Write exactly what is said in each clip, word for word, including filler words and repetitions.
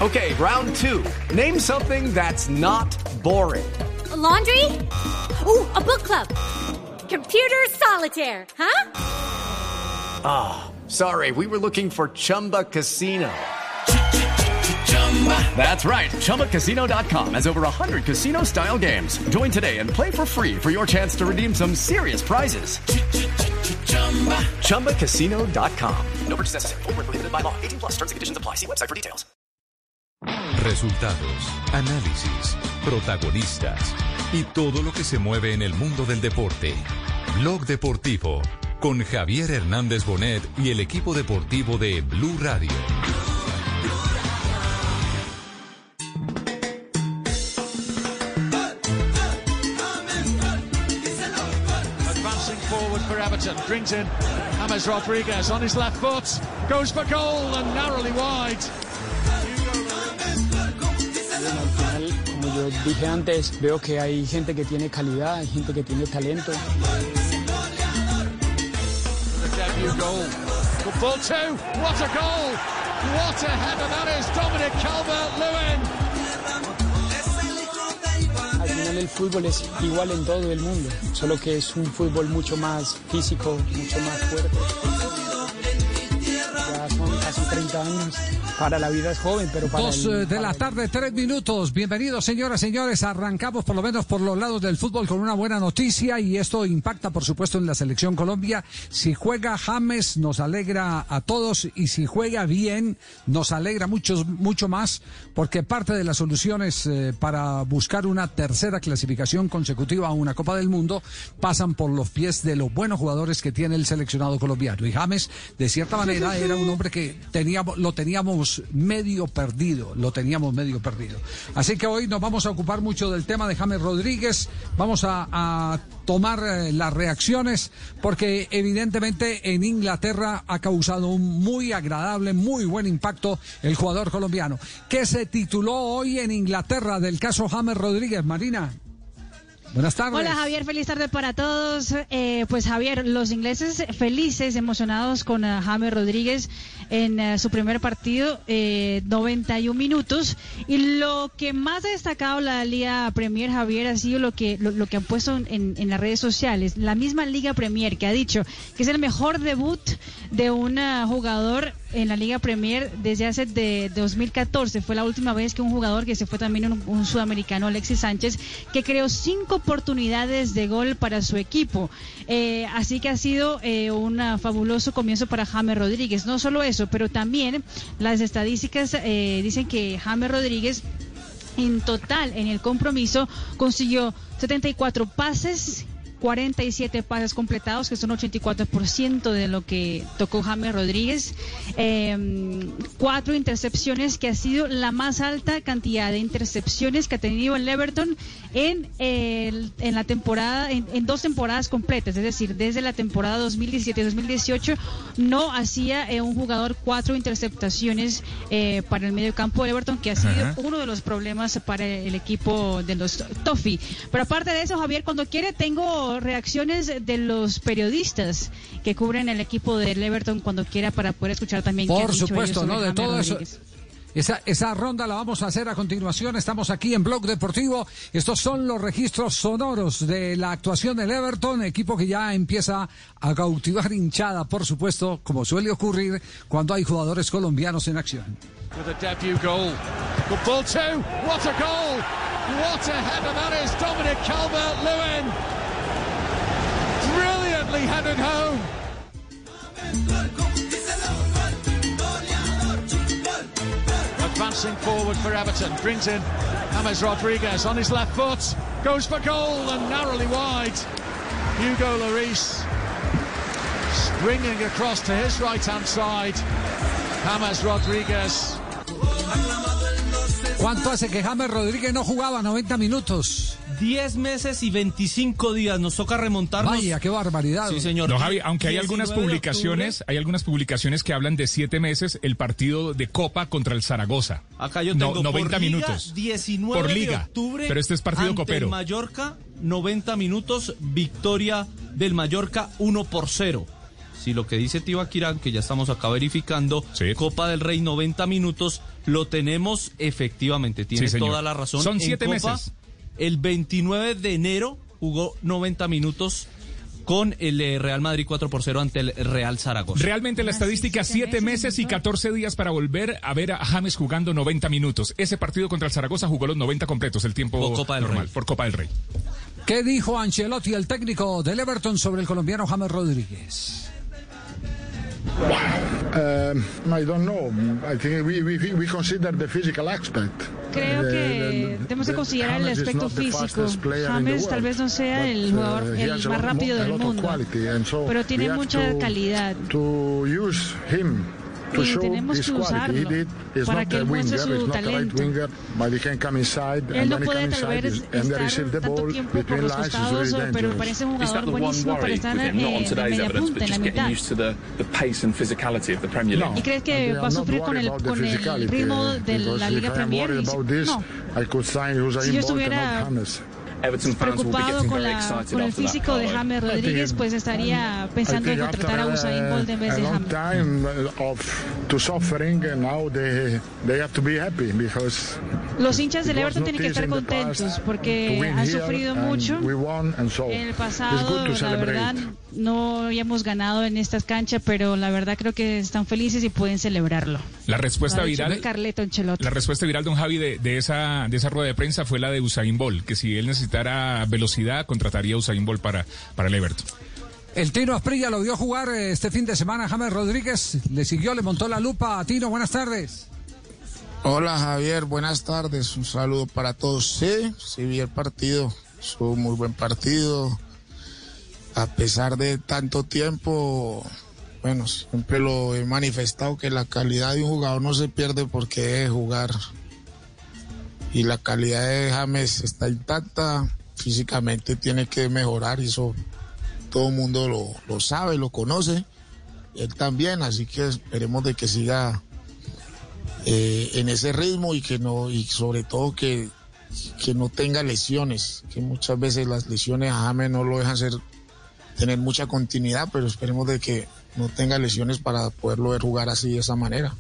Okay, round two. Name something that's not boring. A laundry? Ooh, a book club. Computer solitaire, huh? Ah, oh, sorry, we were looking for Chumba Casino. That's right, Chumba Casino dot com has over one hundred casino-style games. Join today and play for free for your chance to redeem some serious prizes. Chumba Casino dot com. No purchase necessary. Void where prohibited by law. eighteen plus terms and conditions apply. See website for details. Resultados, análisis, protagonistas y todo lo que se mueve en el mundo del deporte. Blog Deportivo con Javier Hernández Bonet y el equipo deportivo de Blue Radio. Forward for Everton, brings in James Rodriguez on his left foot, goes for goal and narrowly wide. Al final, como yo dije antes, veo que hay gente que tiene calidad, hay gente que tiene talento. The debut goal. Good ball too. What a goal! What a header that is, Dominic Calvert-Lewin. Al final el fútbol es igual en todo el mundo, solo que es un fútbol mucho más físico, mucho más fuerte. Ya son casi treinta años. Para la vida es joven, pero para Dos el, de para la el... tarde, tres minutos. Bienvenidos, señoras y señores. Arrancamos por lo menos por los lados del fútbol con una buena noticia y esto impacta, por supuesto, en la selección Colombia. Si juega James, nos alegra a todos y si juega bien, nos alegra mucho, mucho más porque parte de las soluciones eh, para buscar una tercera clasificación consecutiva a una Copa del Mundo pasan por los pies de los buenos jugadores que tiene el seleccionado colombiano. Y James, de cierta manera, era un hombre que teníamos, lo teníamos medio perdido, lo teníamos medio perdido. Así que hoy nos vamos a ocupar mucho del tema de James Rodríguez, vamos a, a tomar eh, las reacciones, porque evidentemente en Inglaterra ha causado un muy agradable, muy buen impacto el jugador colombiano. ¿Qué se tituló hoy en Inglaterra del caso James Rodríguez, Marina? Buenas tardes. Hola Javier, feliz tarde para todos. Eh, pues Javier, los ingleses felices, emocionados con uh, James Rodríguez en uh, su primer partido, eh, noventa y un minutos. Y lo que más ha destacado la Liga Premier, Javier, ha sido lo que lo, lo que han puesto en, en las redes sociales. La misma Liga Premier que ha dicho que es el mejor debut de un uh, jugador en la Liga Premier desde hace de, de dos mil catorce. Fue la última vez que un jugador que se fue también un, un sudamericano, Alexis Sánchez, que creó cinco oportunidades de gol para su equipo. Eh, así que ha sido eh, un fabuloso comienzo para James Rodríguez. No solo eso, pero también las estadísticas eh, dicen que James Rodríguez en total en el compromiso consiguió setenta y cuatro pases, cuarenta y siete pases completados, que son ochenta y cuatro por ciento de lo que tocó James Rodríguez, eh, cuatro intercepciones, que ha sido la más alta cantidad de intercepciones que ha tenido el Everton en, el, en la temporada, en, en dos temporadas completas, es decir, desde la temporada dos mil diecisiete dos mil dieciocho no hacía eh, un jugador cuatro interceptaciones eh, para el medio campo del Everton, que ha sido Ajá. uno de los problemas para el equipo de los Toffee. Pero aparte de eso, Javier, cuando quiere tengo reacciones de los periodistas que cubren el equipo del Everton cuando quiera, para poder escuchar también por supuesto, ¿no? De todo eso. Esa, esa ronda la vamos a hacer a continuación. Estamos aquí en Blog Deportivo. Estos son los registros sonoros de la actuación del Everton, equipo que ya empieza a cautivar hinchada, por supuesto, como suele ocurrir cuando hay jugadores colombianos en acción. With a debut goal. Good ball too. What a goal! What a header that is, Dominic Calvert-Lewin. Brilliantly headed home. Advancing forward for Everton, brings in James Rodriguez on his left foot, goes for goal and narrowly wide. Hugo Lloris swinging across to his right-hand side. James Rodriguez. ¿Cuánto hace que James Rodríguez no jugaba noventa minutos? diez meses y veinticinco días, nos toca remontarnos. Vaya, qué barbaridad. Sí, señor. No, Javi, aunque hay algunas publicaciones, hay algunas publicaciones que hablan de siete meses el partido de Copa contra el Zaragoza. Acá yo tengo no, noventa por liga, minutos. diecinueve por liga, de octubre, pero este es partido ante copero. El Mallorca, noventa minutos, victoria del Mallorca uno por cero. si lo que dice Tibaquirá, que ya estamos acá verificando, sí. Copa del Rey noventa minutos, lo tenemos efectivamente, tiene sí, toda la razón. Son en siete Copa, meses. El veintinueve de enero jugó noventa minutos con el eh, Real Madrid cuatro por cero ante el Real Zaragoza. Realmente la estadística, siete meses y catorce días para volver a ver a James jugando noventa minutos. Ese partido contra el Zaragoza jugó los noventa completos, el tiempo por Copa del normal, Rey. por Copa del Rey. ¿Qué dijo Ancelotti, el técnico del Everton, sobre el colombiano James Rodríguez? Uh, I don't know. I think we, we, we consider the physical aspect. Creo que tenemos que considerar el aspecto físico. James tal vez no sea el jugador el más rápido del mundo, pero tiene mucha calidad. Y tenemos que usarlo para que él muestre su talento. Él no puede tal vez estar tanto tiempo por los costados, pero parece un jugador buenísimo para estar en media punta, en la mitad. ¿Y crees que va a sufrir con el, con el ritmo de la Liga Premier? No. Si yo estuviera preocupado con, la, con el físico de James Rodríguez, pues estaría pensando en contratar a Usain Bolt en vez de James. Los hinchas del Everton tienen que estar contentos porque han sufrido mucho. En el pasado, la verdad, no habíamos ganado en estas canchas, pero la verdad creo que están felices y pueden celebrarlo. La respuesta viral, Carleto Ancelotti. La respuesta viral, don Javi, de, de esa de esa rueda de prensa fue la de Usain Bolt, que si él necesitara velocidad, contrataría a Usain Bolt para, para el Everton. El Tino Asprilla lo vio jugar este fin de semana a James Rodríguez, le siguió, le montó la lupa. Tino, buenas tardes. Hola Javier, buenas tardes, un saludo para todos. Sí, sí vi el partido, fue un muy buen partido. A pesar de tanto tiempo, bueno, siempre lo he manifestado que la calidad de un jugador no se pierde porque debe jugar. Y la calidad de James está intacta, físicamente tiene que mejorar, y eso todo el mundo lo, lo sabe, lo conoce, él también, así que esperemos de que siga eh, en ese ritmo y que no, y sobre todo que, que no tenga lesiones, que muchas veces las lesiones a James no lo dejan ser, tener mucha continuidad, pero esperemos de que no tenga lesiones para poderlo ver jugar así de esa manera.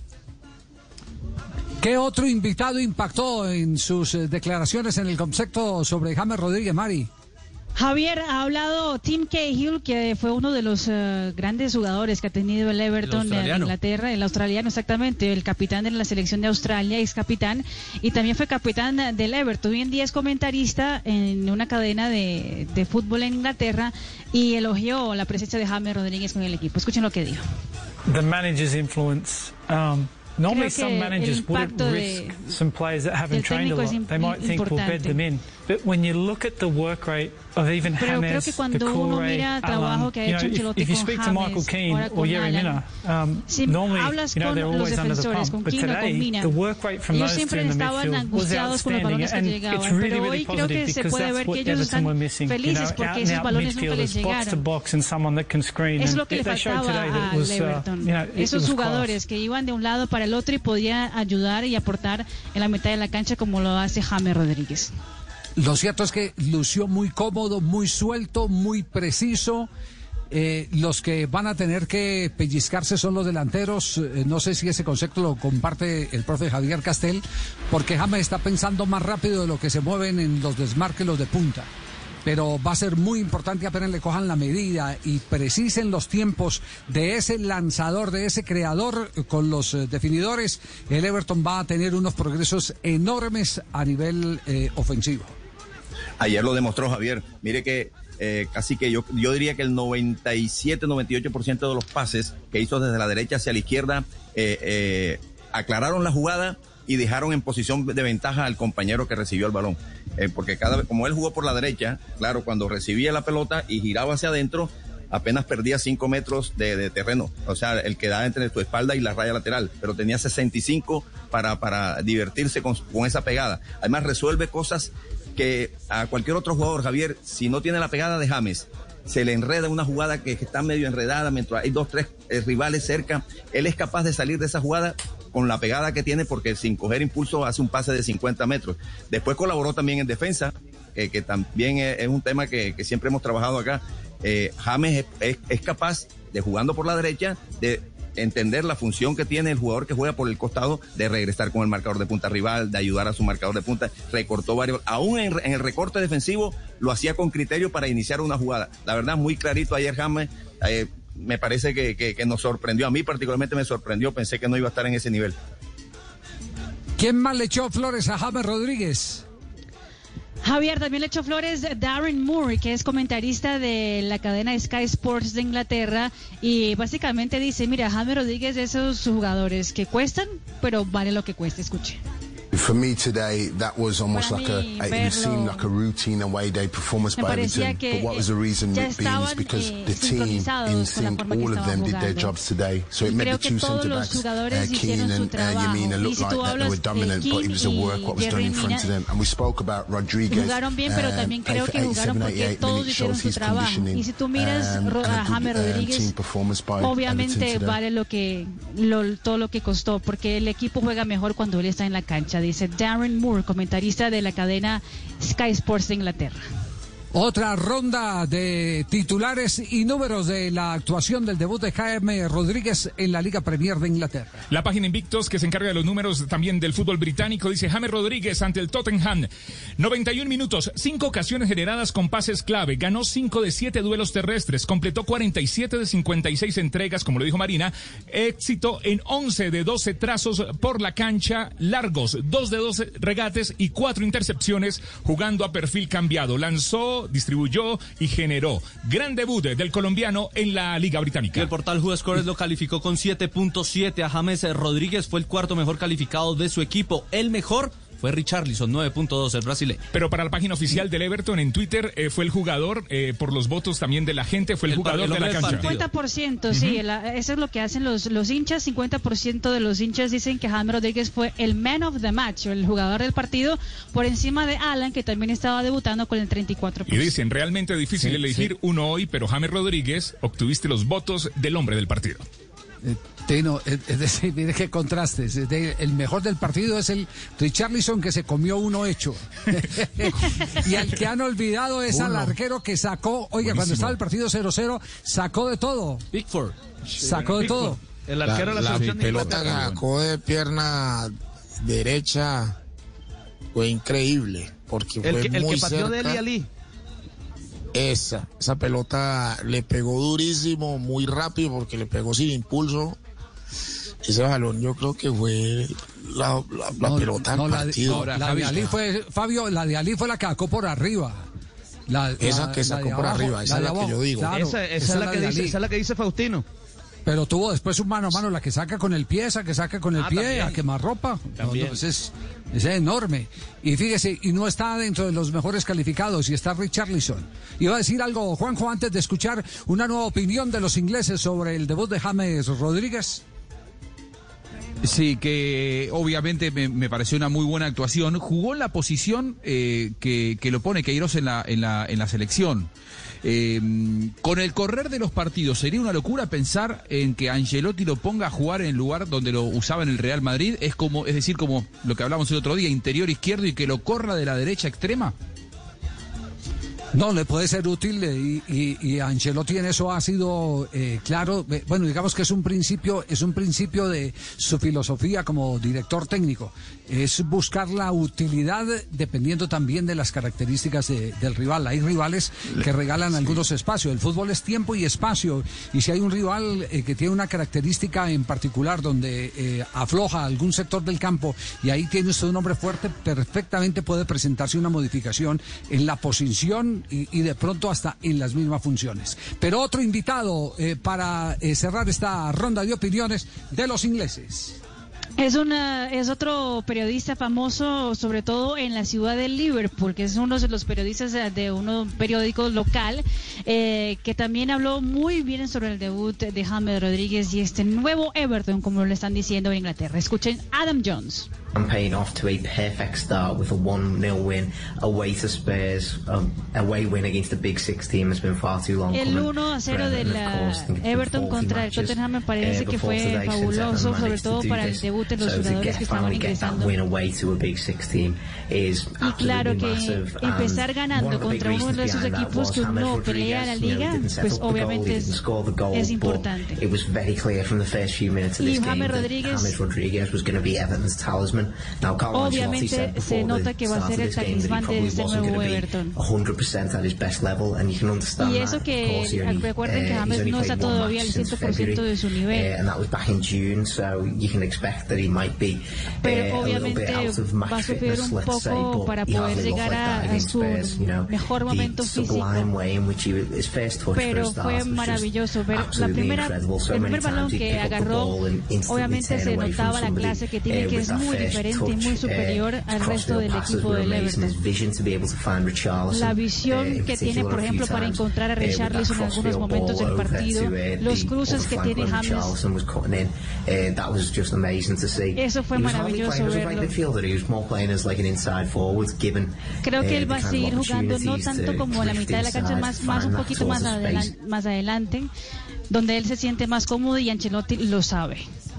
¿Qué otro invitado impactó en sus eh, declaraciones en el concepto sobre James Rodríguez, Mari? Javier, ha hablado Tim Cahill, que fue uno de los uh, grandes jugadores que ha tenido el Everton de Inglaterra, el australiano exactamente, el capitán de la selección de Australia, ex capitán, y también fue capitán del Everton. Hoy en día es comentarista en una cadena de, de fútbol en Inglaterra y elogió la presencia de James Rodríguez con el equipo. Escuchen lo que dijo. The manager's influence. Um... Normally, some managers wouldn't risk some players that haven't trained a lot. They might think we'll bed them in. But when you look at the work rate of even James, Doucouré, Alan, you know, if, if you speak to Michael Keane or Yerry Mina, um, normally, you know, they're always under the pump. But today, the work rate from those two in the midfield was outstanding, and it's really, really positive because that's what Everton were missing. You know, out-and-out midfielders, box to box, and someone that can screen. And they showed today that it was, uh, you know, it was jugadores que iban de un lado para el otro y podía ayudar y aportar en la mitad de la cancha como lo hace James Rodríguez. Lo cierto es que lució muy cómodo, muy suelto, muy preciso. Eh, los que van a tener que pellizcarse son los delanteros. Eh, no sé si ese concepto lo comparte el profe Javier Castel, porque James está pensando más rápido de lo que se mueven en los desmarques los de punta. Pero va a ser muy importante apenas le cojan la medida y precisen los tiempos de ese lanzador, de ese creador con los eh, definidores. El Everton va a tener unos progresos enormes a nivel eh, ofensivo. Ayer lo demostró Javier. Mire que eh, casi que yo, yo diría que el noventa y siete, noventa y ocho por ciento de los pases que hizo desde la derecha hacia la izquierda eh, eh, aclararon la jugada y dejaron en posición de ventaja al compañero que recibió el balón. Eh, porque cada vez, como él jugó por la derecha, claro, cuando recibía la pelota y giraba hacia adentro, apenas perdía cinco metros de, de terreno. O sea, el que da entre tu espalda y la raya lateral, pero tenía sesenta y cinco para, para divertirse con, con esa pegada. Además, resuelve cosas que a cualquier otro jugador, Javier, si no tiene la pegada de James, se le enreda una jugada que, que está medio enredada, mientras hay dos, tres eh, rivales cerca, él es capaz de salir de esa jugada con la pegada que tiene, porque sin coger impulso hace un pase de cincuenta metros. Después colaboró también en defensa, que, que también es, es un tema que, que siempre hemos trabajado acá. Eh, James es, es, es capaz de, jugando por la derecha, de entender la función que tiene el jugador que juega por el costado, de regresar con el marcador de punta rival, de ayudar a su marcador de punta. Recortó varios, aún en, en el recorte defensivo lo hacía con criterio para iniciar una jugada. La verdad, muy clarito ayer James, eh, me parece que, que, que nos sorprendió, a mí particularmente me sorprendió, pensé que no iba a estar en ese nivel. ¿Quién más le echó flores a James Rodríguez? Javier, también le echó flores Darren Moore, que es comentarista de la cadena Sky Sports de Inglaterra, y básicamente dice, mira, James Rodríguez es de esos jugadores que cuestan, pero vale lo que cueste. Escuche. For me today, that was almost like a, it seemed like a routine away day performance by Everton. But what was the reason it being is because the team in sync, all of them did their jobs today. So it made the two centre backs, uh, Keane and uh, Yamina, look like that they were dominant, but it was a work what was done in front of them. And we spoke about Rodriguez. Jugaron bien, pero también creo que jugaron porque todos hicieron su trabajo. Y si tú miras a James Rodríguez, obviamente vale lo que lo, todo lo que costó, porque el equipo juega mejor cuando él está en la cancha. Dice Darren Moore, comentarista de la cadena Sky Sports de Inglaterra. Otra ronda de titulares y números de la actuación del debut de James Rodríguez en la Liga Premier de Inglaterra. La página Invictos, que se encarga de los números también del fútbol británico, dice James Rodríguez ante el Tottenham. noventa y un minutos, cinco ocasiones generadas con pases clave, ganó cinco de siete duelos terrestres, completó cuarenta y siete de cincuenta y seis entregas, como lo dijo Marina, éxito en once de doce trazos por la cancha largos, dos de doce regates y cuatro intercepciones, jugando a perfil cambiado. Lanzó, distribuyó y generó. Gran debut del colombiano en la Liga Británica. Y el portal WhoScores lo calificó con siete punto siete a James Rodríguez, fue el cuarto mejor calificado de su equipo. El mejor fue Richarlison, nueve punto dos, el brasileño. Pero para la página oficial del Everton en Twitter, eh, fue el jugador, eh, por los votos también de la gente, fue el, el jugador el de la cancha. cincuenta por ciento, sí, uh-huh. la, eso es lo que hacen los, los hinchas. cincuenta por ciento de los hinchas dicen que James Rodríguez fue el man of the match, el jugador del partido, por encima de Alan, que también estaba debutando con el treinta y cuatro por ciento. Y dicen, realmente difícil sí, elegir sí. uno hoy, pero James Rodríguez, obtuviste los votos del hombre del partido. Eh, Tino, es, es decir, mire qué contrastes. Es de, el mejor del partido es el Richarlison, que se comió uno hecho. Y al que han olvidado es uno. Al arquero que sacó, oiga, buenísimo. Cuando estaba el partido cero cero, sacó de todo. Pickford. Sacó de todo. El arquero la, la, la pelota que sacó de pierna derecha fue increíble, porque fue el que, muy el que pateó cerca. de Eli Ali. Esa, esa pelota le pegó durísimo, muy rápido, porque le pegó sin impulso. Ese balón yo creo que fue la, la, la no, pelota no, del partido. La, no, la de Ali fue, Fabio, la de Ali fue la que sacó por arriba. La, esa la, que sacó por abajo, arriba, esa es la que yo digo. Claro, esa, esa, esa, es la que dice, esa es la que dice Faustino. Pero tuvo después un mano a mano, la que saca con el pie, esa que saca con el ah, pie, también. A quemarropa. También. No, pues es, es enorme. Y fíjese, y no está dentro de los mejores calificados, y está Richarlison. Iba a decir algo, Juanjo, antes de escuchar una nueva opinión de los ingleses sobre el debut de James Rodríguez. Sí, que obviamente me, me pareció una muy buena actuación. Jugó en la posición eh, que, que lo pone Queiroz en la, en la, en la selección. Eh, con el correr de los partidos, ¿sería una locura pensar en que Ancelotti lo ponga a jugar en el lugar donde lo usaba en el Real Madrid? Es como, es decir, como lo que hablamos el otro día, interior izquierdo, y que lo corra de la derecha extrema. No, le puede ser útil y, y, y Ancelotti en eso ha sido eh, claro. Bueno, digamos que es un principio, es un principio de su filosofía como director técnico. Es buscar la utilidad dependiendo también de las características de, del rival. Hay rivales que regalan sí. algunos espacios. El fútbol es tiempo y espacio. Y si hay un rival eh, que tiene una característica en particular donde eh, afloja algún sector del campo y ahí tiene usted un hombre fuerte, perfectamente puede presentarse una modificación en la posición Y, y de pronto hasta en las mismas funciones. Pero otro invitado eh, para eh, cerrar esta ronda de opiniones de los ingleses. Es una, es otro periodista famoso, sobre todo en la ciudad de Liverpool, que es uno de los periodistas de, de un periódico local, eh, que también habló muy bien sobre el debut de James Rodríguez y este nuevo Everton, como lo están diciendo en Inglaterra. Escuchen Adam Jones. campaign off to a perfect start with a one nil win away to Spurs. Um, away win against the Big Six team has been far too long. El uno a cero de la Everton contra el Tottenham me parece que fue fabuloso, sobre todo para el debut de los jugadores que estaban ingresando. Y claro que empezar ganando contra uno de esos equipos que no pelea la liga, pues obviamente es, es importante. Y James Rodríguez, obviamente se nota que va a ser el talismán de este nuevo Everton. Y eso que recuerden que James no está todavía al cien por ciento de su nivel. Pero obviamente va a sufrir un poco para poder llegar a, a su mejor momento físico. Pero fue maravilloso ver la primera, el primer balón que agarró. Obviamente se notaba la clase que tiene, que es muy diferente y muy superior al resto del equipo del Everton. La visión que tiene, por ejemplo, para encontrar a Richarlison en algunos momentos del partido, los cruces que tiene James, eso fue maravilloso verlo. Creo que él va a seguir jugando no tanto como a la mitad de la cancha, más, más un poquito más adelante, más adelante, donde él se siente más cómodo, y Ancelotti lo sabe.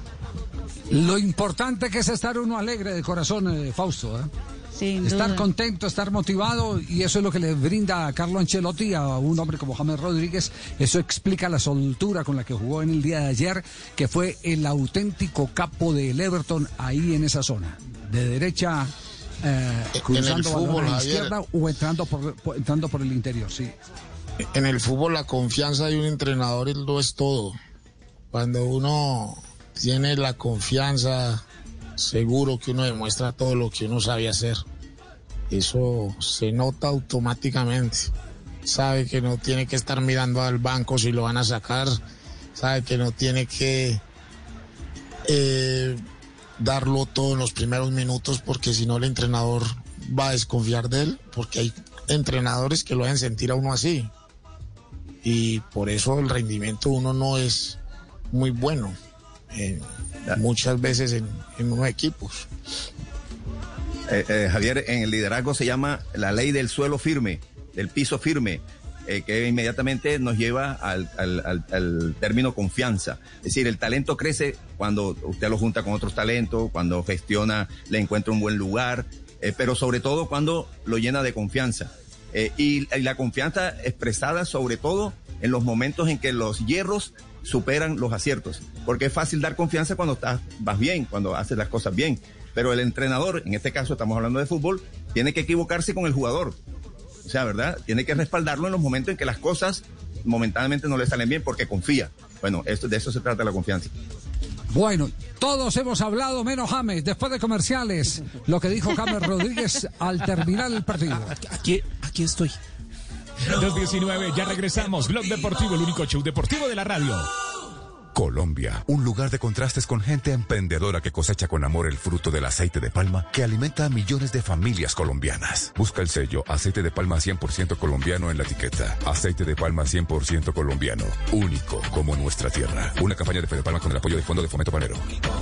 Lo importante que es estar uno alegre de corazón, eh, Fausto, ¿eh? Sin estar duda. contento, estar motivado, y eso es lo que le brinda a Carlo Ancelotti a un hombre como James Rodríguez. Eso explica la soltura con la que jugó en el día de ayer, que fue el auténtico capo del Everton ahí en esa zona, de derecha, eh, cruzando fútbol, a la Javier, izquierda o entrando por, por, entrando por el interior, sí. En el fútbol la confianza de un entrenador lo es todo. Cuando uno tiene la confianza, seguro que uno demuestra todo lo que uno sabe hacer. Eso se nota automáticamente. Sabe que no tiene que estar mirando al banco si lo van a sacar. Sabe que no tiene que eh, darlo todo en los primeros minutos, porque si no el entrenador va a desconfiar de él, porque hay entrenadores que lo hacen sentir a uno así. Y por eso el rendimiento de uno no es muy bueno. Eh, muchas veces en, en unos equipos. Eh, eh, Javier, en el liderazgo se llama la ley del suelo firme, del piso firme, eh, que inmediatamente nos lleva al, al, al, al término confianza. Es decir, el talento crece cuando usted lo junta con otros talentos, cuando gestiona, le encuentra un buen lugar, eh, pero sobre todo cuando lo llena de confianza. Eh, y, y la confianza expresada sobre todo en los momentos en que los hierros superan los aciertos, porque es fácil dar confianza cuando estás, vas bien, cuando haces las cosas bien, pero el entrenador, en este caso estamos hablando de fútbol, tiene que equivocarse con el jugador, o sea, ¿verdad? Tiene que respaldarlo en los momentos en que las cosas momentáneamente no le salen bien, porque confía. Bueno, esto, de eso se trata la confianza. Bueno, todos hemos hablado menos James, después de comerciales, lo que dijo James Rodríguez al terminar el partido. Aquí, aquí estoy. dos diecinueve, ya regresamos. Blog Deportivo, el único show deportivo de la radio. Colombia, un lugar de contrastes con gente emprendedora que cosecha con amor el fruto del aceite de palma que alimenta a millones de familias colombianas. Busca el sello aceite de palma cien por ciento colombiano en la etiqueta. Aceite de palma cien por ciento colombiano, único como nuestra tierra. Una campaña de Fede Palma con el apoyo del Fondo de Fomento Panero.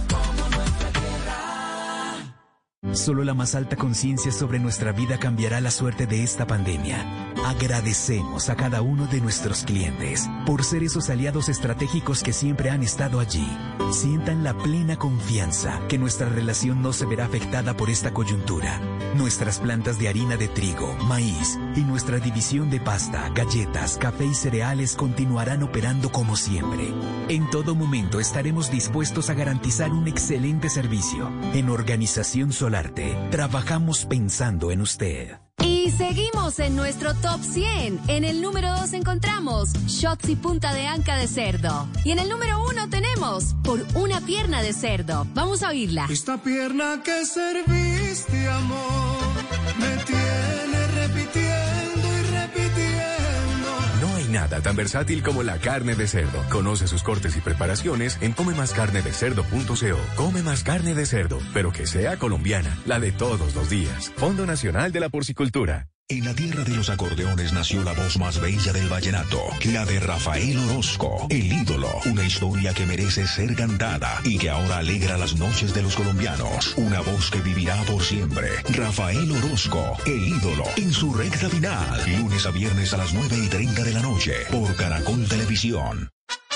Solo la más alta conciencia sobre nuestra vida cambiará la suerte de esta pandemia. Agradecemos a cada uno de nuestros clientes por ser esos aliados estratégicos que siempre han estado allí. Sientan la plena confianza que nuestra relación no se verá afectada por esta coyuntura. Nuestras plantas de harina de trigo, maíz y nuestra división de pasta, galletas, café y cereales continuarán operando como siempre. En todo momento estaremos dispuestos a garantizar un excelente servicio. En Organización Solarte, trabajamos pensando en usted. Y seguimos en nuestro top cien. En el número dos encontramos shots y punta de anca de cerdo. Y en el número uno tenemos por una pierna de cerdo. Vamos a oírla. Esta pierna que serviste, amor, me tiene repitiendo y repitiendo. No hay nada tan versátil como la carne de cerdo. Conoce sus cortes y preparaciones en come más carne de cerdo punto co. Come más carne de cerdo, pero que sea colombiana, la de todos los días. Fondo Nacional de la Porcicultura. En la tierra de los acordeones nació la voz más bella del vallenato, la de Rafael Orozco, el ídolo, una historia que merece ser cantada y que ahora alegra las noches de los colombianos, una voz que vivirá por siempre. Rafael Orozco, el ídolo, en su recta final, lunes a viernes a las nueve y treinta de la noche, por Caracol Televisión.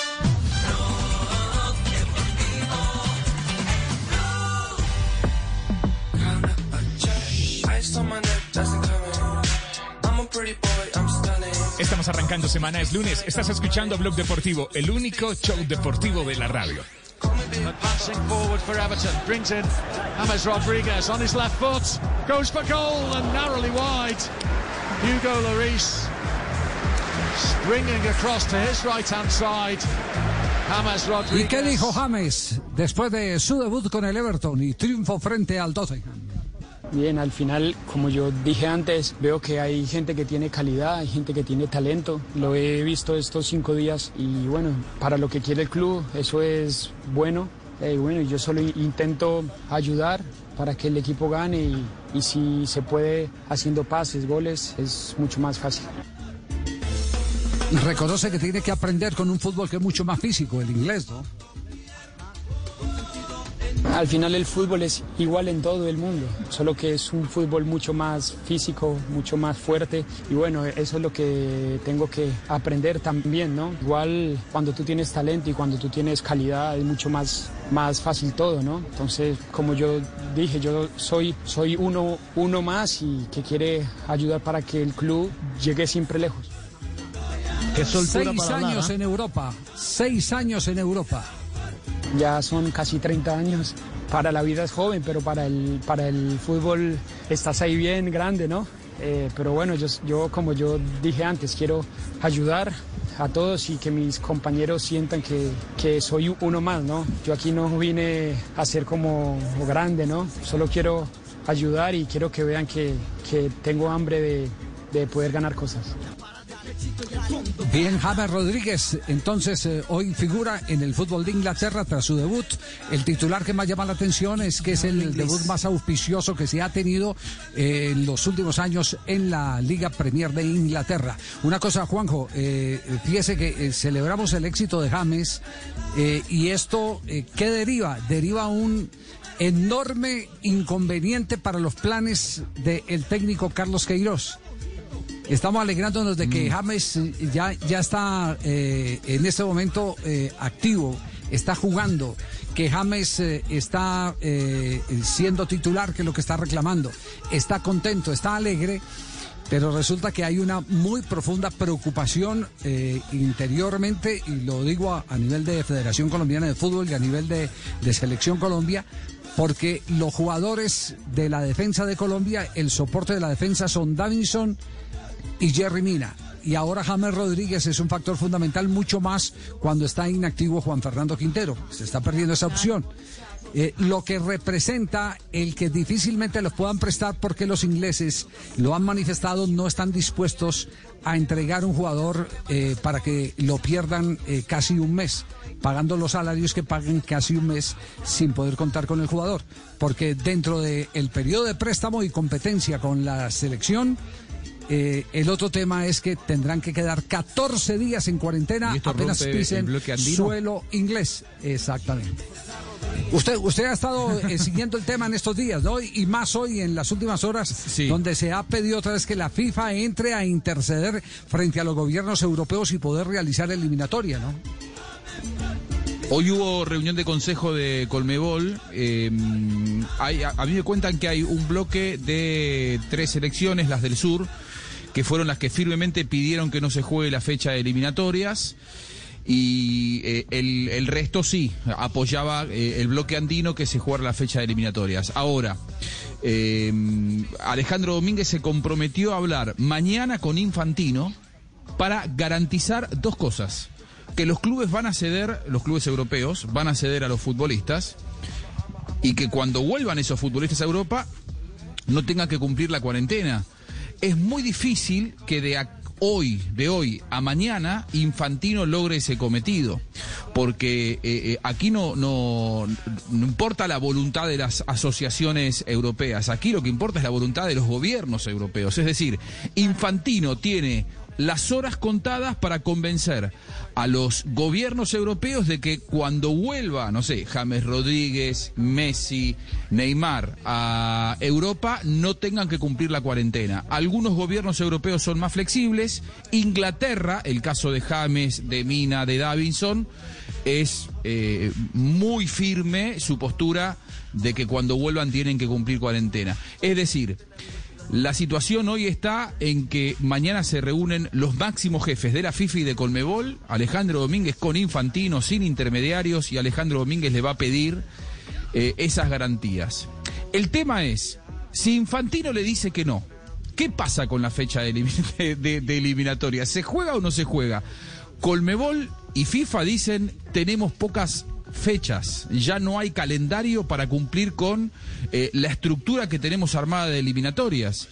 Estamos arrancando semana, es lunes. Estás escuchando Blog Deportivo, el único show deportivo de la radio. Passing forward for Everton, brings in James Rodriguez on his left foot, goes for goal and narrowly wide. Hugo Lloris springing across to his right hand side. James Rodriguez. ¿Y qué dijo James después de su debut con el Everton y triunfo frente al Tottenham? Bien, al final, como yo dije antes, veo que hay gente que tiene calidad, hay gente que tiene talento. Lo he visto estos cinco días y bueno, para lo que quiere el club, eso es bueno. Eh, bueno, yo solo intento ayudar para que el equipo gane y, y si se puede haciendo pases, goles, es mucho más fácil. Reconoce que tiene que aprender con un fútbol que es mucho más físico, el inglés, ¿no? Al final el fútbol es igual en todo el mundo, solo que es un fútbol mucho más físico, mucho más fuerte y bueno, eso es lo que tengo que aprender también, ¿no? Igual cuando tú tienes talento y cuando tú tienes calidad es mucho más, más fácil todo, ¿no? Entonces, como yo dije, yo soy, soy uno, uno más y que quiere ayudar para que el club llegue siempre lejos. Seis años en Europa, seis años en Europa. Ya son casi treinta años. Para la vida es joven, pero para el, para el fútbol estás ahí bien grande, ¿no? Eh, pero bueno, yo, yo, como yo dije antes, quiero ayudar a todos y que mis compañeros sientan que, que soy uno más, ¿no? Yo aquí no vine a ser como grande, ¿no? Solo quiero ayudar y quiero que vean que, que tengo hambre de, de poder ganar cosas. Bien, James Rodríguez, entonces eh, hoy figura en el fútbol de Inglaterra tras su debut. El titular que más llama la atención es que es el debut más auspicioso que se ha tenido eh, en los últimos años en la Liga Premier de Inglaterra. Una cosa, Juanjo, eh, fíjese que eh, celebramos el éxito de James eh, y esto, eh, ¿qué deriva? Deriva un enorme inconveniente para los planes del técnico Carlos Queiroz. Estamos alegrándonos de que James ya, ya está eh, en este momento eh, activo, está jugando, que James eh, está eh, siendo titular, que es lo que está reclamando, está contento, está alegre, pero resulta que hay una muy profunda preocupación eh, interiormente, y lo digo a, a nivel de Federación Colombiana de Fútbol y a nivel de, de Selección Colombia, porque los jugadores de la defensa de Colombia, el soporte de la defensa son Davinson y Jerry Mina, y ahora James Rodríguez es un factor fundamental, mucho más cuando está inactivo Juan Fernando Quintero. Se está perdiendo esa opción. Eh, lo que representa el que difícilmente los puedan prestar, porque los ingleses lo han manifestado, no están dispuestos a entregar un jugador eh, para que lo pierdan eh, casi un mes, pagando los salarios que paguen casi un mes sin poder contar con el jugador, porque dentro del periodo de préstamo y competencia con la selección, Eh, el otro tema es que tendrán que quedar catorce días en cuarentena apenas pisen suelo inglés. Exactamente. Usted, usted ha estado eh, siguiendo el tema en estos días, ¿no? Y más hoy en las últimas horas, sí, donde se ha pedido otra vez que la FIFA entre a interceder frente a los gobiernos europeos y poder realizar eliminatoria, ¿no? Hoy hubo reunión de consejo de Colmebol. Eh, hay, a, a mí me cuentan que hay un bloque de tres selecciones, las del sur, que fueron las que firmemente pidieron que no se juegue la fecha de eliminatorias. Y eh, el, el resto sí, apoyaba eh, el bloque andino que se jugara la fecha de eliminatorias. Ahora, eh, Alejandro Domínguez se comprometió a hablar mañana con Infantino para garantizar dos cosas: que los clubes van a ceder, los clubes europeos van a ceder a los futbolistas, y que cuando vuelvan esos futbolistas a Europa no tengan que cumplir la cuarentena. Es muy difícil que de a hoy, de hoy a mañana, Infantino logre ese cometido. Porque eh, eh, aquí no, no, no importa la voluntad de las asociaciones europeas, aquí lo que importa es la voluntad de los gobiernos europeos. Es decir, Infantino tiene las horas contadas para convencer a los gobiernos europeos de que cuando vuelva, no sé, James Rodríguez, Messi, Neymar a Europa, no tengan que cumplir la cuarentena. Algunos gobiernos europeos son más flexibles. Inglaterra, el caso de James, de Mina, de Davinson, es eh, muy firme su postura de que cuando vuelvan tienen que cumplir cuarentena. Es decir, la situación hoy está en que mañana se reúnen los máximos jefes de la FIFA y de Conmebol, Alejandro Domínguez con Infantino, sin intermediarios, y Alejandro Domínguez le va a pedir eh, esas garantías. El tema es, si Infantino le dice que no, ¿qué pasa con la fecha de, de, de, de eliminatoria? ¿Se juega o no se juega? Conmebol y FIFA dicen, tenemos pocas fechas, ya no hay calendario para cumplir con eh, la estructura que tenemos armada de eliminatorias,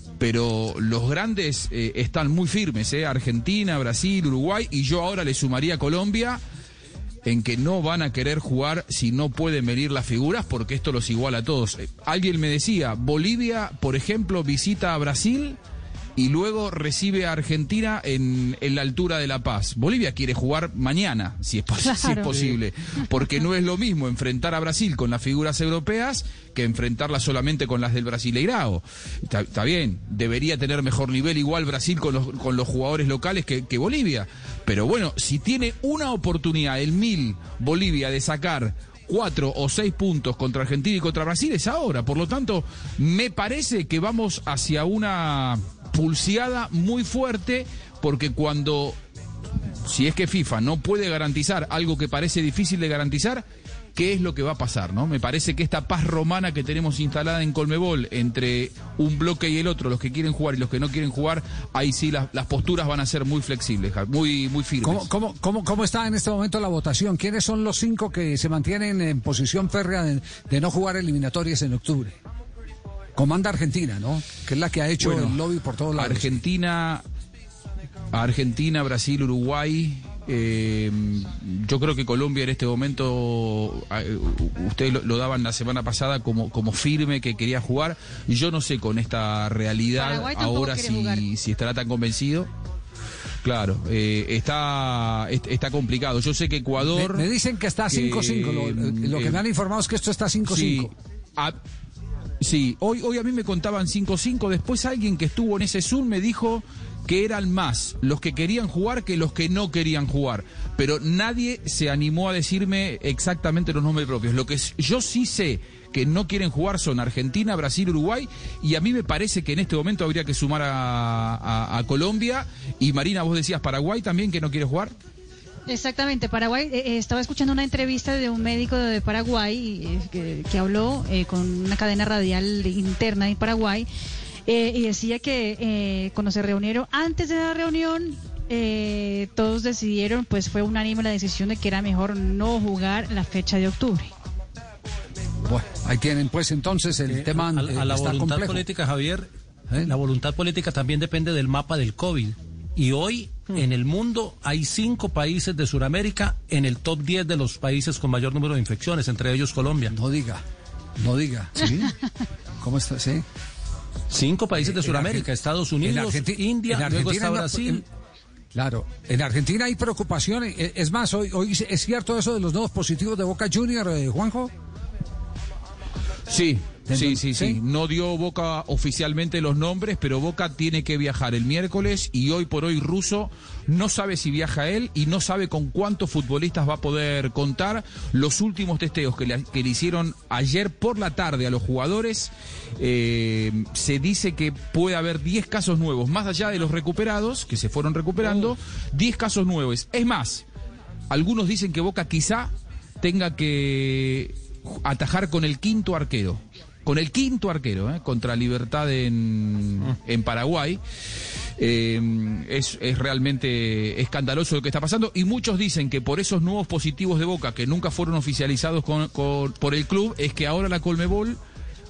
pero los grandes eh, están muy firmes, eh, Argentina, Brasil, Uruguay, y yo ahora le sumaría Colombia, en que no van a querer jugar si no pueden venir las figuras, porque esto los iguala a todos. Eh, alguien me decía, Bolivia, por ejemplo, visita a Brasil y luego recibe a Argentina en, en la altura de La Paz. Bolivia quiere jugar mañana, si es, claro, si es posible, porque no es lo mismo enfrentar a Brasil con las figuras europeas que enfrentarlas solamente con las del Brasileirao. Está, está bien, debería tener mejor nivel igual Brasil con los, con los jugadores locales que, que Bolivia, pero bueno, si tiene una oportunidad el mil Bolivia de sacar cuatro o seis puntos contra Argentina y contra Brasil, es ahora. Por lo tanto, me parece que vamos hacia una pulseada muy fuerte, porque cuando, si es que FIFA no puede garantizar algo que parece difícil de garantizar, ¿qué es lo que va a pasar, no? Me parece que esta paz romana que tenemos instalada en Conmebol entre un bloque y el otro, los que quieren jugar y los que no quieren jugar, ahí sí las, las posturas van a ser muy flexibles, muy, muy firmes. ¿Cómo, cómo, cómo, ¿Cómo está en este momento la votación? ¿Quiénes son los cinco que se mantienen en posición férrea de, de no jugar eliminatorias en octubre? Comanda Argentina, ¿no? Que es la que ha hecho bueno, el lobby por todos lados. Argentina, Argentina, Brasil, Uruguay. Eh, yo creo que Colombia en este momento, eh, ustedes lo, lo daban la semana pasada como, como firme que quería jugar. Yo no sé con esta realidad ahora si, si estará tan convencido. Claro, eh, está está complicado. Yo sé que Ecuador... Me, me dicen que está cinco cinco, lo, lo que eh, me han informado es que esto está cinco cinco. Sí, Sí, hoy, hoy a mí me contaban cinco cinco, después alguien que estuvo en ese Zoom me dijo que eran más los que querían jugar que los que no querían jugar, pero nadie se animó a decirme exactamente los nombres propios. Lo que yo sí sé que no quieren jugar son Argentina, Brasil, Uruguay, y a mí me parece que en este momento habría que sumar a, a, a Colombia. Y Marina, vos decías Paraguay también que no quiere jugar. Exactamente, Paraguay, eh, estaba escuchando una entrevista de un médico de Paraguay eh, que, que habló eh, con una cadena radial interna en Paraguay eh, y decía que eh, cuando se reunieron, antes de la reunión, eh, todos decidieron, pues fue unánime la decisión de que era mejor no jugar la fecha de octubre. Bueno, ahí tienen pues entonces el eh, tema a, eh, a la está voluntad complejo. política, Javier, ¿Eh? La voluntad política también depende del mapa del COVID. Y hoy hmm. en el mundo hay cinco países de Sudamérica en el top diez de los países con mayor número de infecciones, entre ellos Colombia. No diga, no diga. ¿Sí? ¿Cómo está? Sí. Cinco países de Sudamérica, Estados Unidos, India, luego está Brasil. En, claro, en Argentina hay preocupaciones. Es más, hoy, hoy es cierto eso de los nuevos positivos de Boca Junior, eh, Juanjo. Sí. Sí, sí, sí. No dio Boca oficialmente los nombres, pero Boca tiene que viajar el miércoles y hoy por hoy Russo no sabe si viaja él y no sabe con cuántos futbolistas va a poder contar. Los últimos testeos que le, que le hicieron ayer por la tarde a los jugadores, eh, se dice que puede haber diez casos nuevos, más allá de los recuperados, que se fueron recuperando, diez casos nuevos. Es más, algunos dicen que Boca quizá tenga que atajar con el quinto arquero. Con el quinto arquero, ¿eh? Contra Libertad en, en Paraguay. Eh, es, es realmente escandaloso lo que está pasando y muchos dicen que por esos nuevos positivos de Boca que nunca fueron oficializados con, con, por el club, es que ahora la Conmebol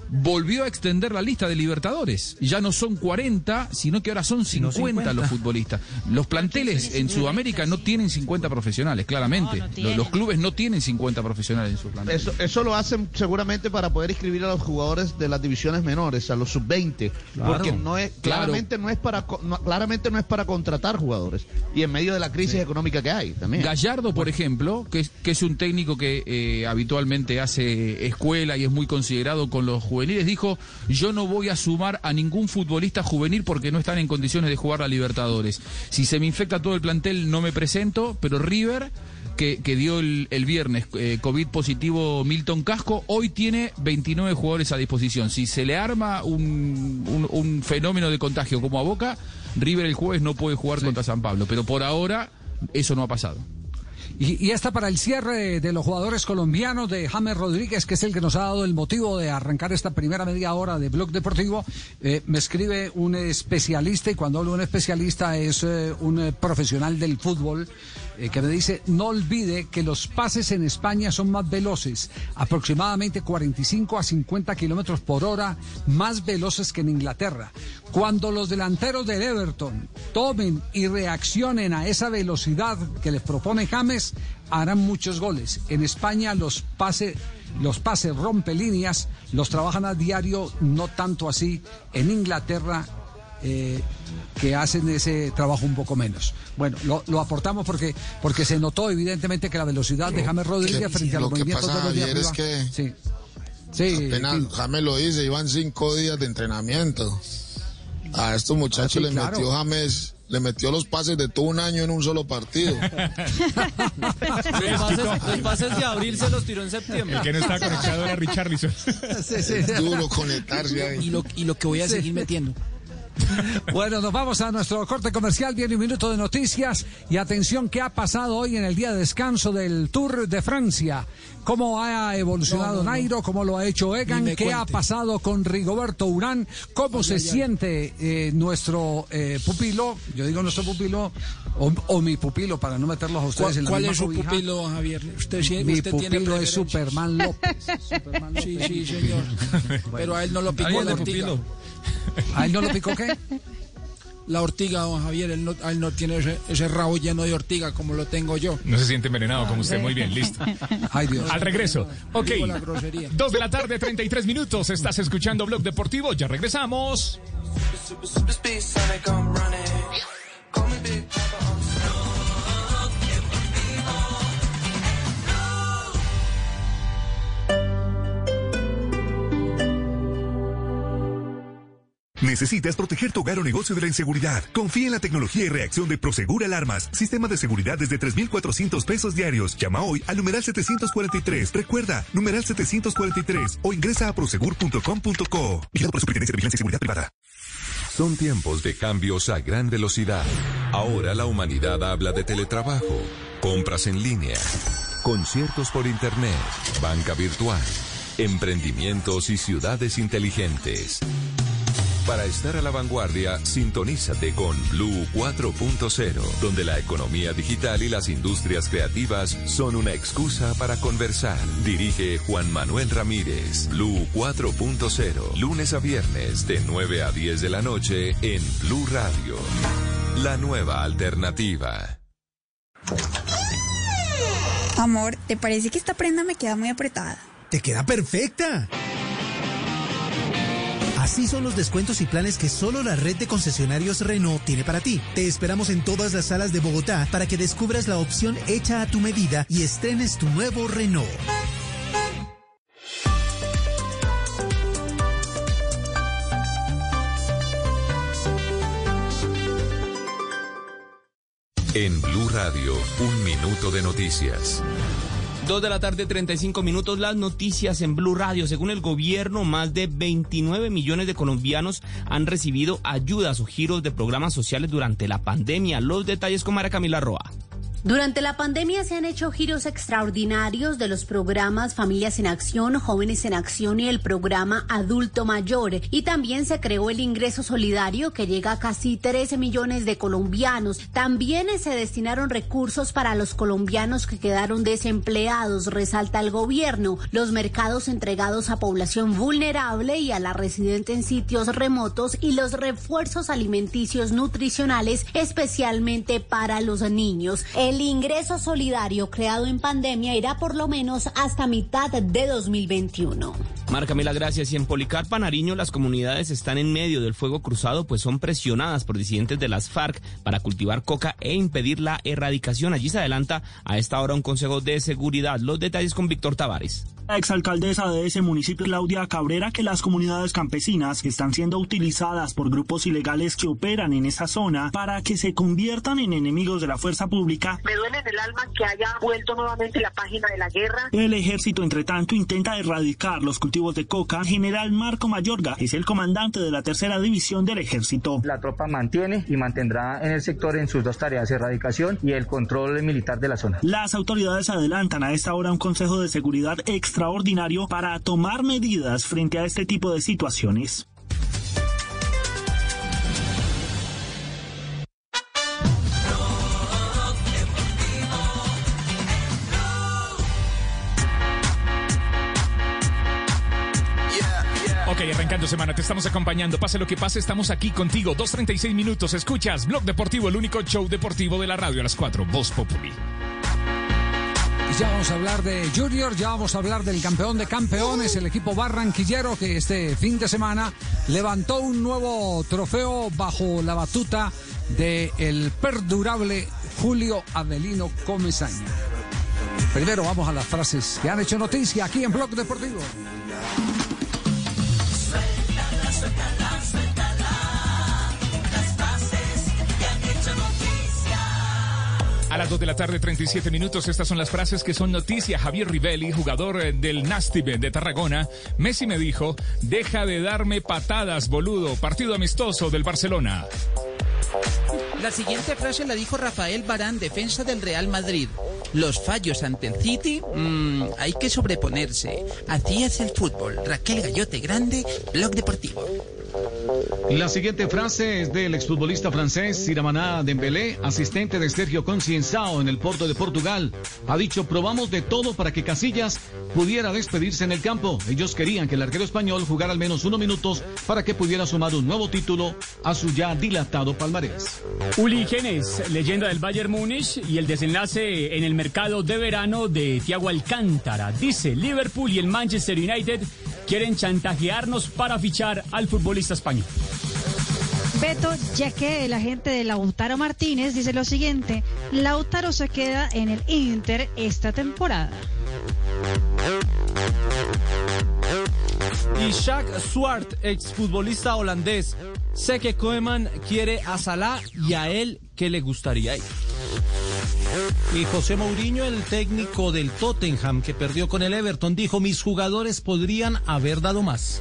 volvió a extender la lista de Libertadores. Ya no son cuarenta, sino que ahora son cincuenta, cincuenta. Los futbolistas. Los planteles en Sudamérica no tienen cincuenta profesionales, claramente. No, no los, los clubes no tienen cincuenta profesionales en sus planteles. Eso, eso lo hacen seguramente para poder inscribir a los jugadores de las divisiones menores, a los sub veinte, claro, porque no es claramente claro. no es para no, claramente no es para contratar jugadores, y en medio de la crisis sí. económica que hay también. Gallardo, por ejemplo, que es, que es un técnico que eh, habitualmente hace escuela y es muy considerado con los juveniles, dijo: yo no voy a sumar a ningún futbolista juvenil porque no están en condiciones de jugar la Libertadores. Si se me infecta todo el plantel no me presento, pero River, que, que dio el, el viernes eh, COVID positivo Milton Casco, hoy tiene veintinueve jugadores a disposición. Si se le arma un, un, un fenómeno de contagio como a Boca, River el jueves no puede jugar sí. contra San Pablo, pero por ahora eso no ha pasado. Y, y hasta para el cierre de los jugadores colombianos, de James Rodríguez, que es el que nos ha dado el motivo de arrancar esta primera media hora de Blog Deportivo, eh, me escribe un especialista, y cuando hablo de un especialista es eh, un eh, profesional del fútbol, eh, que me dice: no olvide que los pases en España son más veloces, aproximadamente cuarenta y cinco a cincuenta kilómetros por hora, más veloces que en Inglaterra. Cuando los delanteros del Everton tomen y reaccionen a esa velocidad que les propone James, harán muchos goles. En España los pases, los pases rompelíneas los trabajan a diario, no tanto así en Inglaterra, eh, que hacen ese trabajo un poco menos. Bueno, lo, lo aportamos porque porque se notó evidentemente que la velocidad de James Rodríguez frente que, a los movimientos pasa, de los de arriba. Es que sí. Sí, apenas sí. James lo dice, iban cinco días de entrenamiento. A estos muchachos ah, sí, le claro. metió James, le metió los pases de todo un año en un solo partido. los, pases, los pases de abril se los tiró en septiembre. El que no está conectado era Richarlison. sí, sí. Duro conectarse ahí. Y lo, y lo que voy a sí. seguir metiendo. Bueno, nos vamos a nuestro corte comercial, viene un minuto de noticias y atención, ¿qué ha pasado hoy en el día de descanso del Tour de Francia? ¿Cómo ha evolucionado no, no, Nairo? ¿Cómo lo ha hecho Egan? ¿Qué cuente. ha pasado con Rigoberto Urán? ¿Cómo ay, se ay, siente eh, nuestro eh, pupilo? Yo digo nuestro pupilo o, o mi pupilo para no meterlos a ustedes en la ¿Cuál misma es su cobija? Pupilo, Javier? Usted, mi usted pupilo tiene es Superman López. Superman López. Sí, sí, señor. Bueno. Pero a él no lo picó la ortiga. ¿A él no lo picó qué? La ortiga, don Javier, él no, él no tiene ese, ese rabo lleno de ortiga como lo tengo yo. No se siente envenenado como usted, muy bien, listo. Ay, Dios. Al regreso, ok, dos de la tarde, treinta y tres minutos, estás escuchando Blog Deportivo, ya regresamos. ¿Necesitas proteger tu hogar o negocio de la inseguridad? Confía en la tecnología y reacción de Prosegur Alarmas. Sistema de seguridad desde tres mil cuatrocientos pesos diarios. Llama hoy al numeral setecientos cuarenta y tres. Recuerda, numeral setecientos cuarenta y tres. O ingresa a prosegur punto com punto co. Vigilado por la Superintendencia de Vigilancia y Seguridad Privada. Son tiempos de cambios a gran velocidad. Ahora la humanidad habla de teletrabajo, compras en línea, conciertos por internet, banca virtual, emprendimientos y ciudades inteligentes. Para estar a la vanguardia, sintonízate con Blue cuatro punto cero, donde la economía digital y las industrias creativas son una excusa para conversar. Dirige Juan Manuel Ramírez. Blue cuatro punto cero, lunes a viernes de nueve a diez de la noche en Blue Radio. La nueva alternativa. Amor, ¿te parece que esta prenda me queda muy apretada? ¡Te queda perfecta! Así son los descuentos y planes que solo la red de concesionarios Renault tiene para ti. Te esperamos en todas las salas de Bogotá para que descubras la opción hecha a tu medida y estrenes tu nuevo Renault. En Blue Radio, un minuto de noticias. Dos de la tarde, treinta y cinco minutos, las noticias en Blue Radio. Según el gobierno, más de veintinueve millones de colombianos han recibido ayudas o giros de programas sociales durante la pandemia. Los detalles con María Camila Roa. Durante la pandemia se han hecho giros extraordinarios de los programas Familias en Acción, Jóvenes en Acción y el programa Adulto Mayor. Y también se creó el ingreso solidario que llega a casi trece millones de colombianos. También se destinaron recursos para los colombianos que quedaron desempleados, resalta el gobierno. Los mercados entregados a población vulnerable y a la residente en sitios remotos y los refuerzos alimenticios nutricionales, especialmente para los niños. El ingreso solidario creado en pandemia irá por lo menos hasta mitad de dos mil veintiuno. Márcame las gracias. Y en Policarpa, Nariño, las comunidades están en medio del fuego cruzado, pues son presionadas por disidentes de las FARC para cultivar coca e impedir la erradicación. Allí se adelanta a esta hora un consejo de seguridad. Los detalles con Víctor Tavares. La exalcaldesa de ese municipio, Claudia Cabrera, que las comunidades campesinas están siendo utilizadas por grupos ilegales que operan en esa zona para que se conviertan en enemigos de la fuerza pública. Me duele en el alma que haya vuelto nuevamente la página de la guerra. El ejército, entre tanto, intenta erradicar los cultivos de coca. General Marco Mayorga es el comandante de la tercera división del ejército. La tropa mantiene y mantendrá en el sector en sus dos tareas, erradicación y el control militar de la zona. Las autoridades adelantan a esta hora un consejo de seguridad extra extraordinario para tomar medidas frente a este tipo de situaciones. Ok, arrancando semana, te estamos acompañando. Pase lo que pase, estamos aquí contigo. dos treinta y seis minutos, escuchas Blog Deportivo, el único show deportivo de la radio a las cuatro, Voz Populi. Ya vamos a hablar de Junior, ya vamos a hablar del campeón de campeones, el equipo barranquillero que este fin de semana levantó un nuevo trofeo bajo la batuta del perdurable Julio Avelino Comesaña. Primero vamos a las frases que han hecho noticia aquí en Blog Deportivo. Suéltala, suéltala, suéltala. Las frases que han hecho noticia. A las dos de la tarde, treinta y siete minutos, estas son las frases que son noticia. Javier Rivelli, jugador del Nástic de Tarragona. Messi me dijo, deja de darme patadas, boludo. Partido amistoso del Barcelona. La siguiente frase la dijo Rafael Varane, defensa del Real Madrid. Los fallos ante el City, mmm, hay que sobreponerse. Así es el fútbol. Raquel Gallote Grande, Blog Deportivo. La siguiente frase es del exfutbolista francés Siramaná Dembélé, asistente de Sergio Conceição en el Porto de Portugal. Ha dicho, probamos de todo para que Casillas pudiera despedirse en el campo. Ellos querían que el arquero español jugara al menos unos minutos para que pudiera sumar un nuevo título a su ya dilatado palmarés. Uli Genes, leyenda del Bayern Múnich, y el desenlace en el mercado de verano de Thiago Alcántara. Dice, Liverpool y el Manchester United quieren chantajearnos para fichar al futbolista español. Beto, ya que el agente de Lautaro Martínez dice lo siguiente, Lautaro se queda en el Inter esta temporada. Y Jacques Swart, exfutbolista holandés, sé que Koeman quiere a Salah y a él, ¿qué le gustaría ir? Y José Mourinho, el técnico del Tottenham que perdió con el Everton, dijo, mis jugadores podrían haber dado más.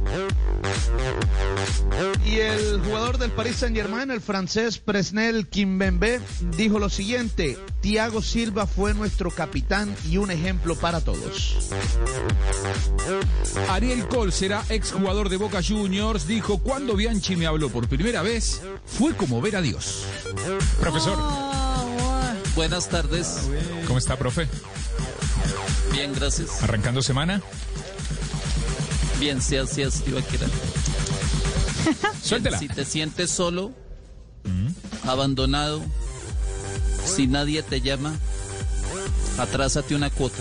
Y el jugador del Paris Saint-Germain, el francés Presnel Kimpembe, dijo lo siguiente, Thiago Silva fue nuestro capitán y un ejemplo para todos. Ariel Colsera, exjugador de Boca Juniors, dijo, cuando Bianchi me habló por primera vez, fue como ver a Dios. Profesor. Buenas tardes. ¿Cómo está, profe? Bien, gracias. ¿Arrancando semana? Bien, sí, así es, Ibaquira. Suéltela. Si te sientes solo, mm. abandonado, si nadie te llama, atrásate una cuota.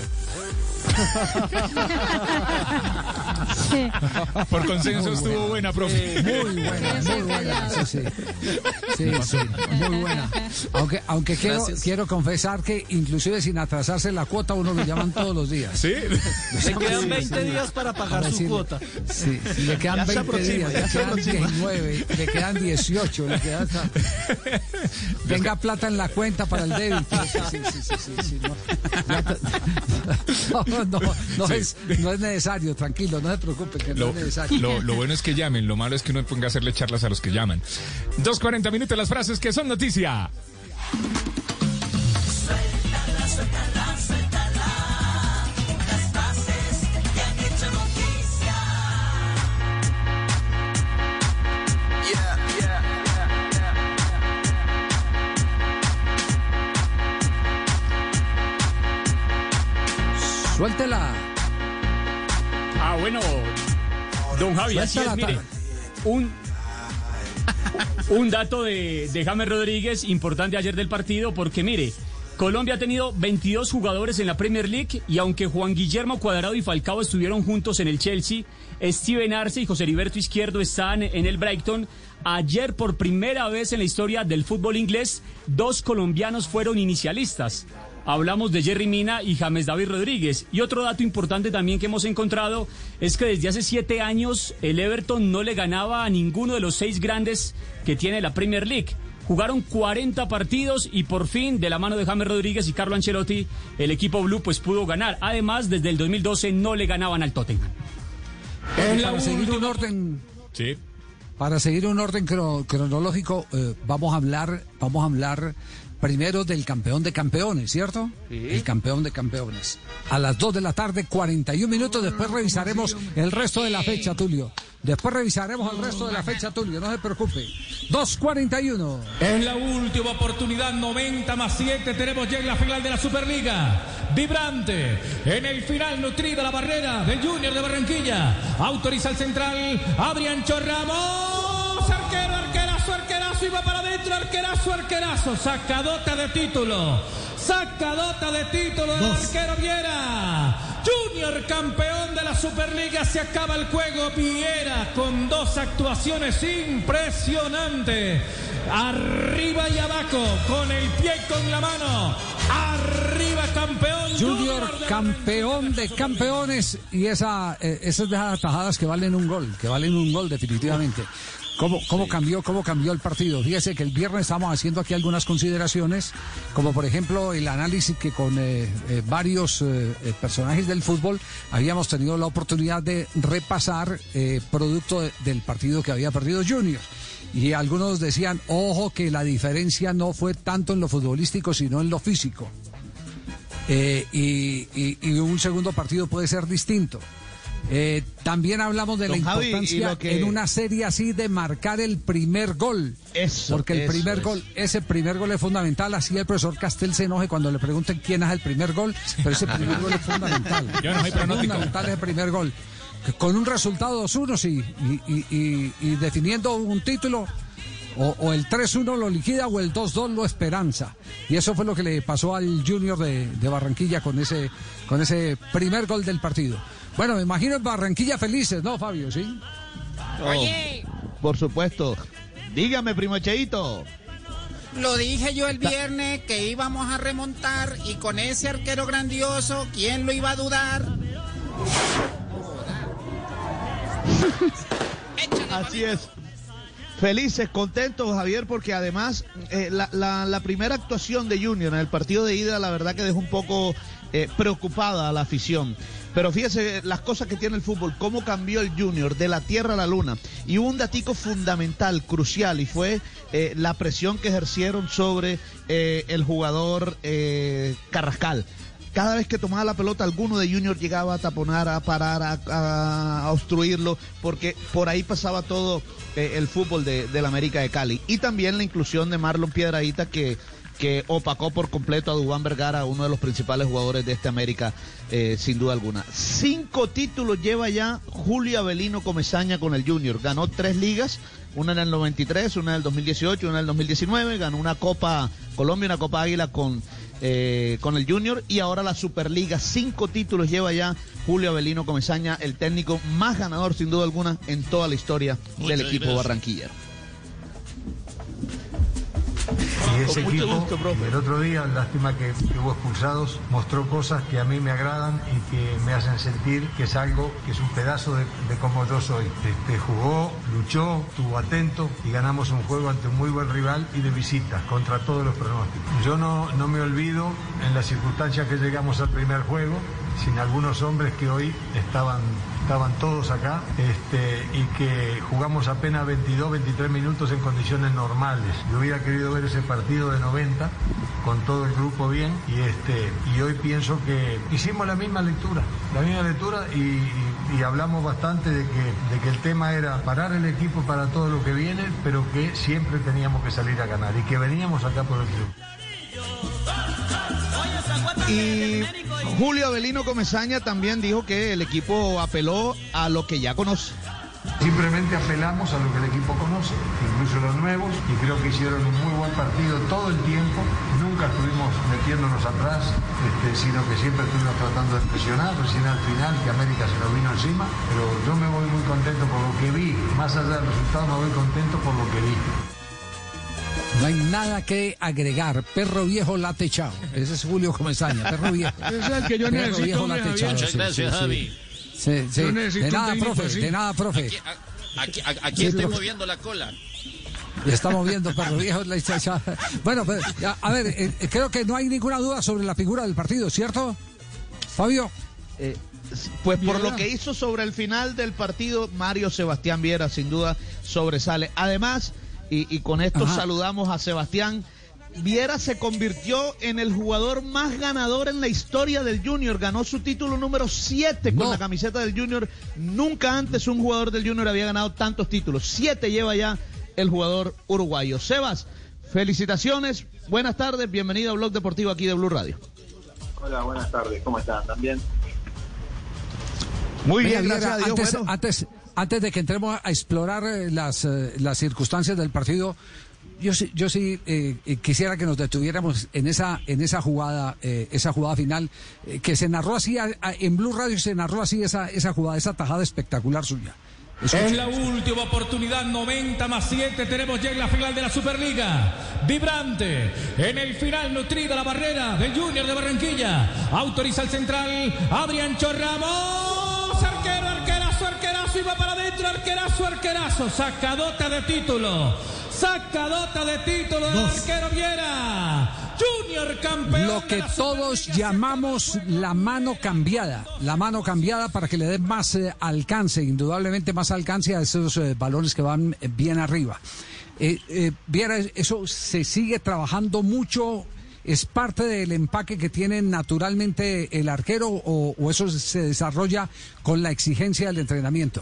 Sí. Por consenso muy estuvo buena, profe. Muy buena, muy buena. Sí, sí. Sí, sí, muy buena. Aunque, aunque quiero, quiero confesar que inclusive sin atrasarse la cuota uno lo llaman todos los días. Sí. Le quedan veinte días para pagar para su decirle, cuota. Sí, le quedan ya veinte días, le quedan diecinueve, le quedan dieciocho, le quedan hasta... Tenga plata en la cuenta para el débito. Sí, sí, sí, sí, sí, sí, no. No, no, no, sí. es, no es necesario, tranquilo, no se preocupe, que lo, no es necesario. Lo, lo bueno es que llamen, lo malo es que uno ponga a hacerle charlas a los que llaman. dos cuarenta minutos, las frases que son noticia. Suéltela. Ah, bueno, don Javi, así es, mire, un, un dato de, de James Rodríguez importante ayer del partido, porque mire, Colombia ha tenido veintidós jugadores en la Premier League y aunque Juan Guillermo Cuadrado y Falcao estuvieron juntos en el Chelsea, Steven Arce y José Heriberto Izquierdo están en el Brighton. Ayer, por primera vez en la historia del fútbol inglés, dos colombianos fueron inicialistas. Hablamos de Jerry Mina y James David Rodríguez. Y otro dato importante también que hemos encontrado es que desde hace siete años el Everton no le ganaba a ninguno de los seis grandes que tiene la Premier League. Jugaron cuarenta partidos y por fin, de la mano de James Rodríguez y Carlo Ancelotti, el equipo blue pues pudo ganar. Además, desde el dos mil doce no le ganaban al Tottenham. Para seguir un orden, sí. para seguir un orden cro- cronológico, eh, vamos a hablar, vamos a hablar primero del campeón de campeones, ¿cierto? Sí. El campeón de campeones. A las dos de la tarde, cuarenta y un minutos. Después revisaremos el resto de la fecha, Tulio. Después revisaremos el resto de la fecha, Tulio. No se preocupe. dos cuarenta y uno. Es la última oportunidad, noventa más siete. Tenemos ya en la final de la Superliga. Vibrante. En el final, nutrida la barrera del Junior de Barranquilla. Autoriza el central. Adriancho Ramos. Arquero, arquerazo, arquerazo. Y va para adentro. Arquerazo, arquerazo. Sacadota de título. Sacadota de título del arquero Viera. Junior campeón de la Superliga, se acaba el juego. Viera con dos actuaciones impresionantes. Arriba y abajo, con el pie y con la mano. Arriba campeón. Junior campeón de campeones. Y esa, eh, esas de esas tajadas que valen un gol, que valen un gol definitivamente. ¿Cómo, cómo cambió, cómo cambió el partido? Fíjese que el viernes estamos haciendo aquí algunas consideraciones, como por ejemplo el análisis que con eh, eh, varios eh, personajes del fútbol habíamos tenido la oportunidad de repasar eh, producto de, del partido que había perdido Junior. Y algunos decían, ojo, que la diferencia no fue tanto en lo futbolístico, sino en lo físico. Eh, y, y, y un segundo partido puede ser distinto. Eh, también hablamos de Don la Javi, importancia que... en una serie así de marcar el primer gol. Eso, porque el eso, primer eso. gol, ese primer gol es fundamental. Así el profesor Castel se enoje cuando le pregunten quién es el primer gol, pero ese primer gol es fundamental. Yo no soy pronóstico. Fundamental es el primer gol. Con un resultado dos uno, sí, y, y, y, y definiendo un título. O, o el tres uno lo liquida o el dos dos lo esperanza. Y eso fue lo que le pasó al Junior de, de Barranquilla con ese, con ese primer gol del partido. Bueno, me imagino en Barranquilla felices, ¿no, Fabio? ¿Sí? Oye. Oh, por supuesto. Dígame, primo Cheito. Lo dije yo el viernes que íbamos a remontar y con ese arquero grandioso, ¿quién lo iba a dudar? Así es. Felices, contentos, Javier, porque además eh, la, la, la primera actuación de Junior en el partido de ida, la verdad que dejó un poco eh, preocupada a la afición. Pero fíjese las cosas que tiene el fútbol, cómo cambió el Junior de la tierra a la luna. Y hubo un datico fundamental, crucial, y fue eh, la presión que ejercieron sobre eh, el jugador eh, Carrascal. Cada vez que tomaba la pelota, alguno de Junior llegaba a taponar, a parar, a, a, a obstruirlo, porque por ahí pasaba todo eh, el fútbol de, de la América de Cali. Y también la inclusión de Marlon Piedradita, que, que opacó por completo a Duván Vergara, uno de los principales jugadores de esta América, eh, sin duda alguna. Cinco títulos lleva ya Julio Avelino Comesaña con el Junior. Ganó tres ligas, una en el noventa y tres, una en el dos mil dieciocho, una en el dos mil diecinueve. Ganó una Copa Colombia, una Copa Águila con... Eh, con el Junior, y ahora la Superliga. Cinco títulos lleva ya Julio Avelino Comesaña, el técnico más ganador sin duda alguna en toda la historia Muchas del equipo gracias. barranquillero. Y ese equipo, gusto, el otro día, lástima que, que hubo expulsados, mostró cosas que a mí me agradan y que me hacen sentir que es algo, que es un pedazo de, de cómo yo soy. Este, jugó, luchó, estuvo atento y ganamos un juego ante un muy buen rival y de visita, contra todos los pronósticos. Yo no, no me olvido en las circunstancias que llegamos al primer juego, sin algunos hombres que hoy estaban, estaban todos acá, este, y que jugamos apenas veintidós, veintitrés minutos en condiciones normales. Yo hubiera querido ver ese partido de noventa con todo el grupo bien, y, este, y hoy pienso que hicimos la misma lectura, la misma lectura y, y, y hablamos bastante de que, de que el tema era parar el equipo para todo lo que viene, pero que siempre teníamos que salir a ganar y que veníamos acá por el club. Y Julio Avelino Comesaña también dijo que el equipo apeló a lo que ya conoce. Simplemente apelamos a lo que el equipo conoce, incluso los nuevos, y creo que hicieron un muy buen partido todo el tiempo. Nunca estuvimos metiéndonos atrás, este, sino que siempre estuvimos tratando de presionar, recién al final que América se nos vino encima, pero yo me voy muy contento por lo que vi, más allá del resultado me voy contento por lo que vi. No hay nada que agregar. Perro viejo late chao. Ese es Julio Comesaña, perro viejo. Ese es el que yo Perro necesito, viejo hombre, late Javier. chao. Muchas Sí, gracias, sí, Javi. sí. Sí, sí. Yo necesito De nada, un técnico profe, así. de nada, profe. Aquí, aquí, aquí Sí, estoy profe. moviendo la cola. Le estamos viendo, perro viejo. La chacha. Bueno, pues, ya, a ver, eh, eh, creo que no hay ninguna duda sobre la figura del partido, ¿cierto, Fabio? Eh, pues por lo que hizo sobre el final del partido, Mario Sebastián Viera sin duda sobresale. Además, y, y con esto Ajá. saludamos a Sebastián, Viera se convirtió en el jugador más ganador en la historia del Junior. Ganó su título número siete con No. la camiseta del Junior. Nunca antes un jugador del Junior había ganado tantos títulos. Siete lleva ya el jugador uruguayo. Sebas, felicitaciones, buenas tardes, bienvenido a Blog Deportivo aquí de Blue Radio. Hola, buenas tardes, ¿cómo están? ¿También? Muy Oiga, bien, gracias Viera, a Dios. Antes, Bueno. antes, antes de que entremos a explorar eh, las, eh, las circunstancias del partido, yo sí, yo sí eh, eh, quisiera que nos detuviéramos en esa en esa jugada, eh, esa jugada final eh, que se narró así a- a- en Blue Radio, se narró así esa esa jugada, esa tajada espectacular suya. Es la última oportunidad, noventa más siete, tenemos ya en la final de la Superliga. Vibrante, en el final nutrida la barrera del Junior de Barranquilla. Autoriza el central, Adriancho Ramos. Arquero, arquerazo, arquerazo, y va para adentro, arquerazo, arquerazo. Sacadota de título, sacadota de título del arquero Viera. Junior campeón. Lo que todos llamamos la mano cambiada, la mano cambiada para que le den más eh, alcance, indudablemente más alcance a esos eh, balones que van eh, bien arriba. Eh, eh, Viera, eso se sigue trabajando mucho, es parte del empaque que tiene naturalmente el arquero o, o eso se desarrolla con la exigencia del entrenamiento.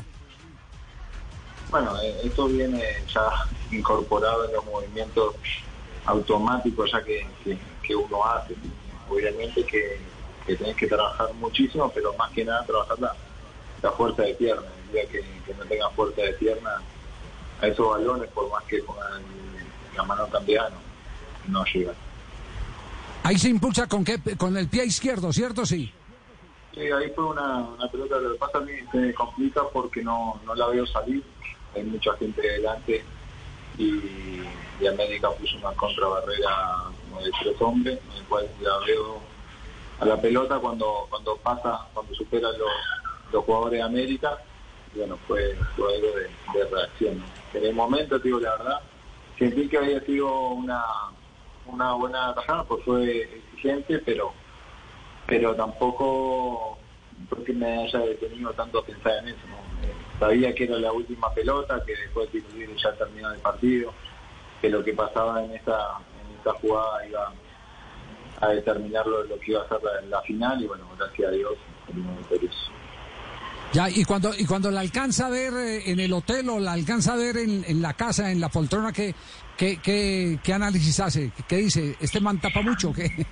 Bueno, eh, esto viene ya incorporado en los movimientos automáticos ya que, que, que uno hace. Obviamente que, que tenés que trabajar muchísimo, pero más que nada trabajar la, la fuerza de pierna. El día que, que no tengas fuerza de pierna, a esos balones, por más que pongan la mano cambiada, no, no llegan. Ahí se impulsa con qué, con el pie izquierdo, ¿cierto? Sí. Sí, ahí fue una, una pelota. Lo que pasa a mí se me complica porque no, no la veo salir. Hay mucha gente delante y, y América puso una contrabarrera como de tres hombres, en el cual la veo a la pelota cuando cuando pasa, cuando supera los, los jugadores de América. Y bueno, fue, fue algo de, de reacción, ¿no? En el momento, te digo la verdad, sentí que había sido una, una buena tajada, pues fue exigente, pero pero tampoco porque me haya detenido tanto a pensar en eso, ¿no? Eh, sabía que era la última pelota, que después de tiro libre ya terminó el partido, que lo que pasaba en esta, en esta jugada iba a determinar lo, lo que iba a ser la, la final, y bueno, gracias a Dios salimos victoriosos. Ya, y cuando y cuando la alcanza a ver eh, en el hotel o la alcanza a ver en, en la casa, en la poltrona, ¿qué, qué, qué, qué análisis hace? ¿Qué dice? ¿Este man tapa mucho o qué?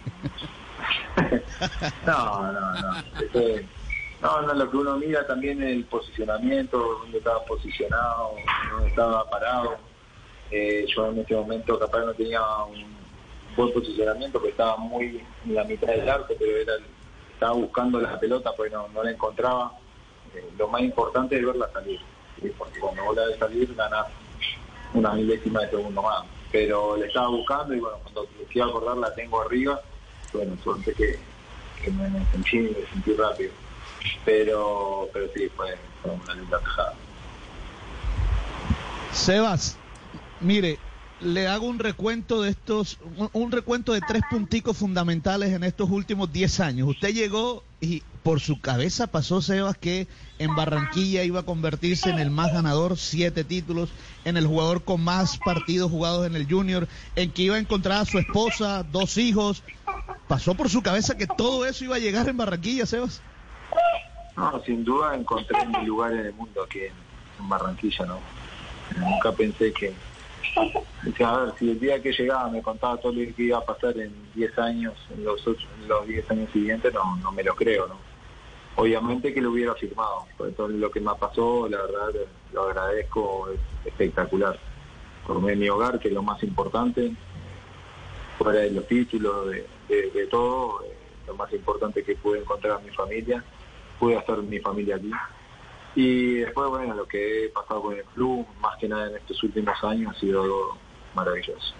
No, no, no. Este, no, no, lo que uno mira también es el posicionamiento, dónde estaba posicionado, dónde estaba parado. Eh, yo en este momento capaz no tenía un buen posicionamiento, porque estaba muy en la mitad del arco, pero era, estaba buscando la pelota porque no, no la encontraba. Eh, lo más importante es verla salir, ¿sí? Porque cuando vos la ves salir ganás una milésima de segundo más. Pero le estaba buscando y bueno, cuando quiero acordar la tengo arriba. Bueno, suerte que, que me sentí, me sentí rápido. Pero pero sí, fue, fue una linda tajada. Sebas, mire, le hago un recuento de estos, un, un recuento de tres punticos fundamentales en estos últimos diez años. Usted llegó y por su cabeza pasó, Sebas, que en Barranquilla iba a convertirse en el más ganador, siete títulos, en el jugador con más partidos jugados en el Junior, en que iba a encontrar a su esposa, dos hijos. ¿Pasó por su cabeza que todo eso iba a llegar en Barranquilla, Sebas? No, sin duda encontré mi lugar en el mundo aquí en, en Barranquilla, ¿no? Nunca pensé que, Dice, a ver, si el día que llegaba me contaba todo lo que iba a pasar en diez años, en los otros, en los diez años siguientes, no, no me lo creo, ¿no? Obviamente que lo hubiera firmado, por todo lo que me pasó, la verdad, lo agradezco, es espectacular. Formé mi hogar, que es lo más importante, fuera de los títulos, de, de, de todo, eh, lo más importante que pude encontrar a mi familia, pude hacer mi familia aquí. Y después, bueno, lo que he pasado con el club, más que nada en estos últimos años, ha sido algo maravilloso.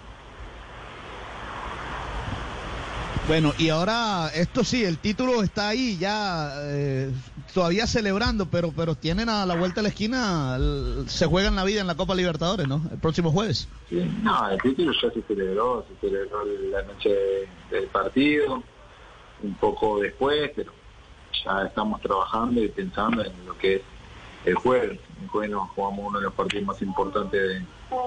Bueno, y ahora, esto sí, el título está ahí ya, eh, todavía celebrando, pero pero tienen a la vuelta de la esquina, el, se juegan la vida en la Copa Libertadores, ¿no? El próximo jueves. Sí, no, el título ya se celebró, se celebró la noche del partido, un poco después, pero ya estamos trabajando y pensando en lo que es el jueves. El jueves nos jugamos uno de los partidos más importantes de,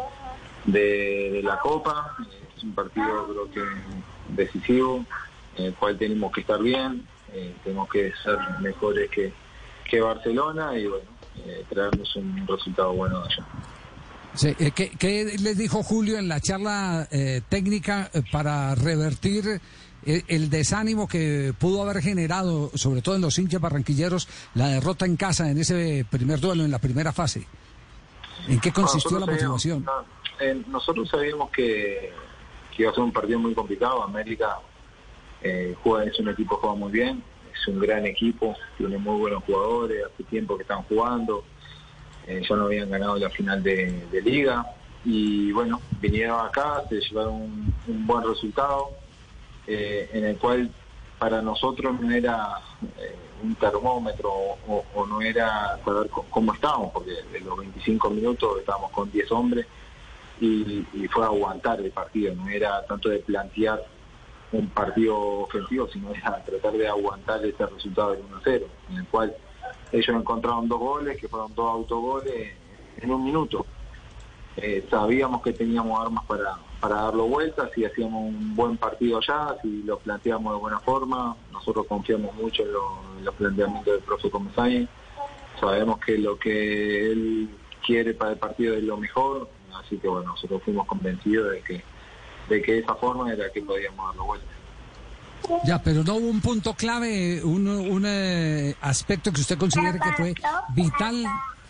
de, de la Copa. Es un partido, creo que decisivo, en el cual tenemos que estar bien, eh, tenemos que ser mejores que, que Barcelona y bueno, eh, traernos un resultado bueno de allá. Sí, eh, ¿qué, ¿Qué les dijo Julio en la charla eh, técnica eh, para revertir el, el desánimo que pudo haber generado, sobre todo en los hinchas barranquilleros, la derrota en casa en ese primer duelo, en la primera fase? ¿En qué consistió la motivación? Sabíamos, no, eh, nosotros sabíamos que, que iba a ser un partido muy complicado. América eh, juega, es un equipo que juega muy bien, es un gran equipo, tiene muy buenos jugadores, hace tiempo que están jugando, eh, ya no habían ganado la final de, de Liga y bueno, vinieron acá, se llevaron un, un buen resultado, eh, en el cual para nosotros no era eh, un termómetro o, o no era saber cómo estábamos, porque en los veinticinco minutos estábamos con diez hombres y, y fue a aguantar el partido, no era tanto de plantear un partido ofensivo, sino era tratar de aguantar ese resultado del uno a cero, en el cual ellos encontraron dos goles, que fueron dos autogoles en un minuto. Eh, sabíamos que teníamos armas para, para darlo vuelta, si hacíamos un buen partido allá, si lo planteamos de buena forma. Nosotros confiamos mucho en, lo, en los planteamientos del profe Comesaña, sabemos que lo que él quiere para el partido es lo mejor, así que bueno, nosotros fuimos convencidos de que de que de esa forma era que podíamos darlo vuelta. Ya, pero no hubo un punto clave, un, un eh, aspecto que usted considere que fue vital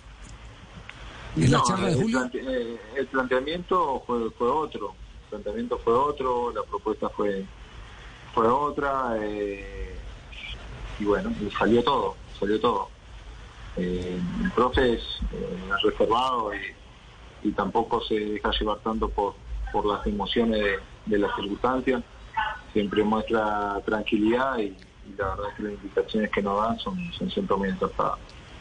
en no, la charla de el Julio. Plante, eh, el planteamiento fue, fue otro, el planteamiento fue otro, la propuesta fue fue otra, eh, y bueno, y salió todo, salió todo. Eh, el profe es eh, reservado y, y tampoco se deja llevar tanto por por las emociones de, de las circunstancias, siempre muestra tranquilidad y, y la verdad es que las indicaciones que nos dan son, son siempre muy acertadas.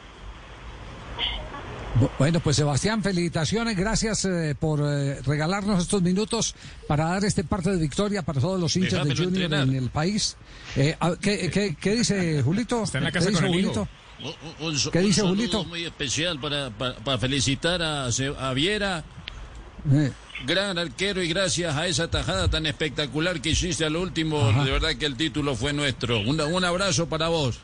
Bueno, pues Sebastián, felicitaciones, gracias eh, por eh, regalarnos estos minutos para dar este parte de victoria para todos los hinchas de Junior entrenar en el país. Eh, ¿qué, qué, ¿Qué dice Julito? Está en la casa ¿Qué dice con el Julito? hijo. Un, un, ¿Qué dice un Julito? Muy especial para, para, para felicitar a, a Viera. Eh. Gran arquero y gracias a esa tajada tan espectacular que hiciste a lo último, Ajá. de verdad que el título fue nuestro. Un, un abrazo para vos.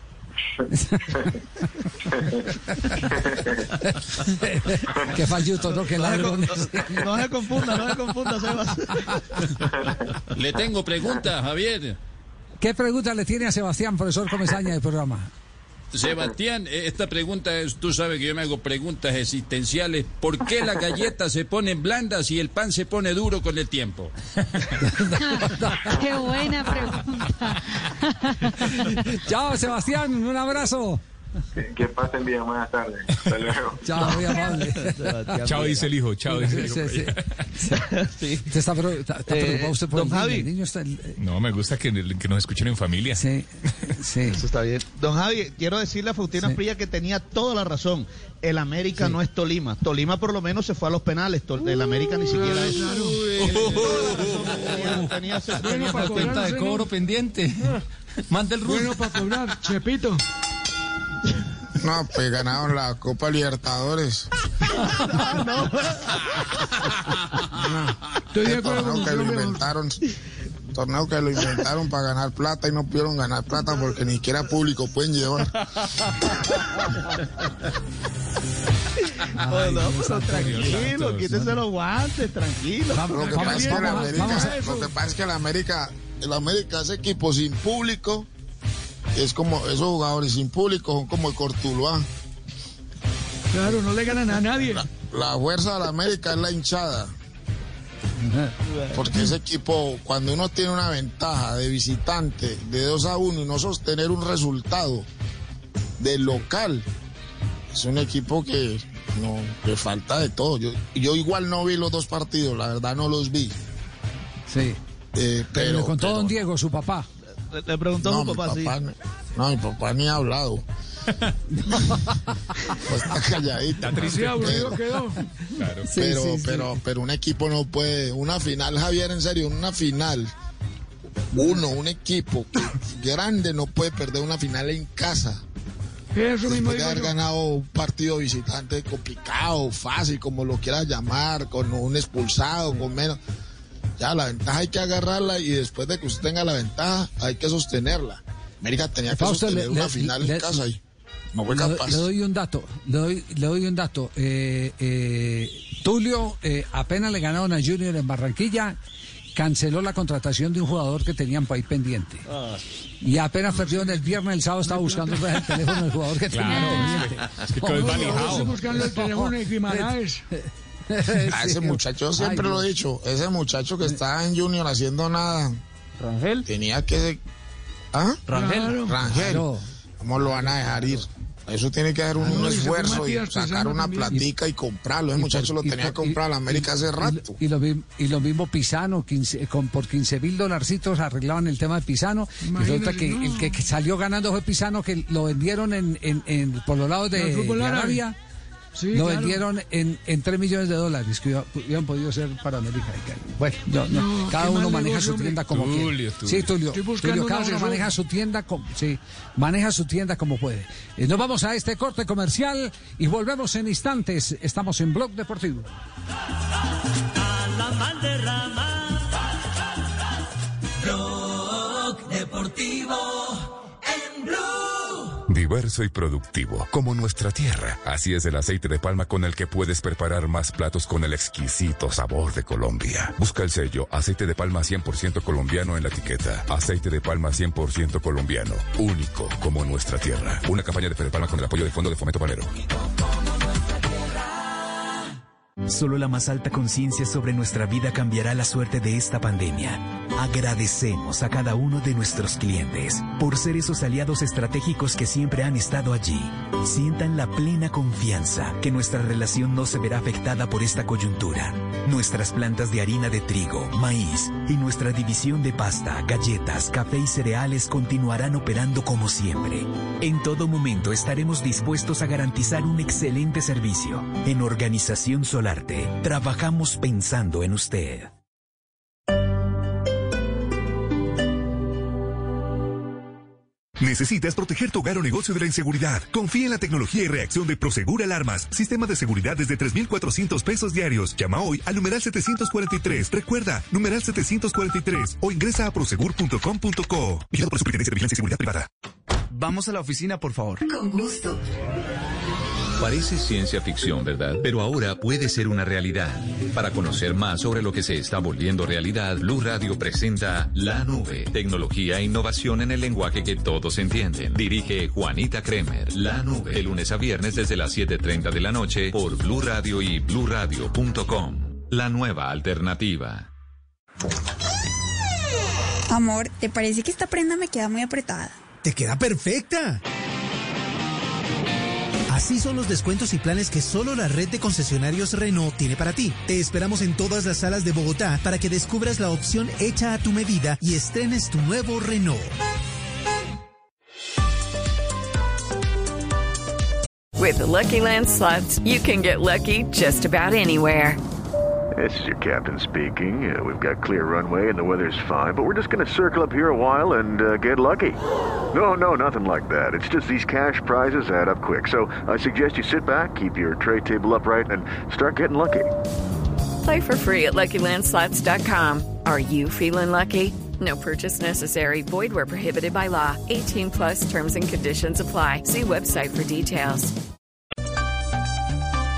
Qué falluto, ¿no? Que no, se, no se confunda, no se confunda, Sebas. Le tengo preguntas, Javier. ¿Qué pregunta le tiene a Sebastián, profesor Comesaña del programa? Sebastián, esta pregunta es, tú sabes que yo me hago preguntas existenciales. ¿Por qué las galletas se ponen blandas y el pan se pone duro con el tiempo? Qué buena pregunta. Chao, Sebastián, un abrazo. Que, que pasen bien, buenas tardes. Hasta luego. Chao, muy amable. Chao, dice el hijo. Chao, dice el hijo. Sí, sí. Sí. ¿Usted está, está, está preocupado eh, usted por don el Javi. niño? El niño está, eh... No, me gusta que, que nos escuchen en familia. Sí, sí. Eso está bien. Don Javi, quiero decirle a Faustina sí. Prilla que tenía toda la razón. El América sí. no es Tolima. Tolima por lo menos se fue a los penales. Tol el América ni siquiera es. Tenía esa cuenta de cobro pendiente. Manda el Bueno para cobrar, Chepito. No, pues ganaron la Copa Libertadores. no, no. no. Estoy de acuerdo con que lo inventaron. Torneo que lo inventaron para ganar plata y no pudieron ganar plata porque ni siquiera público pueden llevar. Oh, no, pero tranquilo, quítese los guantes, tranquilo. Lo que pasa es que la América, lo que pasa es que la América, el América es equipo sin público, es como esos jugadores sin público son como el Cortuluá. Claro, no le ganan a nadie. La, la fuerza de la América es la hinchada. Porque ese equipo, cuando uno tiene una ventaja de visitante de dos a uno y no sostener un resultado del local, es un equipo que no le falta de todo. Yo, yo igual no vi los dos partidos, la verdad no los vi. Sí. Eh, pero, pero le contó pero, don Diego, su papá. Le, le preguntó no, a su papá, mi papá sí. No, no, mi papá ni ha hablado. Pues está calladito. Está triste. Aburrido quedó. Claro. Sí, pero, sí, sí. pero, pero un equipo no puede. Una final, Javier, en serio, una final. Uno, un equipo grande no puede perder una final en casa. Eso mismo Después de digo haber yo. ganado un partido visitante complicado, fácil, como lo quieras llamar, con un expulsado, con menos. Ya, la ventaja hay que agarrarla y después de que usted tenga la ventaja, hay que sostenerla. América tenía que Fausto, sostener le- una le- final le- en casa y no fue Le, capaz. le doy un dato, le doy, le doy un dato. Eh, eh, Tulio eh, apenas le ganaron a Junior en Barranquilla, canceló la contratación de un jugador que tenían por ahí pendiente. Y apenas perdió en el viernes, el sábado estaba buscando otra vez el teléfono del jugador que Claro, tenía es que- pendiente. es que quedó desvalijado. Estoy buscando el teléfono de Guimaraes. A ese muchacho, yo siempre Ay, lo he dicho, ese muchacho que está en Junior haciendo nada, Rangel. tenía que... ¿Ah? Rangel. Claro. Rangel. Claro. ¿Cómo lo van a dejar ir? Eso tiene que hacer un, Ah, no, un y se fue esfuerzo y Matías sacar Pesano una también. platica y, comprarlo. Ese Y muchacho por- lo y tenía que por- comprar a la y- América hace y- rato. Y, lo, mi- y lo mismo Pisano, quince, con, por quince mil dolarcitos arreglaban el tema de Pisano. Y Imagínese, resulta que no. el que, que salió ganando fue Pisano, que lo vendieron en, en, en- por los lados de, El fútbol de árabe. Arabia. Sí, lo claro. vendieron en, en tres millones de dólares que hubiera- hubieran podido ser para América. Bueno, yo- no, No, cada qué uno mal maneja negocio, su tienda como Tulio, quiere. Tulio. Sí, Tulio. Estoy buscando Tulio, un cada uno asesor. maneja su tienda como, sí, maneja su tienda como puede. Eh, nos vamos a este corte comercial y volvemos en instantes. Estamos en Blog Deportivo. A la Valderrama. Blog Deportivo en Blue. Diverso y productivo, como nuestra tierra. Así es el aceite de palma con el que puedes preparar más platos con el exquisito sabor de Colombia. Busca el sello aceite de palma cien por ciento colombiano en la etiqueta. Aceite de palma cien por ciento colombiano, único como nuestra tierra. Una campaña de Fede Palma con el apoyo del Fondo de Fomento Panero. Solo la más alta conciencia sobre nuestra vida cambiará la suerte de esta pandemia. Agradecemos a cada uno de nuestros clientes por ser esos aliados estratégicos que siempre han estado allí. Sientan la plena confianza que nuestra relación no se verá afectada por esta coyuntura. Nuestras plantas de harina de trigo, maíz y nuestra división de pasta, galletas, café y cereales continuarán operando como siempre. En todo momento estaremos dispuestos a garantizar un excelente servicio. En Organización Solarte, trabajamos pensando en usted. ¿Necesitas proteger tu hogar o negocio de la inseguridad? Confía en la tecnología y reacción de Prosegur Alarmas. Sistema de seguridad desde tres mil cuatrocientos pesos diarios. Llama hoy al numeral setecientos cuarenta y tres. Recuerda, numeral setecientos cuarenta y tres. O ingresa a prosegur punto com punto co. Vigilado por la Superintendencia de Vigilancia y Seguridad Privada. Vamos a la oficina, por favor. Con gusto. Parece ciencia ficción, ¿verdad? Pero ahora puede ser una realidad. Para conocer más sobre lo que se está volviendo realidad, Blue Radio presenta La Nube. Tecnología e innovación en el lenguaje que todos entienden. Dirige Juanita Kremer. La Nube. De lunes a viernes desde las siete y treinta de la noche por Blue Radio y blue radio punto com. La nueva alternativa. Amor, ¿te parece que esta prenda me queda muy apretada? ¡Te queda perfecta! Así son los descuentos y planes que solo la red de concesionarios Renault tiene para ti. Te esperamos en todas las salas de Bogotá para que descubras la opción hecha a tu medida y estrenes tu nuevo Renault. With the Lucky Land Slots, you can get lucky just about anywhere. This is your captain speaking. Uh, we've got clear runway and the weather's fine, but we're just going to circle up here a while and uh, get lucky. No, no, nothing like that. It's just these cash prizes add up quick. So I suggest you sit back, keep your tray table upright, and start getting lucky. Play for free at lucky land slots dot com. Are you feeling lucky? No purchase necessary. Void where prohibited by law. eighteen plus terms and conditions apply. See website for details.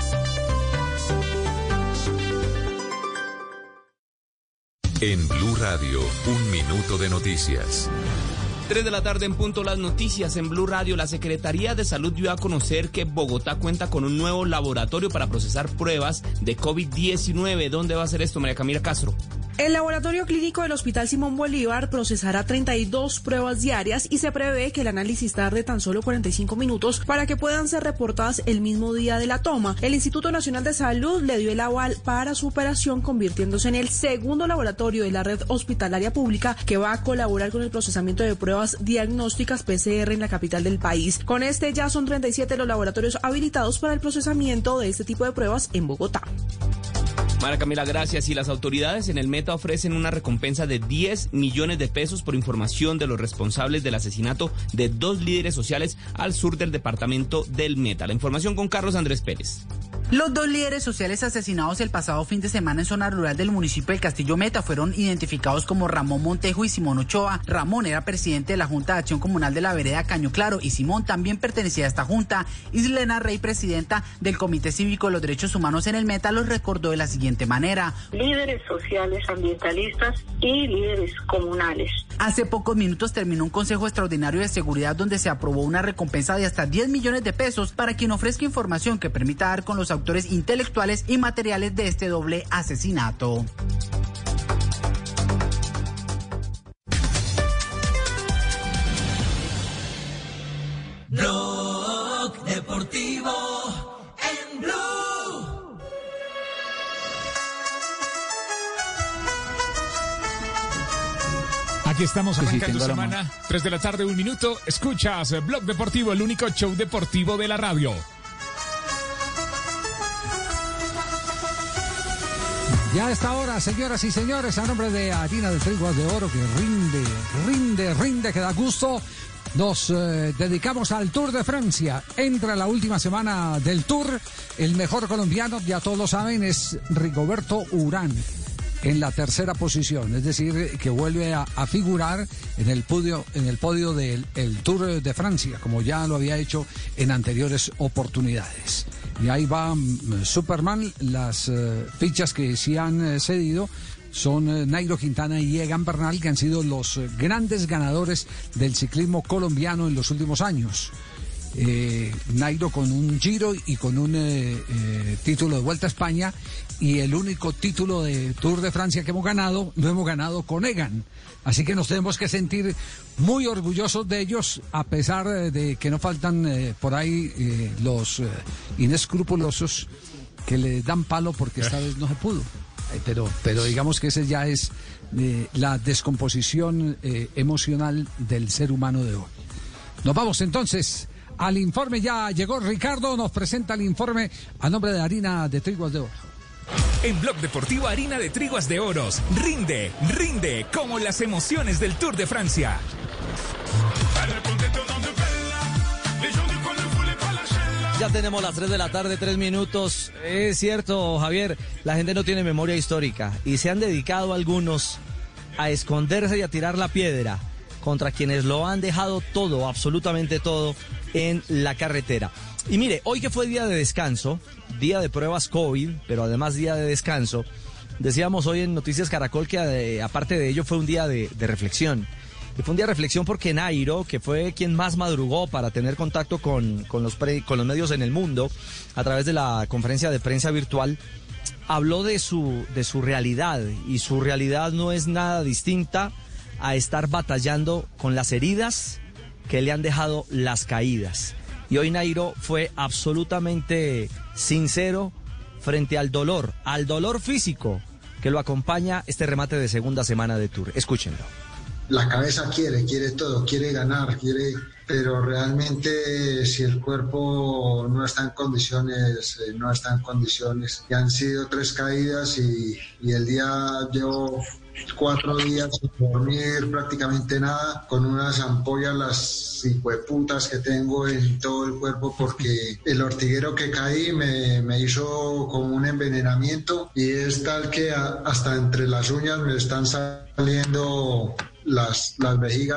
En Blue Radio, un minuto de noticias. tres de la tarde en punto, las noticias en Blue Radio. La Secretaría de Salud dio a conocer que Bogotá cuenta con un nuevo laboratorio para procesar pruebas de COVID diecinueve. ¿Dónde va a ser esto, María Camila Castro? El laboratorio clínico del Hospital Simón Bolívar procesará treinta y dos pruebas diarias y se prevé que el análisis tarde tan solo cuarenta y cinco minutos para que puedan ser reportadas el mismo día de la toma. El Instituto Nacional de Salud le dio el aval para su operación, convirtiéndose en el segundo laboratorio de la red hospitalaria pública que va a colaborar con el procesamiento de pruebas diagnósticas P C R en la capital del país. Con este ya son treinta y siete los laboratorios habilitados para el procesamiento de este tipo de pruebas en Bogotá. María Camila, gracias. Y las autoridades en el Meta ofrecen una recompensa de diez millones de pesos por información de los responsables del asesinato de dos líderes sociales al sur del departamento del Meta. La información con Carlos Andrés Pérez. Los dos líderes sociales asesinados el pasado fin de semana en zona rural del municipio del Castillo Meta fueron identificados como Ramón Montejo y Simón Ochoa. Ramón era presidente de la Junta de Acción Comunal de la Vereda Caño Claro y Simón también pertenecía a esta junta. Islena Rey, presidenta del Comité Cívico de los Derechos Humanos en el Meta, los recordó de la siguiente manera. Líderes sociales, ambientalistas y líderes comunales. Hace pocos minutos terminó un consejo extraordinario de seguridad donde se aprobó una recompensa de hasta diez millones de pesos para quien ofrezca información que permita dar con los autores intelectuales y materiales de este doble asesinato. Blog Deportivo en Blue. Aquí estamos Sí, sí, arrancando tengo la semana, tres de la tarde, un minuto. Escuchas Blog Deportivo, el único show deportivo de la radio. Ya a esta hora, señoras y señores, a nombre de Harina de Trigo de Oro, que rinde, rinde, rinde, que da gusto, nos eh, dedicamos al Tour de Francia. Entra la última semana del Tour. El mejor colombiano, ya todos lo saben, es Rigoberto Urán, en la tercera posición, es decir, que vuelve a, a figurar en el podio, en el podio del el Tour de Francia, como ya lo había hecho en anteriores oportunidades. Y ahí va um, Superman. Las uh, fichas que sí han uh, cedido son uh, Nairo Quintana y Egan Bernal, que han sido los uh, grandes ganadores del ciclismo colombiano en los últimos años. Eh, Nairo con un Giro y con un eh, eh, título de Vuelta a España, y el único título de Tour de Francia que hemos ganado, lo hemos ganado con Egan. Así que nos tenemos que sentir muy orgullosos de ellos, a pesar de que no faltan eh, por ahí eh, los eh, inescrupulosos que le dan palo porque esta vez no se pudo. Eh, pero, pero digamos que ese ya es eh, la descomposición eh, emocional del ser humano de hoy. Nos vamos entonces al informe. Ya llegó Ricardo, nos presenta el informe a nombre de Harina de Triguas de Oro. En Blog Deportivo, Harina de Triguas de Oros. Rinde, rinde, como las emociones del Tour de Francia. Ya tenemos las tres de la tarde, tres minutos. Es cierto, Javier, la gente no tiene memoria histórica y se han dedicado algunos a esconderse y a tirar la piedra contra quienes lo han dejado todo, absolutamente todo, en la carretera. Y mire, hoy que fue día de descanso, día de pruebas COVID, pero además día de descanso, decíamos hoy en Noticias Caracol que eh, aparte de ello fue un día de, de reflexión. Y fue un día de reflexión porque Nairo, que fue quien más madrugó para tener contacto con, con, los, pre, con los medios en el mundo, a través de la conferencia de prensa virtual, habló de su, de su realidad, y su realidad no es nada distinta a estar batallando con las heridas que le han dejado las caídas. Y hoy Nairo fue absolutamente sincero frente al dolor, al dolor físico que lo acompaña este remate de segunda semana de Tour. Escúchenlo. La cabeza quiere, quiere todo, quiere ganar, quiere, pero realmente si el cuerpo no está en condiciones, eh, no está en condiciones. Ya han sido tres caídas y, y el día llevo cuatro días sin dormir prácticamente nada, con unas ampollas las hijueputas que tengo en todo el cuerpo, porque el ortiguero que caí me, me hizo como un envenenamiento, y es tal que a, hasta entre las uñas me están saliendo las, las vejigas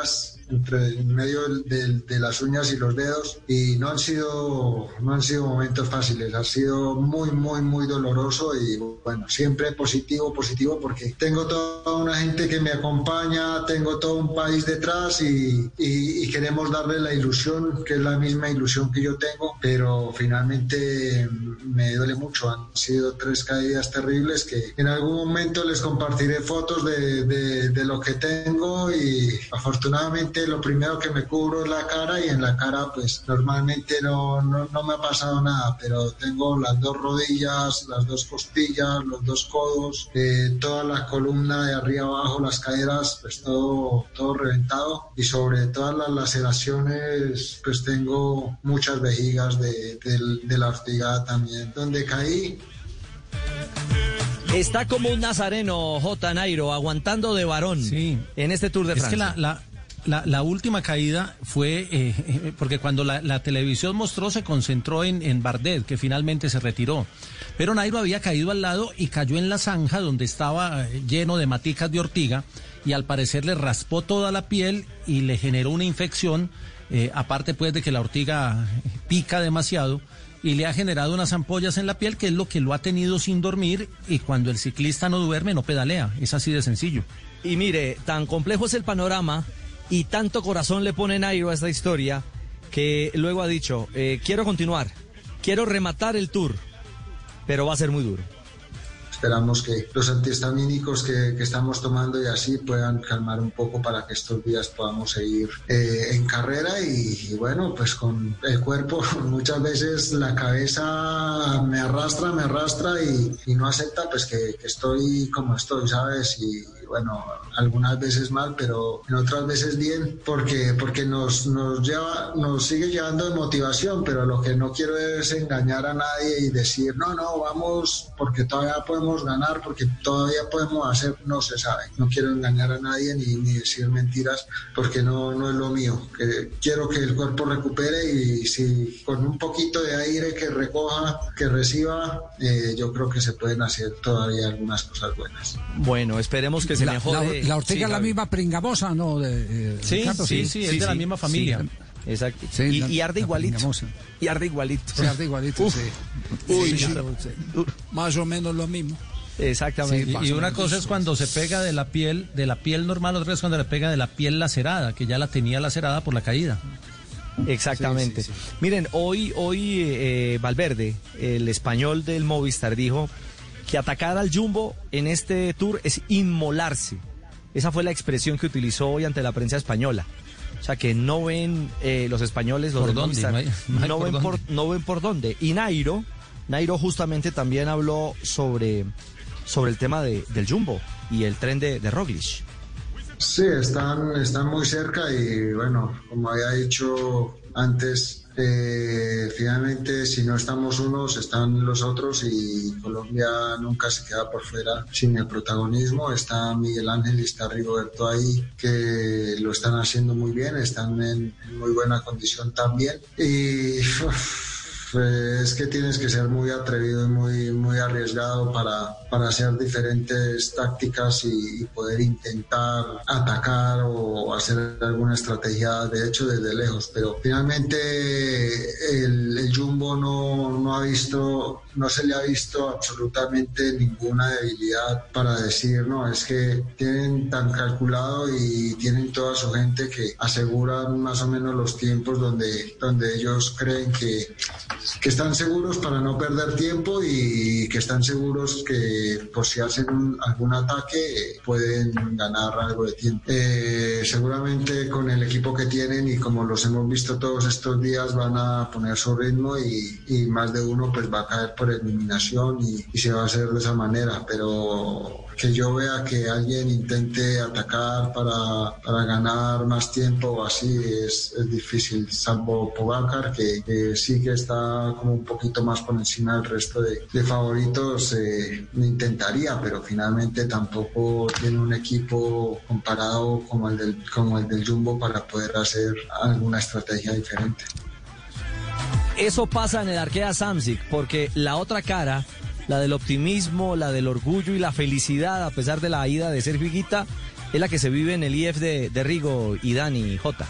entre en medio de, de las uñas y los dedos, y no han sido no han sido momentos fáciles, ha sido muy muy muy doloroso, y bueno, siempre positivo positivo porque tengo toda una gente que me acompaña, tengo todo un país detrás y, y, y queremos darle la ilusión, que es la misma ilusión que yo tengo, pero finalmente me duele mucho. Han sido tres caídas terribles que en algún momento les compartiré fotos de, de, de lo que tengo, y afortunadamente lo primero que me cubro es la cara, y en la cara pues normalmente no, no, no me ha pasado nada, pero tengo las dos rodillas, las dos costillas, los dos codos, eh, toda la columna de arriba abajo, las caderas, pues todo, todo reventado, y sobre todas las laceraciones pues tengo muchas vejigas de, de, de la ortiga también, donde caí. Está como un nazareno, J. Nairo, aguantando de varón sí. en este Tour de Francia. Es que la, la, la, la última caída fue, eh, porque cuando la, la televisión mostró, se concentró en, en Bardet, que finalmente se retiró. Pero Nairo había caído al lado y cayó en la zanja donde estaba lleno de maticas de ortiga, y al parecer le raspó toda la piel y le generó una infección, eh, aparte pues de que la ortiga pica demasiado, y le ha generado unas ampollas en la piel, que es lo que lo ha tenido sin dormir, y cuando el ciclista no duerme no pedalea, es así de sencillo. Y mire, tan complejo es el panorama y tanto corazón le pone Nairo a esta historia, que luego ha dicho, eh, quiero continuar, quiero rematar el Tour, pero va a ser muy duro. Esperamos que los antihistamínicos que, que estamos tomando y así puedan calmar un poco para que estos días podamos seguir eh, en carrera, y, y bueno, pues con el cuerpo muchas veces la cabeza me arrastra, me arrastra y, y no acepta pues que, que estoy como estoy, ¿sabes? Y bueno, algunas veces mal, pero en otras veces bien, porque, porque nos, nos, lleva, nos sigue llevando de motivación, pero lo que no quiero es engañar a nadie y decir, no, no, vamos porque todavía podemos ganar, porque todavía podemos hacer, no se sabe. No quiero engañar a nadie ni, ni decir mentiras, porque no, no es lo mío. Que quiero que el cuerpo recupere, y si con un poquito de aire que recoja, que reciba, eh, yo creo que se pueden hacer todavía algunas cosas buenas. Bueno, esperemos que se la, mejore. La, la ortiga sí, es la misma pringamosa, ¿no? De, eh, sí, Ricardo, sí, sí, sí, es sí, de la sí, misma familia. Sí, exacto. Sí, y, la, y arde igualito. Y arde igualito. Sí, arde igualito, Uf. sí. Uy, sí, sí. Más o menos lo mismo. Exactamente. Sí, y una cosa es cuando se pega de la piel, de la piel normal, otra es cuando le pega de la piel lacerada, que ya la tenía lacerada por la caída. Exactamente. Sí, sí, sí. Miren, hoy, hoy eh, Valverde, el español del Movistar, dijo que atacar al Jumbo en este Tour es inmolarse. Esa fue la expresión que utilizó hoy ante la prensa española. O sea, que no ven eh, los españoles, los ¿Por del dónde? Movistar, no, hay, no, hay no, por ven dónde. por, no ven por dónde. Y Nairo, Nairo justamente también habló sobre, sobre el tema de, del Jumbo y el tren de, de Roglic. Sí, están, están muy cerca, y bueno, como había dicho antes, eh, finalmente si no estamos unos, están los otros, y Colombia nunca se queda por fuera sin el protagonismo. Está Miguel Ángel y está Rigoberto ahí, que lo están haciendo muy bien, están en, en muy buena condición también, y uf, es que tienes que ser muy atrevido y muy, muy arriesgado para, para hacer diferentes tácticas y, y poder intentar atacar o hacer alguna estrategia, de hecho, desde lejos. Pero finalmente el, el Jumbo no, no ha visto, no se le ha visto absolutamente ninguna debilidad para decir, no, es que tienen tan calculado y tienen toda su gente que aseguran más o menos los tiempos donde, donde ellos creen que que están seguros para no perder tiempo, y que están seguros que por si hacen un, algún ataque pueden ganar algo de tiempo. Eh, seguramente con el equipo que tienen y como los hemos visto todos estos días van a poner su ritmo, y, y más de uno pues va a caer por eliminación y, y se va a hacer de esa manera, pero que yo vea que alguien intente atacar para, para ganar más tiempo o así es, es difícil, salvo Pogacar, que, que sí que está como un poquito más por encima del resto de, de favoritos. Eh, intentaría, pero finalmente tampoco tiene un equipo comparado como el del, como el del Jumbo para poder hacer alguna estrategia diferente. Eso pasa en el Arkea Samsic, porque la otra cara, la del optimismo, la del orgullo y la felicidad a pesar de la ida de Sergio Higuita, es la que se vive en el I F de, de Rigo y Dani J.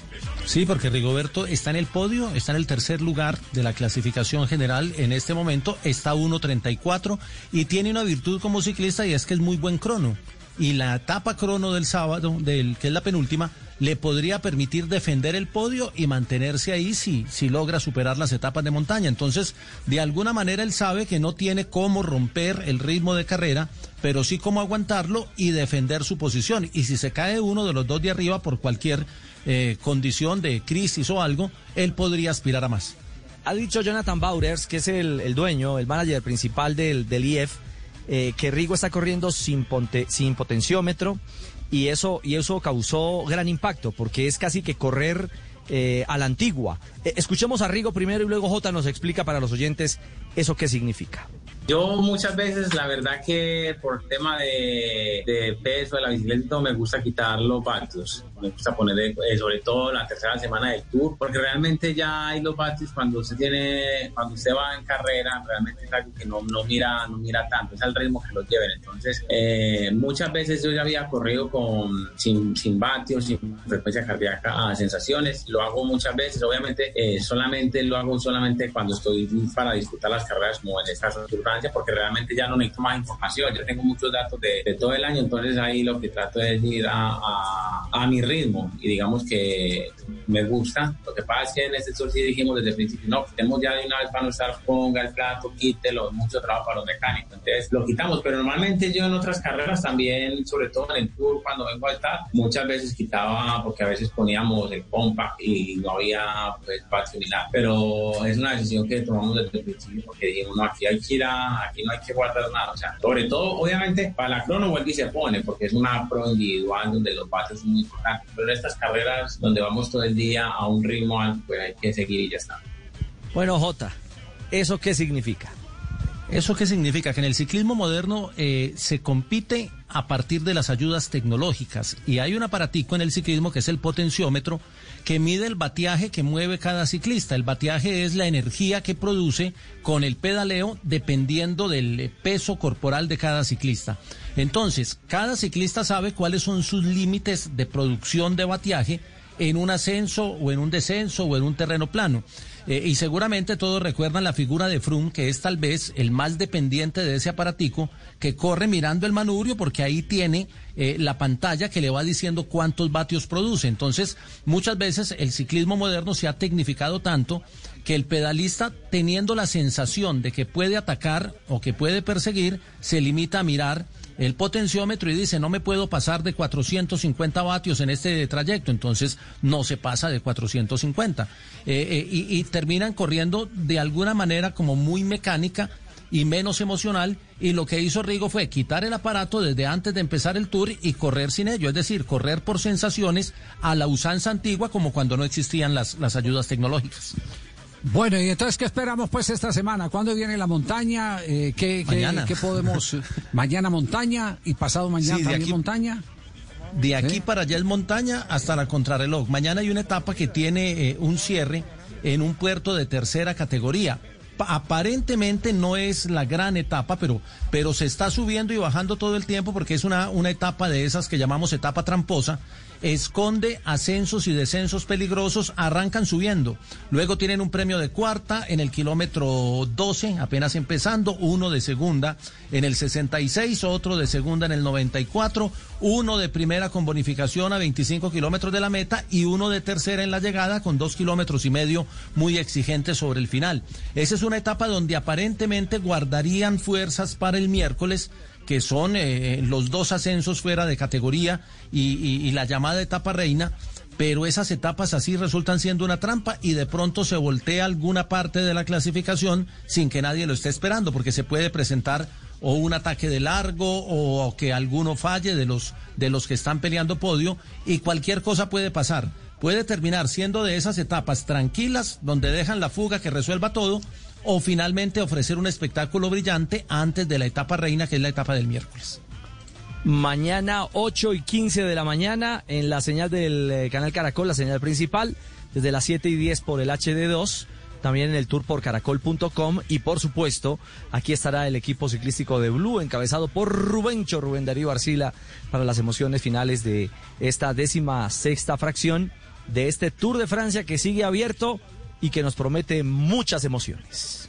Sí, porque Rigoberto está en el podio, está en el tercer lugar de la clasificación general en este momento, está uno treinta y cuatro y tiene una virtud como ciclista y es que es muy buen crono. Y la etapa crono del sábado, del que es la penúltima, le podría permitir defender el podio y mantenerse ahí si, si logra superar las etapas de montaña. Entonces, de alguna manera él sabe que no tiene cómo romper el ritmo de carrera, pero sí cómo aguantarlo y defender su posición. Y si se cae uno de los dos de arriba por cualquier eh, condición de crisis o algo, él podría aspirar a más. Ha dicho Jonathan Baurers, que es el, el dueño, el manager principal del, del I F, eh, que Rigo está corriendo sin, ponte, sin potenciómetro, y eso, y eso causó gran impacto, porque es casi que correr eh, a la antigua. Eh, escuchemos a Rigo primero y luego Jota nos explica para los oyentes eso qué significa. Yo muchas veces, la verdad que por tema de, de peso de la bicicleta me gusta quitar los vatios. Me gusta poner, eh, sobre todo la tercera semana del Tour, porque realmente ya hay los vatios cuando usted tiene, cuando usted va en carrera, realmente es algo que no, no mira, no mira tanto, es al ritmo que lo lleven. Entonces, eh, muchas veces yo ya había corrido con sin, sin vatios, sin frecuencia cardíaca a sensaciones. Lo hago muchas veces, obviamente, eh, solamente lo hago solamente cuando estoy para disfrutar las carreras, como en esta circunstancia, porque realmente ya no necesito más información. Yo tengo muchos datos de, de todo el año, entonces ahí lo que trato es ir a, a, a mi ritmo, y digamos que me gusta. Lo que pasa es que en este tour sí dijimos desde el principio, no, quitemos ya de una vez para no estar, ponga el plato, quítelo, mucho trabajo para los mecánicos, entonces lo quitamos. Pero normalmente yo en otras carreras también, sobre todo en el Tour, cuando vengo a estar, muchas veces quitaba, porque a veces poníamos el compact y no había pues patio ni nada, pero es una decisión que tomamos desde el principio, porque dijimos, no, aquí hay que ir a, aquí no hay que guardar nada, o sea, sobre todo, obviamente, para la crono vuelve y se pone, porque es una pro individual donde los vatios son muy importantes, pero en estas carreras donde vamos todo el día a un ritmo alto, pues hay que seguir y ya está. Bueno, Jota, ¿eso qué significa? ¿Eso qué significa? Que en el ciclismo moderno eh, se compite a partir de las ayudas tecnológicas, y hay un aparatico en el ciclismo que es el potenciómetro, que mide el bateaje que mueve cada ciclista. El bateaje es la energía que produce con el pedaleo dependiendo del peso corporal de cada ciclista. Entonces, cada ciclista sabe cuáles son sus límites de producción de bateaje en un ascenso o en un descenso o en un terreno plano. Eh, y seguramente todos recuerdan la figura de Froome, que es tal vez el más dependiente de ese aparatico, que corre mirando el manubrio porque ahí tiene eh, la pantalla que le va diciendo cuántos vatios produce. Entonces, muchas veces el ciclismo moderno se ha tecnificado tanto que el pedalista, teniendo la sensación de que puede atacar o que puede perseguir, se limita a mirar el potenciómetro y dice, no me puedo pasar de cuatrocientos cincuenta vatios en este trayecto, entonces no se pasa de cuatrocientos cincuenta. Eh, eh, y, y terminan corriendo de alguna manera como muy mecánica y menos emocional, y lo que hizo Rigo fue quitar el aparato desde antes de empezar el Tour y correr sin ello, es decir, correr por sensaciones a la usanza antigua, como cuando no existían las, las ayudas tecnológicas. Bueno, y entonces, ¿qué esperamos pues esta semana? ¿Cuándo viene la montaña? Eh, ¿qué, qué, ¿Qué podemos...? Mañana montaña y pasado mañana sí, también aquí, montaña. De aquí ¿Sí? para allá es montaña hasta la contrarreloj. Mañana hay una etapa que tiene eh, un cierre en un puerto de tercera categoría. Pa- aparentemente no es la gran etapa, pero, pero se está subiendo y bajando todo el tiempo porque es una, una etapa de esas que llamamos etapa tramposa. Esconde ascensos y descensos peligrosos, arrancan subiendo, luego tienen un premio de cuarta en el kilómetro doce, apenas empezando, uno de segunda en el sesenta y seis, otro de segunda en el noventa y cuatro, uno de primera con bonificación a veinticinco kilómetros de la meta y uno de tercera en la llegada con dos kilómetros y medio muy exigente sobre el final. Esa es una etapa donde aparentemente guardarían fuerzas para el miércoles, que son eh, los dos ascensos fuera de categoría y, y, y la llamada etapa reina, pero esas etapas así resultan siendo una trampa y de pronto se voltea alguna parte de la clasificación sin que nadie lo esté esperando, porque se puede presentar o un ataque de largo o que alguno falle de los, de los que están peleando podio, y cualquier cosa puede pasar. Puede terminar siendo de esas etapas tranquilas donde dejan la fuga que resuelva todo, o finalmente ofrecer un espectáculo brillante antes de la etapa reina, que es la etapa del miércoles. Mañana ocho y quince de la mañana en la señal del eh, canal Caracol, la señal principal, desde las siete y diez por el H D dos, también en el tour por caracol punto com y por supuesto aquí estará el equipo ciclístico de Blue encabezado por Rubencho, Rubén Darío Arcila, para las emociones finales de esta décima sexta fracción de este Tour de Francia que sigue abierto y que nos promete muchas emociones.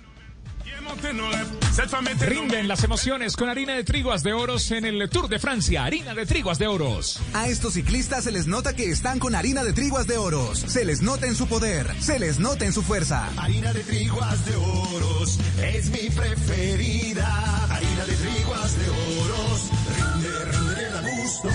Rinden las emociones con harina de triguas de oros en el Tour de Francia. Harina de triguas de oros. A estos ciclistas se les nota que están con harina de triguas de oros. Se les nota en su poder, se les nota en su fuerza. Harina de triguas de oros es mi preferida. Harina de triguas de oros rinde, rinde, da gusto.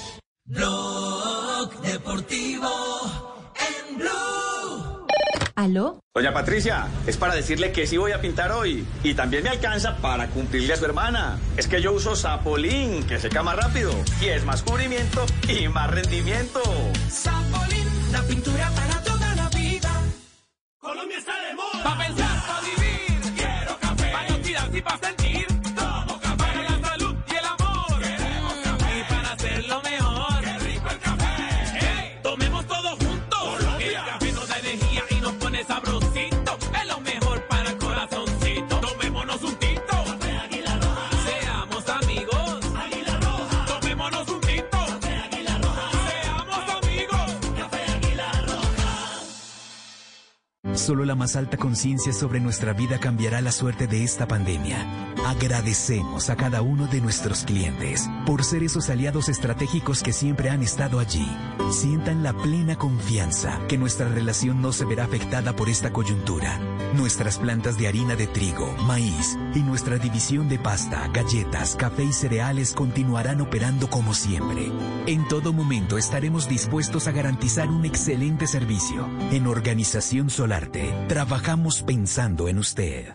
Blog Deportivo en Blue. ¿Aló? Doña Patricia, es para decirle que sí voy a pintar hoy. Y también me alcanza para cumplirle a su hermana. Es que yo uso Sapolín, que seca más rápido. Y es más cubrimiento y más rendimiento. Sapolín, la pintura para toda la vida. Colombia está de moda. Pa' pensar, pa' vivir. Quiero café. Pa' identidad y pa' sentir. Tomo café. Para la salud y el amor. Queremos café. Y para hacerlo mejor. Qué rico el café. Hey, tomemos todos juntos. Colombia. El café nos da energía y nos pone sabrosito. Es lo mejor para el corazoncito. Tomémonos un tito. Café Águila Roja. Seamos amigos. Águila Roja. Tomémonos un tito. Café Águila Roja. Seamos amigos. Café Águila Roja. Solo la más alta conciencia sobre nuestra vida cambiará la suerte de esta pandemia. Agradecemos a cada uno de nuestros clientes por ser esos aliados estratégicos que siempre han estado allí. Sientan la plena confianza que nuestra relación no se verá afectada por esta coyuntura. Nuestras plantas de harina de trigo, maíz y nuestra división de pasta, galletas, café y cereales continuarán operando como siempre. En todo momento estaremos dispuestos a garantizar un excelente servicio. En Organización Solarte, trabajamos pensando en usted.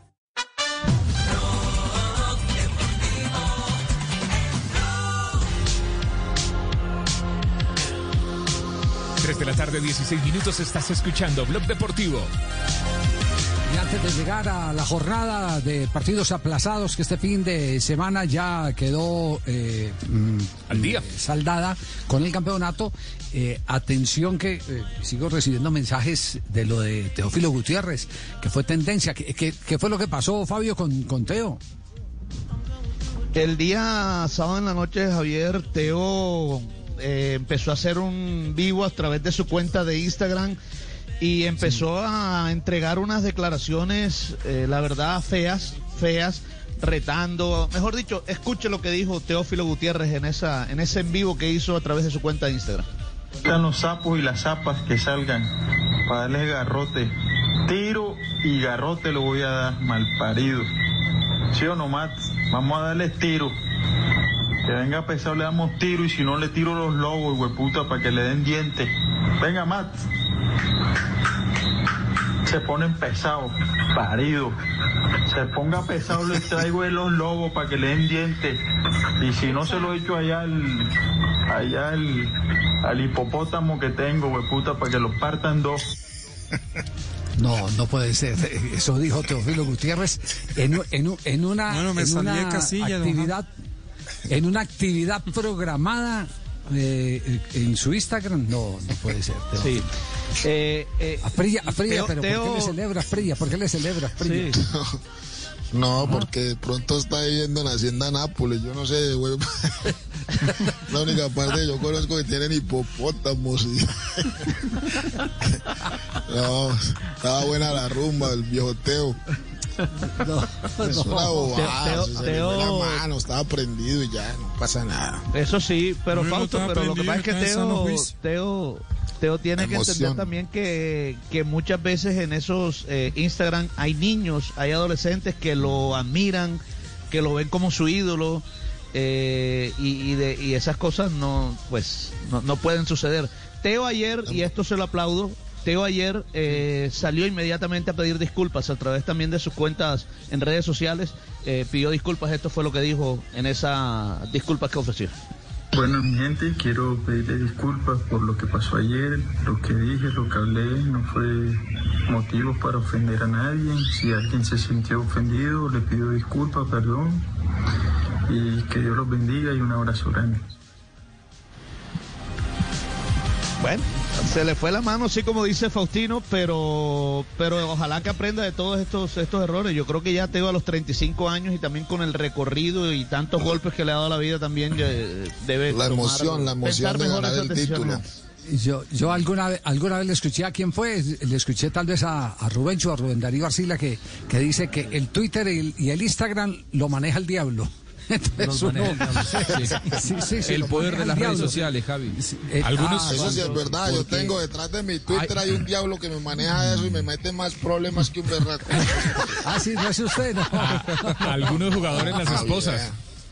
tres de la tarde, dieciséis minutos, estás escuchando Blog Deportivo. Y antes de llegar a la jornada de partidos aplazados que este fin de semana ya quedó eh, al día saldada con el campeonato, eh, atención que eh, sigo recibiendo mensajes de lo de Teófilo Gutiérrez, que fue tendencia. ¿Qué, qué, qué fue lo que pasó, Fabio, con, con Teo? El día sábado en la noche, Javier, Teo eh, empezó a hacer un vivo a través de su cuenta de Instagram y empezó sí. a entregar unas declaraciones, eh, la verdad, feas, feas, retando. Mejor dicho, escuche lo que dijo Teófilo Gutiérrez en esa en ese en vivo que hizo a través de su cuenta de Instagram. Están los sapos y las zapas que salgan para darles garrote. Tiro y garrote lo voy a dar, malparido. ¿Sí o no, Matt? Vamos a darles tiro. Que venga pesado, le damos tiro, y si no le tiro los lobos, hueputa, para que le den dientes. Venga, Matt. Se ponen pesados, parido. Se ponga pesado, le traigo de los lobos para que le den dientes. Y si no, se lo echo allá al, allá al, al hipopótamo que tengo, hueputa, para que lo partan dos. No, no puede ser. Eso dijo Teófilo Gutiérrez en, en, en una, bueno, me en una casilla, actividad, en una actividad programada eh, en su Instagram. No, no puede ser. Teófilo. Sí. Eh, eh, Asprilla, Asprilla, Teo, pero Teo... ¿por qué le celebra Asprilla? ¿Por qué le celebra Asprilla? Sí. No, porque de pronto está viviendo en Hacienda Nápoles, yo no sé, güey. La única parte que yo conozco que tienen hipopótamos. Y... no, estaba buena la rumba, el viejo Teo. No, es una bobada, Teo, se Teo... le fue la mano, estaba prendido y ya, no pasa nada. Eso sí, pero no, Fausto, no pero lo que pasa es que Teo, Teo, Teo tiene Emoción. que entender también que, que muchas veces en esos eh, Instagram hay niños, hay adolescentes que lo admiran, que lo ven como su ídolo, eh, y, y, de, y esas cosas no, pues, no, no pueden suceder. Teo ayer, y esto se lo aplaudo, Teo ayer eh, salió inmediatamente a pedir disculpas a través también de sus cuentas en redes sociales, eh, pidió disculpas, esto fue lo que dijo en esas disculpas que ofreció. Bueno, mi gente, quiero pedirle disculpas por lo que pasó ayer, lo que dije, lo que hablé, no fue motivo para ofender a nadie. Si alguien se sintió ofendido, le pido disculpas, perdón, y que Dios los bendiga y un abrazo grande. Bueno, se le fue la mano, así como dice Faustino, pero pero ojalá que aprenda de todos estos estos errores. Yo creo que ya Teo a los treinta y cinco años y también con el recorrido y tantos golpes que le ha dado a la vida también eh, debe la emoción, tomar, la emoción de ganar el título. Yo, yo alguna vez, alguna vez le escuché a quién fue, le escuché tal vez a, a Rubencho, a Rubén Darío Arcila, que, que dice que el Twitter y el, y el Instagram lo maneja el diablo. Entonces, uno, sí, sí, sí, sí, el poder de las redes sociales, Javi. Eh, Algunos, ah, eso sí es verdad. Yo tengo detrás de mi Twitter hay, hay un diablo que me maneja eso y me mete más problemas que un berraco. Ah, sí, no es usted, ¿no? Algunos jugadores, las esposas.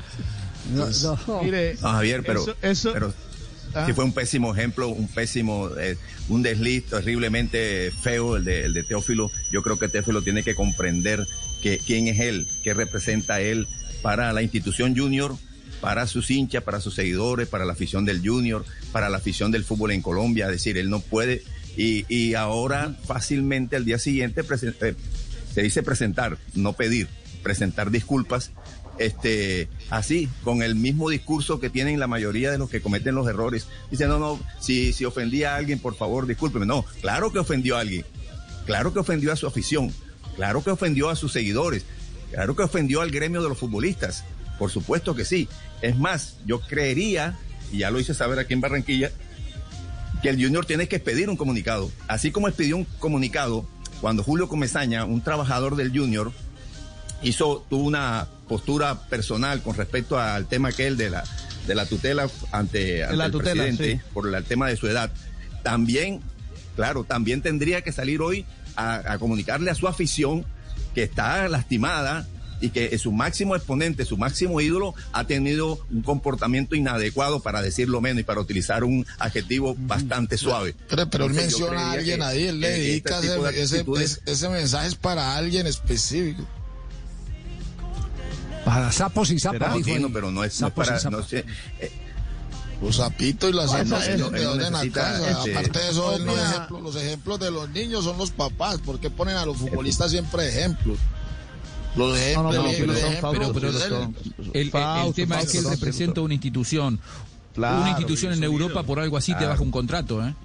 No, no. Mire, no, Javier, pero, eso, eso pero ah. sí fue un pésimo ejemplo, un pésimo, eh, un desliz terriblemente feo el de, el de Teófilo. Yo creo que Teófilo tiene que comprender que quién es él, qué representa él para la institución Junior, para sus hinchas, para sus seguidores, para la afición del Junior, para la afición del fútbol en Colombia. Es decir, él no puede, y, y ahora fácilmente al día siguiente presen, eh, se dice presentar, no pedir, presentar disculpas, este, así, con el mismo discurso que tienen la mayoría de los que cometen los errores. Dice, no, no, si, si ofendí a alguien, por favor, discúlpeme. No, claro que ofendió a alguien, claro que ofendió a su afición, claro que ofendió a sus seguidores, claro que ofendió al gremio de los futbolistas, por supuesto que sí. Es más, yo creería, y ya lo hice saber aquí en Barranquilla, que el Junior tiene que expedir un comunicado. Así como expidió un comunicado cuando Julio Comesaña, un trabajador del Junior, hizo, tuvo una postura personal con respecto al tema aquel de la, de la tutela ante, ante la el tutela, presidente, sí, por el tema de su edad. También, claro, también tendría que salir hoy a, a comunicarle a su afición que está lastimada y que su máximo exponente, su máximo ídolo, ha tenido un comportamiento inadecuado, para decirlo menos, y para utilizar un adjetivo bastante suave. Pero, pero él menciona a alguien ahí, él le dedica este ese, ese, ese mensaje es para alguien específico. Para sapos y zapas. Sí, no, pero no es, no es para, no sé, eh, los zapitos y las bueno, zapas no, no, de orden a casa. Este, Aparte de eso, los ejemplos, los ejemplos de los niños son los papás. ¿Por qué ponen a los futbolistas siempre ejemplos? Los ejemplos, no, no, los pero, ejemplos. Pero, pero, pero, el, el, el tema es que él representa una institución. Claro, una institución en Europa, por algo así, claro, te baja un contrato, ¿eh?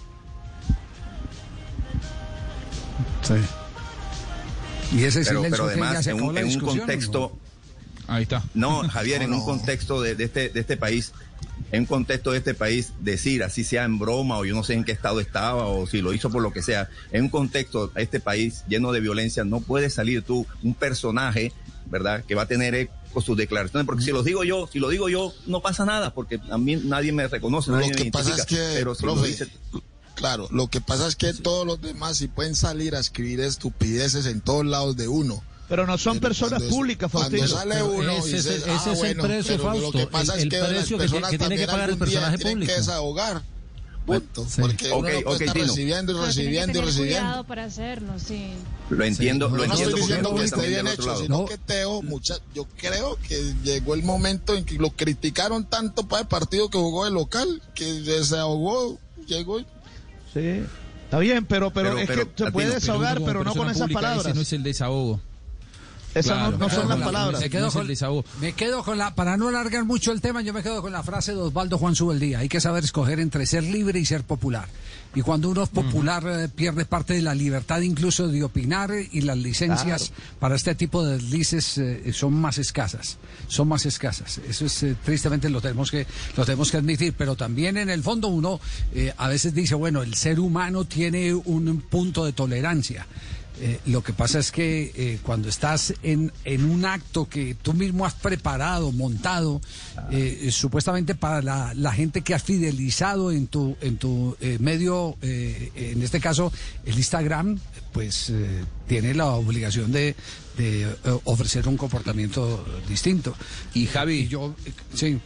Sí. Y ese pero, silencio pero además, que en un, en un contexto... ¿no? Ahí está. No, Javier, no, en no. un contexto de, de, este, de este país, en un contexto de este país, decir, así sea en broma, o yo no sé en qué estado estaba, o si lo hizo por lo que sea, en un contexto de este país lleno de violencia, no puede salir tú, un personaje, ¿verdad?, que va a tener eco sus declaraciones, porque si lo digo yo, si lo digo yo, no pasa nada, porque a mí nadie me reconoce, nadie lo me que pasa es que, pero si profe, lo dice... claro, lo que pasa es que sí, todos los demás sí pueden salir a escribir estupideces en todos lados de uno. Pero no son pero personas públicas, Faustino. Cuando sale uno ese, y dice, ese, ah, ese es bueno, el precio, pero Fausto, lo que pasa el, es que el precio las que, personas que tiene que pagar el personaje tienen público. que desahogar. Punto, sí. Porque uno okay, no puede okay, estar Tino. recibiendo y Pero recibiendo tiene y que tener recibiendo. cuidado para hacerlo, sí. Lo entiendo, sí, lo no entiendo. estoy diciendo porque que esté bien hecho, lado. sino no. que Teo, mucha, yo creo que llegó el momento en que lo criticaron tanto para el partido que jugó de local, que desahogó, llegó y... Sí, está bien, pero, pero, pero es pero, que se puede Tino, desahogar, pero, pero no con esas palabras. Ese no es el desahogo. Esas claro, no, no son las la, palabras. Me quedo, con, me quedo con la, para no alargar mucho el tema, yo me quedo con la frase de Osvaldo Juan Subeldía. Hay que saber escoger entre ser libre y ser popular. Y cuando uno es popular, uh-huh, eh, pierde parte de la libertad incluso de opinar, y las licencias claro, para este tipo de deslices eh, son más escasas. Son más escasas. Eso es, eh, tristemente lo tenemos que, lo tenemos que admitir. Pero también en el fondo uno eh, a veces dice, bueno, el ser humano tiene un punto de tolerancia. Eh, lo que pasa es que eh, cuando estás en, en un acto que tú mismo has preparado, montado, eh, supuestamente para la, la gente que has fidelizado en tu, en tu eh, medio, eh, en este caso el Instagram, pues eh, tiene la obligación de, de eh, ofrecer un comportamiento distinto. Y Javi, y yo, eh, sí.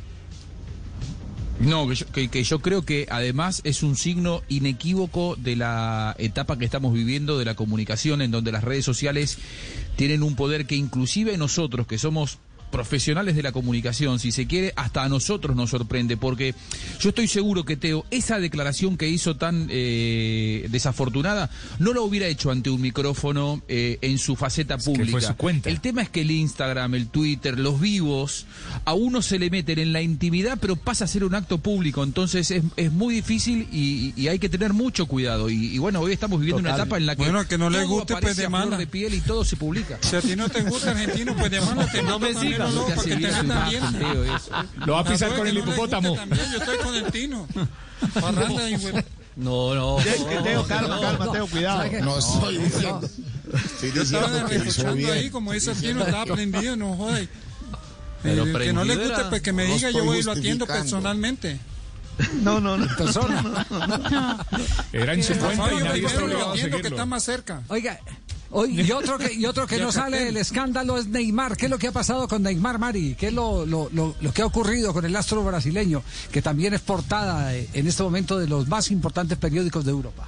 No, que yo, que, que yo creo que además es un signo inequívoco de la etapa que estamos viviendo de la comunicación, en donde las redes sociales tienen un poder que inclusive nosotros, que somos profesionales de la comunicación, si se quiere, hasta a nosotros nos sorprende, porque yo estoy seguro que Teo, esa declaración que hizo tan eh, desafortunada, no la hubiera hecho ante un micrófono eh, en su faceta Es pública. que fue su cuenta. El tema es que el Instagram, el Twitter, los vivos, a uno se le meten en la intimidad, pero pasa a ser un acto público, entonces es, es muy difícil y, y hay que tener mucho cuidado. Y, y bueno, hoy estamos viviendo Total. una etapa en la que, bueno, que no le todo guste, pues aparece a flor demanda. de piel y todo se publica. Si a ti no te gusta argentino, pues demanda. Te No me también, sigas, no, no te para hace que te bien su metan imagen, bien. Teo, eso. Lo va a pisar Ah, con pues, el que no le hipopótamo. guste también, yo estoy con el Tino. Parranda y güey. No, no. Teo, Teo, calma, calma, Teo, cuidado. No estoy diciendo. Estoy Yo estaba diciendo que hizo escuchando bien. ahí, como dice el Tino, estaba prendido, no joda. Pero El que no le prendido guste, era- pues que me no diga, yo estoy voy y lo atiendo justificando. personalmente. No, no, no. Persona. Era en su cuenta y Fabio, nadie está primero lo obligado a atiendo, que seguirlo. está más cerca. Oiga, oye, y otro que, y otro que no sale del escándalo es Neymar. ¿Qué es lo que ha pasado con Neymar, Mari? ¿Qué es lo, lo, lo, lo que ha ocurrido con el astro brasileño, que también es portada eh, en este momento de los más importantes periódicos de Europa?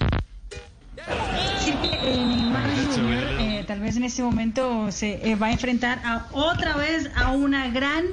Sí, eh, Neymar junior eh, tal vez en este momento se eh, va a enfrentar a, otra vez a una gran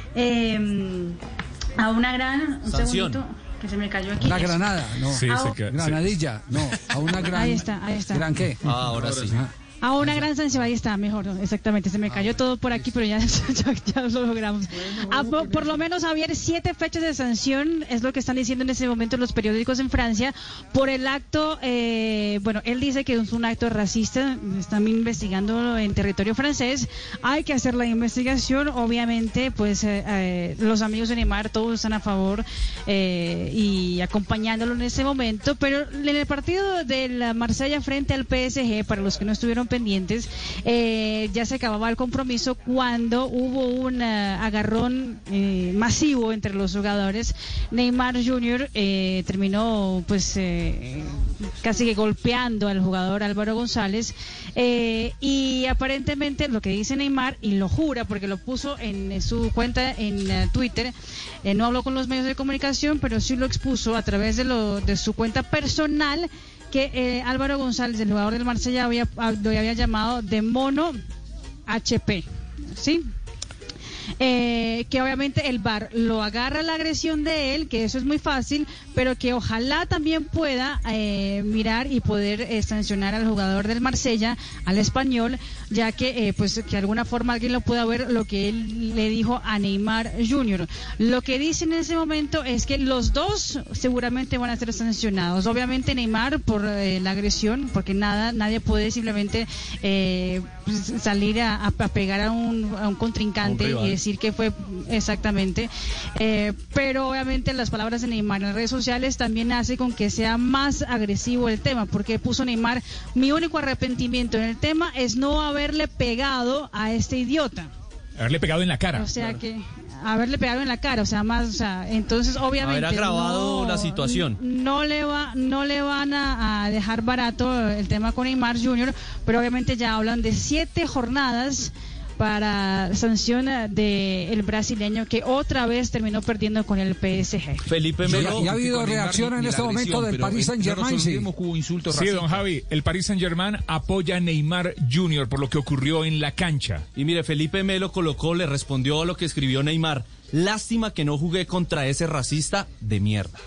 eh, a una gran un Sanción. segundito, que se me cayó aquí. Una granada, no. Sí, Ah, se queda- Granadilla, no. A una gran. Ahí está, ahí está. ¿Gran qué? Ah, ahora sí. Ajá. A una gran sanción, ahí está, mejor, exactamente. Se me cayó todo por aquí, pero ya, ya, ya lo logramos. Ah, por, por lo menos, Javier, siete fechas de sanción es lo que están diciendo en ese momento los periódicos en Francia por el acto, eh, bueno, él dice que es un acto racista, están investigando en territorio francés, hay que hacer la investigación, obviamente, pues eh, eh, los amigos de Neymar todos están a favor eh, y acompañándolo en ese momento, pero en el partido de la Marsella frente al P S G, para los que no estuvieron pendientes, eh, ya se acababa el compromiso cuando hubo un uh, agarrón eh, masivo entre los jugadores. Neymar junior eh, terminó pues eh, casi que golpeando al jugador Álvaro González eh, y aparentemente lo que dice Neymar, y lo jura porque lo puso en su cuenta en uh, Twitter, eh, no habló con los medios de comunicación, pero sí lo expuso a través de, lo, de su cuenta personal, que eh, Álvaro González, el jugador del Marsella, había, lo había llamado de mono H P, ¿sí? Eh, que obviamente el V A R lo agarra la agresión de él, que eso es muy fácil, pero que ojalá también pueda eh, mirar y poder eh, sancionar al jugador del Marsella, al español, ya que eh, pues que de alguna forma alguien lo pueda ver lo que él le dijo a Neymar junior Lo que dice en ese momento es que los dos seguramente van a ser sancionados. Obviamente Neymar por eh, la agresión, porque nada, nadie puede simplemente eh, salir a, a pegar a un, a un contrincante Un y decir que fue exactamente, eh, pero obviamente las palabras de Neymar en las redes sociales también hace con que sea más agresivo el tema, porque puso Neymar: mi único arrepentimiento en el tema es no haberle pegado a este idiota. Haberle pegado en la cara. O sea que haberle pegado en la cara, o sea, más, o sea, entonces obviamente Haber agravado no, la situación. No le va, no le van a, a dejar barato el tema con Neymar junior, pero obviamente ya hablan de siete jornadas para sanción del brasileño, que otra vez terminó perdiendo con el P S G. Felipe Melo. Y ha habido reacción en este momento del Paris Saint-Germain. Sí, Sí, don Javi, el Paris Saint-Germain apoya a Neymar junior por lo que ocurrió en la cancha. Y mire, Felipe Melo colocó, le respondió a lo que escribió Neymar: lástima que no jugué contra ese racista de mierda.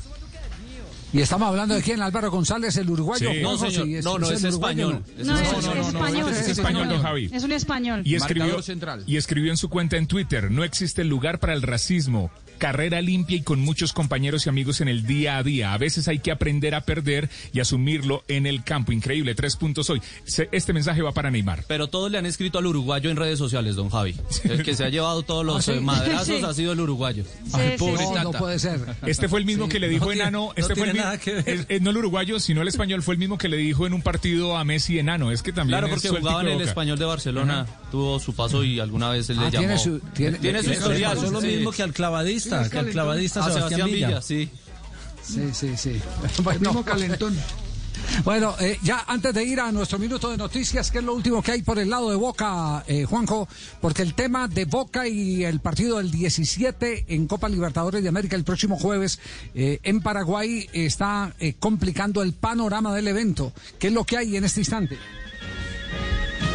Y estamos hablando de quién, Álvaro González, el uruguayo. Sí. No, señor. Sí, No, no, es el uruguayo, español. ¿no? No, es, no, es no, no, español. es español, don Javi. Es un español. Y escribió, Marcador central. y escribió en su cuenta en Twitter: no existe lugar para el racismo. Carrera limpia y con muchos compañeros y amigos en el día a día. A veces hay que aprender a perder y asumirlo en el campo. Increíble, tres puntos hoy. Se- Este mensaje va para Neymar. Pero todos le han escrito al uruguayo en redes sociales, don Javi. El que se ha llevado todos los ¿Ah, sí? eh, madrazos Sí. ha sido el uruguayo. Sí, sí, pobre sí. No, no Tata. puede ser. Este fue el mismo Sí. que le dijo No tiene- enano. no Este fue el tiene mi- nada que ver. es- es no el uruguayo, sino el español. Fue el mismo que le dijo en un partido a Messi enano. Es que también Claro, es porque sueltico jugaba en de el boca. Español de Barcelona, tuvo su paso y alguna vez él Ah, le tiene llamó. su- tiene- Tiene su tiene- historial. Pasó lo sí. mismo que al clavadista, que al clavadista A Sebastián, Villa. sí. Sí, sí, sí. Bueno, calentón. Bueno, eh, ya antes de ir a nuestro minuto de noticias, ¿qué es lo último que hay por el lado de Boca, eh, Juanjo? Porque el tema de Boca y el partido del diecisiete en Copa Libertadores de América el próximo jueves eh, en Paraguay está eh, complicando el panorama del evento. ¿Qué es lo que hay en este instante?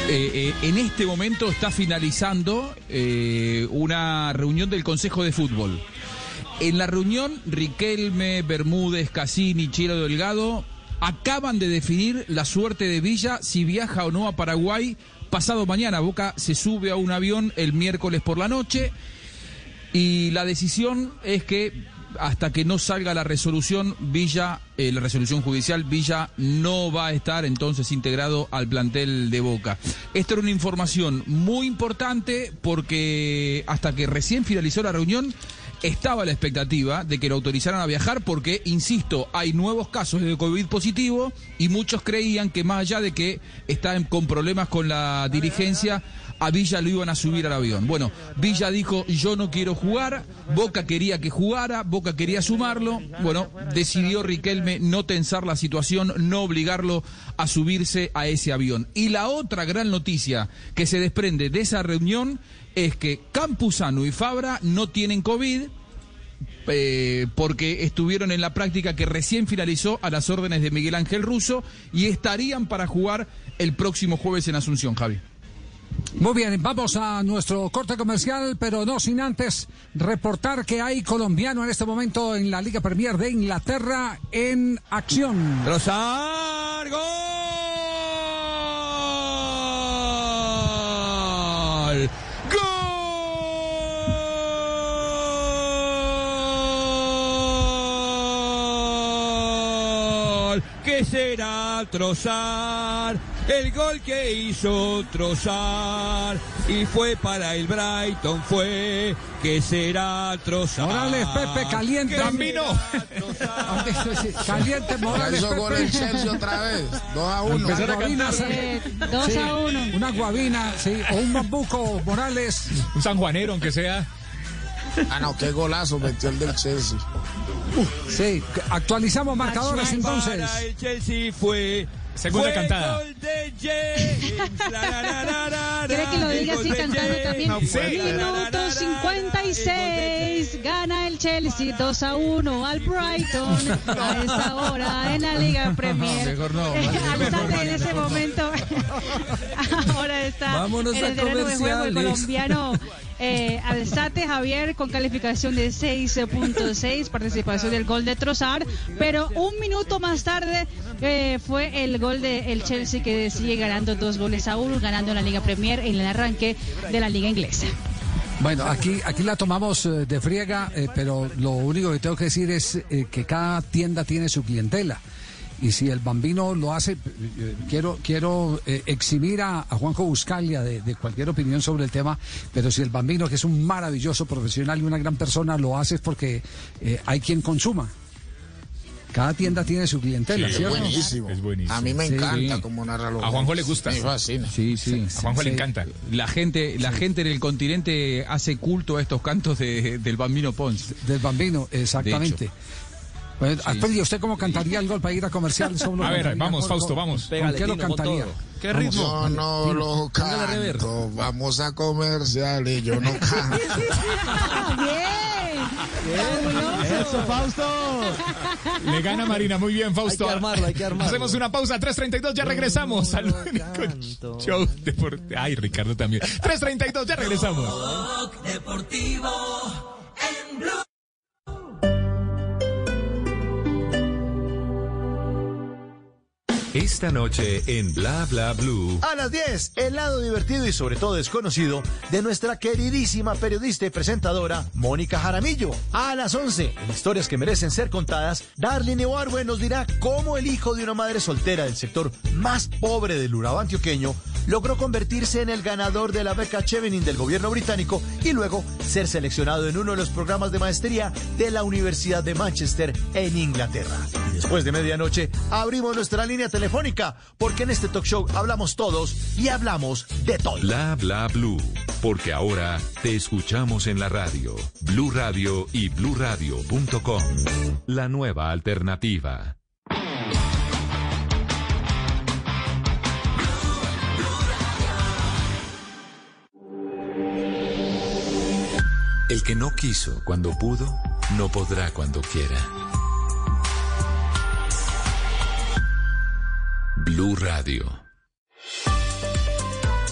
Eh, eh, en este momento está finalizando eh, una reunión del Consejo de Fútbol. En la reunión, Riquelme, Bermúdez, Cassini, Chelo Delgado acaban de definir la suerte de Villa si viaja o no a Paraguay pasado mañana. Boca se sube a un avión el miércoles por la noche y la decisión es que hasta que no salga la resolución, Villa, eh, la resolución judicial, Villa no va a estar entonces integrado al plantel de Boca. Esta era una información muy importante porque hasta que recién finalizó la reunión estaba la expectativa de que lo autorizaran a viajar porque, insisto, hay nuevos casos de COVID positivo y muchos creían que más allá de que estaban con problemas con la dirigencia, a Villa lo iban a subir al avión. Bueno, Villa dijo, yo no quiero jugar, Boca quería que jugara, Boca quería sumarlo, bueno, decidió Riquelme no tensar la situación, no obligarlo a subirse a ese avión. Y la otra gran noticia que se desprende de esa reunión es que Campuzano y Fabra no tienen COVID eh, porque estuvieron en la práctica que recién finalizó a las órdenes de Miguel Ángel Russo y estarían para jugar el próximo jueves en Asunción, Javi. Muy bien, vamos a nuestro corte comercial, pero no sin antes reportar que hay colombiano en este momento en la Liga Premier de Inglaterra en acción. Trossard, ¡gol! ¡Gol! ¿Qué será Trossard? El gol que hizo Trossard y fue para el Brighton fue que será Trossard. Morales, Pepe, caliente. Bambino. Caliente, Morales, Pepe. con el Chelsea otra vez. dos a uno. dos a uno. Una guabina, sí, o un bambuco, Morales. Un sanjuanero, aunque sea. Ah, no, qué golazo metió el del Chelsea. Uh, sí, actualizamos marcadores entonces. Para el Chelsea fue... Segunda cantada. ¿Quiere que lo diga así cantando también? Sí. Minuto cincuenta y seis. Gana el Chelsea dos a uno al Brighton. A esa hora en la Liga Premier. Mejor no. Alzate en ese momento. Ahora está Vámonos en el a terreno de juego el comerciales. colombiano. Eh, Alzate, Javier, con calificación de seis punto seis, participación del gol de Trossard, pero un minuto más tarde eh, fue el gol de el Chelsea que sigue ganando dos goles a uno, ganando en la Liga Premier en el arranque de la Liga Inglesa. Bueno, aquí, aquí la tomamos eh, de friega, eh, pero lo único que tengo que decir es eh, que cada tienda tiene su clientela. Y si el Bambino lo hace, eh, quiero quiero eh, eximir a, a Juanjo Buscalia de, de cualquier opinión sobre el tema, pero si el Bambino, que es un maravilloso profesional y una gran persona, lo hace es porque eh, hay quien consuma. Cada tienda tiene su clientela, Sí, ¿cierto? es buenísimo. Es buenísimo. A mí me Sí, encanta sí. como narra los A Juanjo le goles. gusta. Me fascina. Sí, sí. A Juanjo le Sí. encanta. La gente, la gente en el continente hace culto a estos cantos de, del Bambino Pons. Del Bambino, exactamente. Bueno, Sí. Feli, ¿usted cómo cantaría el gol para ir a comerciales? ¿Cómo lo A ver, cantaría? vamos, ¿Con- Fausto, con- vamos. ¿Con Pégale, qué lo Tino, con cantaría? todo. ¿Qué Yo ritmo? no lo Póngale rever. canto, vamos a comerciales, yo no canto. ¡Bien! Eso, Fausto. Le gana Marina, muy bien, Fausto. Hay que armarlo, hay que armarlo. Hacemos una pausa, tres treinta y dos, ya regresamos al único show deportivo. Ay, Ricardo también. tres treinta y dos, ya regresamos. Deportivo en Blue. Esta noche en Bla Bla Blue. A las diez, el lado divertido y sobre todo desconocido de nuestra queridísima periodista y presentadora Mónica Jaramillo. A las once, en Historias que merecen ser contadas, Darlene Ibargüen nos dirá cómo el hijo de una madre soltera del sector más pobre del Urabá antioqueño logró convertirse en el ganador de la beca Chevening del gobierno británico y luego ser seleccionado en uno de los programas de maestría de la Universidad de Manchester en Inglaterra. Y después de medianoche, abrimos nuestra línea telefónica, porque en este talk show hablamos todos y hablamos de todo. Bla Bla Blue. Porque ahora te escuchamos en la radio. Blue Radio y blue radio punto com. La nueva alternativa. El que no quiso cuando pudo, no podrá cuando quiera. Blue Radio.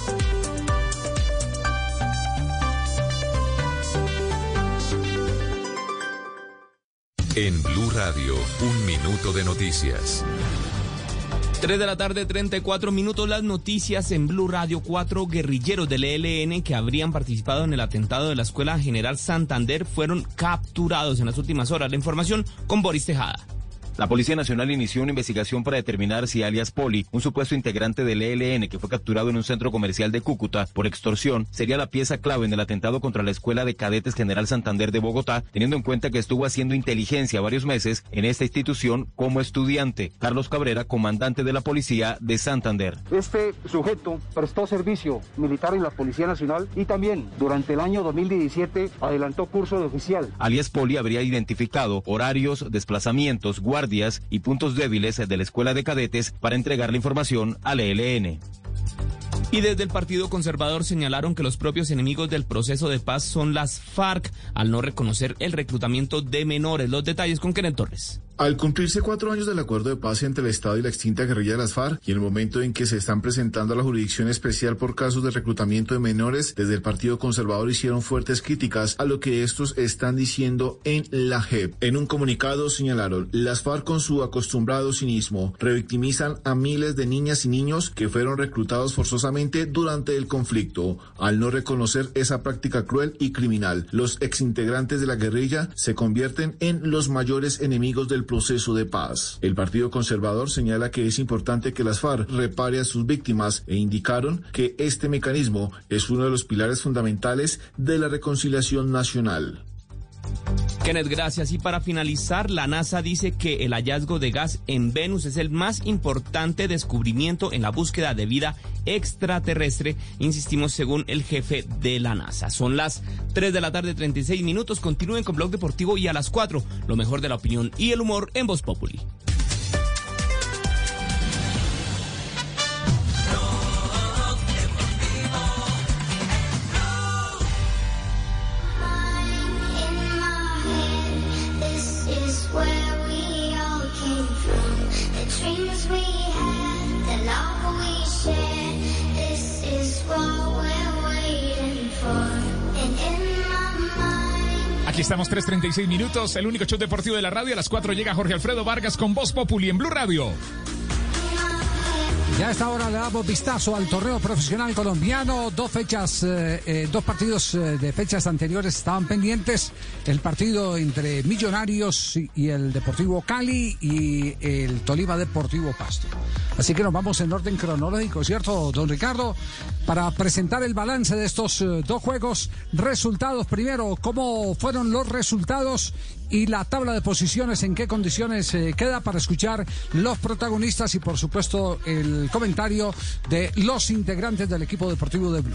En Blue Radio, un minuto de noticias. tres de la tarde, treinta y cuatro minutos, las noticias en Blue Radio. Cuatro guerrilleros del E L N que habrían participado en el atentado de la Escuela General Santander fueron capturados en las últimas horas. La información con Boris Tejada. La Policía Nacional inició una investigación para determinar si alias Poli, un supuesto integrante del E L N que fue capturado en un centro comercial de Cúcuta por extorsión, sería la pieza clave en el atentado contra la Escuela de Cadetes General Santander de Bogotá, teniendo en cuenta que estuvo haciendo inteligencia varios meses en esta institución como estudiante. Carlos Cabrera, comandante de la Policía de Santander. Este sujeto prestó servicio militar en la Policía Nacional y también durante el año dos mil diecisiete adelantó curso de oficial. Alias Poli habría identificado horarios, desplazamientos, guardias y puntos débiles de la Escuela de Cadetes para entregar la información al E L N. Y desde el Partido Conservador señalaron que los propios enemigos del proceso de paz son las FARC, al no reconocer el reclutamiento de menores. Los detalles con Kenneth Torres. Al cumplirse cuatro años del acuerdo de paz entre el Estado y la extinta guerrilla de las FARC, y en el momento en que se están presentando a la Jurisdicción Especial por casos de reclutamiento de menores, desde el Partido Conservador hicieron fuertes críticas a lo que estos están diciendo en la J E P. En un comunicado señalaron, las FARC con su acostumbrado cinismo revictimizan a miles de niñas y niños que fueron reclutados forzosamente durante el conflicto. Al no reconocer esa práctica cruel y criminal, los exintegrantes de la guerrilla se convierten en los mayores enemigos del proceso de paz. El Partido Conservador señala que es importante que las FARC repare a sus víctimas e indicaron que este mecanismo es uno de los pilares fundamentales de la reconciliación nacional. Kenneth, gracias. Y para finalizar, la NASA dice que el hallazgo de gas en Venus es el más importante descubrimiento en la búsqueda de vida extraterrestre, insistimos, según el jefe de la NASA. Son las tres de la tarde, treinta y seis minutos. Continúen con Blog Deportivo y a las cuatro, lo mejor de la opinión y el humor en Voz Populi. Aquí estamos, tres treinta y seis minutos, el único show deportivo de la radio. A las cuatro llega Jorge Alfredo Vargas con Voz Populi en Blue Radio. Ya a esta hora le damos vistazo al torneo profesional colombiano. Dos fechas, eh, eh, dos partidos eh, de fechas anteriores estaban pendientes. El partido entre Millonarios y, y el Deportivo Cali y el Tolima Deportivo Pasto. Así que nos vamos en orden cronológico, ¿cierto, don Ricardo? Para presentar el balance de estos eh, dos juegos. Resultados primero, ¿cómo fueron los resultados? Y la tabla de posiciones, ¿en qué condiciones eh, queda? Para escuchar los protagonistas y, por supuesto, el comentario de los integrantes del equipo deportivo de Blue.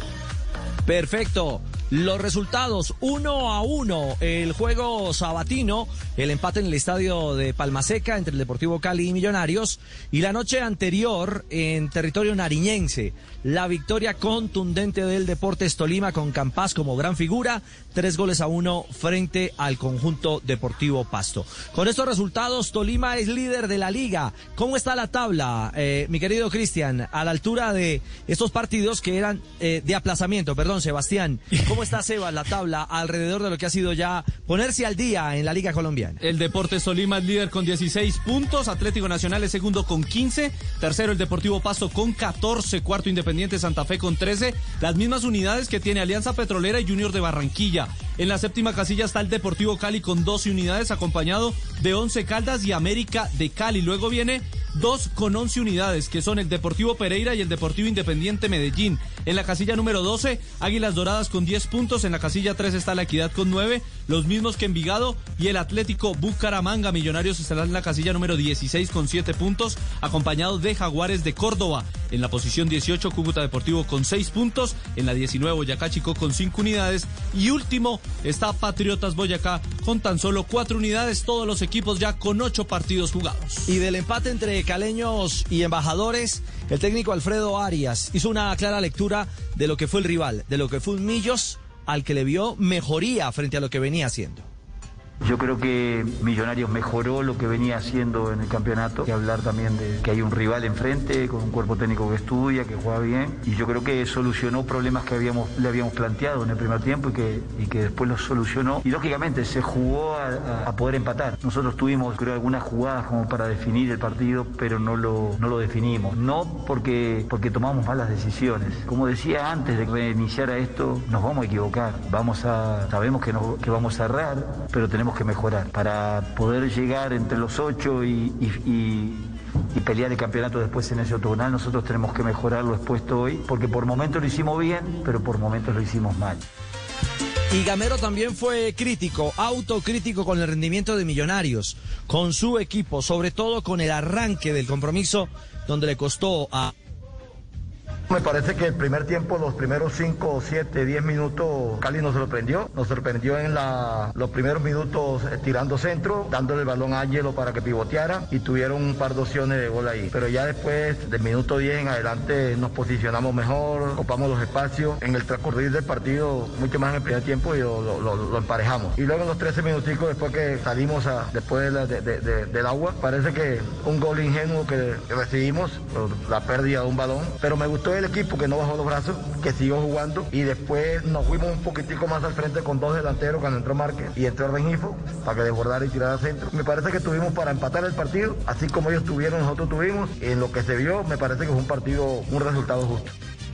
Perfecto. Los resultados, uno a uno, el juego sabatino, el empate en el estadio de Palmaseca entre el Deportivo Cali y Millonarios, y la noche anterior en territorio nariñense, la victoria contundente del Deportes Tolima con Campas como gran figura, tres goles a uno frente al conjunto Deportivo Pasto. Con estos resultados, Tolima es líder de la liga. ¿Cómo está la tabla, eh, mi querido Cristian, a la altura de estos partidos que eran eh, de aplazamiento? Perdón, Sebastián, ¿cómo está, Sebas, la tabla alrededor de lo que ha sido ya ponerse al día en la Liga Colombiana? El Deportes Tolima es líder con dieciséis puntos, Atlético Nacional es segundo con quince, tercero el Deportivo Pasto con catorce, cuarto Independiente Santa Fe con trece, las mismas unidades que tiene Alianza Petrolera y Junior de Barranquilla. En la séptima casilla está el Deportivo Cali con doce unidades, acompañado de Once Caldas y América de Cali. Luego viene dos con once unidades, que son el Deportivo Pereira y el Deportivo Independiente Medellín. En la casilla número doce, Águilas Doradas con diez puntos. En la casilla tres está la Equidad con nueve, los mismos que Envigado y el Atlético Bucaramanga. Millonarios estarán en la casilla número dieciséis con siete puntos, acompañado de Jaguares de Córdoba. En la posición dieciocho, Cúcuta Deportivo con seis puntos. En la diecinueve, Boyacá Chico con cinco unidades. Y último está Patriotas Boyacá con tan solo cuatro unidades. Todos los equipos ya con ocho partidos jugados. Y del empate entre Caleños y Embajadores, el técnico Alfredo Arias hizo una clara lectura de lo que fue el rival, de lo que fue un Millos al que le vio mejoría frente a lo que venía haciendo. Yo creo que Millonarios mejoró lo que venía haciendo en el campeonato, que hablar también de que hay un rival enfrente, con un cuerpo técnico que estudia, que juega bien, y yo creo que solucionó problemas que habíamos, le habíamos planteado en el primer tiempo y que, y que después los solucionó. Y lógicamente se jugó a, a poder empatar. Nosotros tuvimos, creo, algunas jugadas como para definir el partido, pero no lo, no lo definimos. No porque, porque tomamos malas decisiones. Como decía antes de reiniciar a esto, nos vamos a equivocar. Vamos a, sabemos que, nos, que vamos a errar, pero tenemos que mejorar para poder llegar entre los ocho y, y, y, y pelear el campeonato después en ese octogonal. Nosotros tenemos que mejorar lo expuesto hoy, porque por momentos lo hicimos bien, pero por momentos lo hicimos mal. Y Gamero también fue crítico, autocrítico con el rendimiento de Millonarios, con su equipo, sobre todo con el arranque del compromiso, donde le costó a... Me parece que el primer tiempo, los primeros cinco, siete, diez minutos, Cali nos sorprendió. Nos sorprendió en la, los primeros minutos eh, tirando centro, dándole el balón a Ángelo para que pivoteara y tuvieron un par de opciones de gol ahí. Pero ya después, del minuto diez en adelante, nos posicionamos mejor, ocupamos los espacios. En el transcurrir del partido, mucho más en el primer tiempo, y lo, lo, lo, lo emparejamos. Y luego en los trece minuticos, después que salimos a, después de la, de, de, de, del agua, parece que un gol ingenuo que recibimos, la pérdida de un balón. Pero me gustó el equipo que no bajó los brazos, que siguió jugando, y después nos fuimos un poquitico más al frente con dos delanteros cuando entró Márquez y entró Rengifo para que desbordara y tirara al centro. Me parece que tuvimos para empatar el partido, así como ellos tuvieron, nosotros tuvimos. En lo que se vio, me parece que fue un partido, un resultado justo.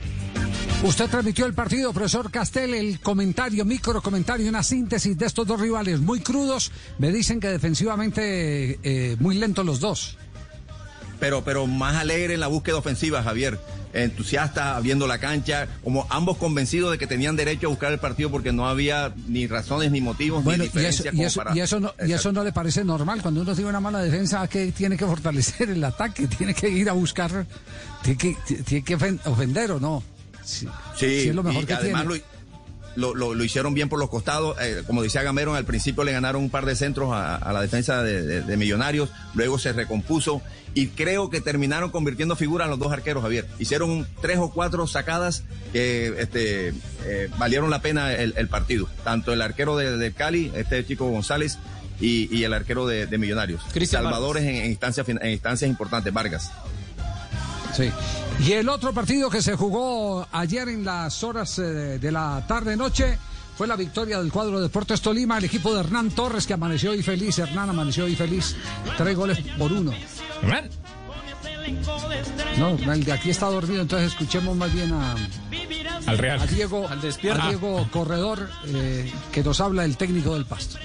Usted transmitió el partido, profesor Castel, el comentario, micro comentario, una síntesis de estos dos rivales muy crudos. Me dicen que defensivamente eh, muy lentos los dos. Pero, pero más alegre en la búsqueda ofensiva, Javier. Entusiasta, viendo la cancha, como ambos convencidos de que tenían derecho a buscar el partido porque no había ni razones ni motivos bueno, ni diferencias. Y eso, y, eso, para... y, eso no, y eso no le parece normal. Cuando uno tiene una mala defensa, que tiene que fortalecer el ataque, tiene que ir a buscar, tiene que, tiene que ofender o no. Sí, sí, sí es lo mejor y que además tiene. Lo, lo, lo hicieron bien por los costados, eh, como decía Gamero, al principio le ganaron un par de centros a, a la defensa de, de, de Millonarios, luego se recompuso y creo que terminaron convirtiendo figuras los dos arqueros, Javier. Hicieron tres o cuatro sacadas que este, eh, valieron la pena el, el partido, tanto el arquero de, de Cali, este chico González, y, y el arquero de, de Millonarios. Cristian Salvadores en, en, instancias, en instancias importantes, Vargas. Sí. Y el otro partido que se jugó ayer en las horas eh, de la tarde-noche fue la victoria del cuadro de Deportes Tolima, el equipo de Hernán Torres, que amaneció hoy feliz. Hernán amaneció hoy feliz. Tres goles por uno. ¿Hernán? No, el de aquí está dormido, entonces escuchemos más bien a... Al Real. A Diego, Al despierto. a Diego Corredor, eh, que nos habla el técnico del Pasto.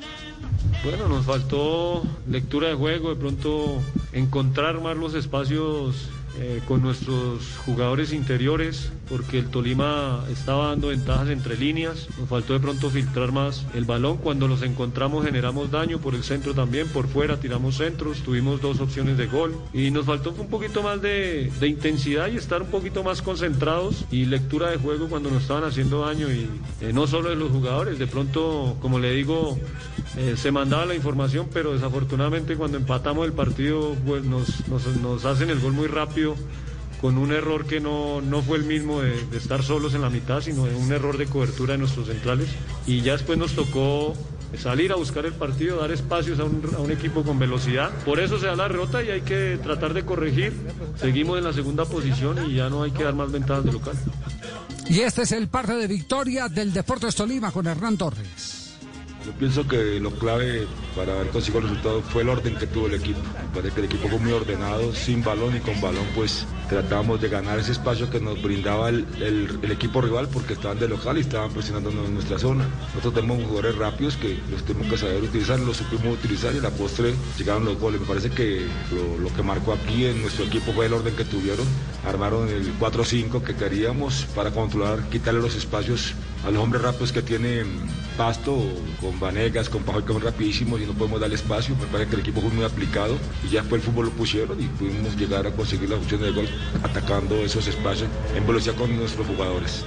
Bueno, nos faltó lectura de juego, de pronto encontrar más los espacios eh, con nuestros jugadores interiores, porque el Tolima estaba dando ventajas entre líneas. Nos faltó de pronto filtrar más el balón. Cuando los encontramos generamos daño por el centro también, por fuera tiramos centros, tuvimos dos opciones de gol y nos faltó un poquito más de, de intensidad y estar un poquito más concentrados y lectura de juego cuando nos estaban haciendo daño, y eh, no solo de los jugadores, de pronto, como le digo, eh, se mandaba la información, pero desafortunadamente cuando empatamos el partido pues nos, nos, nos hacen el gol muy rápido, con un error que no, no fue el mismo de, de estar solos en la mitad, sino de un error de cobertura de nuestros centrales, y ya después nos tocó salir a buscar el partido, dar espacios a un, a un equipo con velocidad. Por eso se da la derrota y hay que tratar de corregir. Seguimos en la segunda posición y ya no hay que dar más ventajas de local. Y este es el parte de victoria del Deportes Tolima con Hernán Torres. Yo pienso que lo clave para haber conseguido el resultado fue el orden que tuvo el equipo. Parece que el equipo fue muy ordenado, sin balón y con balón, pues tratamos de ganar ese espacio que nos brindaba el, el, el equipo rival, porque estaban de local y estaban presionando en nuestra zona. Nosotros tenemos jugadores rápidos que los tenemos que saber utilizar, los supimos utilizar y a la postre llegaron los goles. Me parece que lo, lo que marcó aquí en nuestro equipo fue el orden que tuvieron. Armaron el cuatro cinco que queríamos para controlar, quitarle los espacios a los hombres rápidos que tienen Pasto, con Vanegas, con Pajoy, que son rapidísimos y no podemos darle espacio. Me parece que el equipo fue muy aplicado y ya después el fútbol lo pusieron y pudimos llegar a conseguir las opciones de gol atacando esos espacios en velocidad con nuestros jugadores.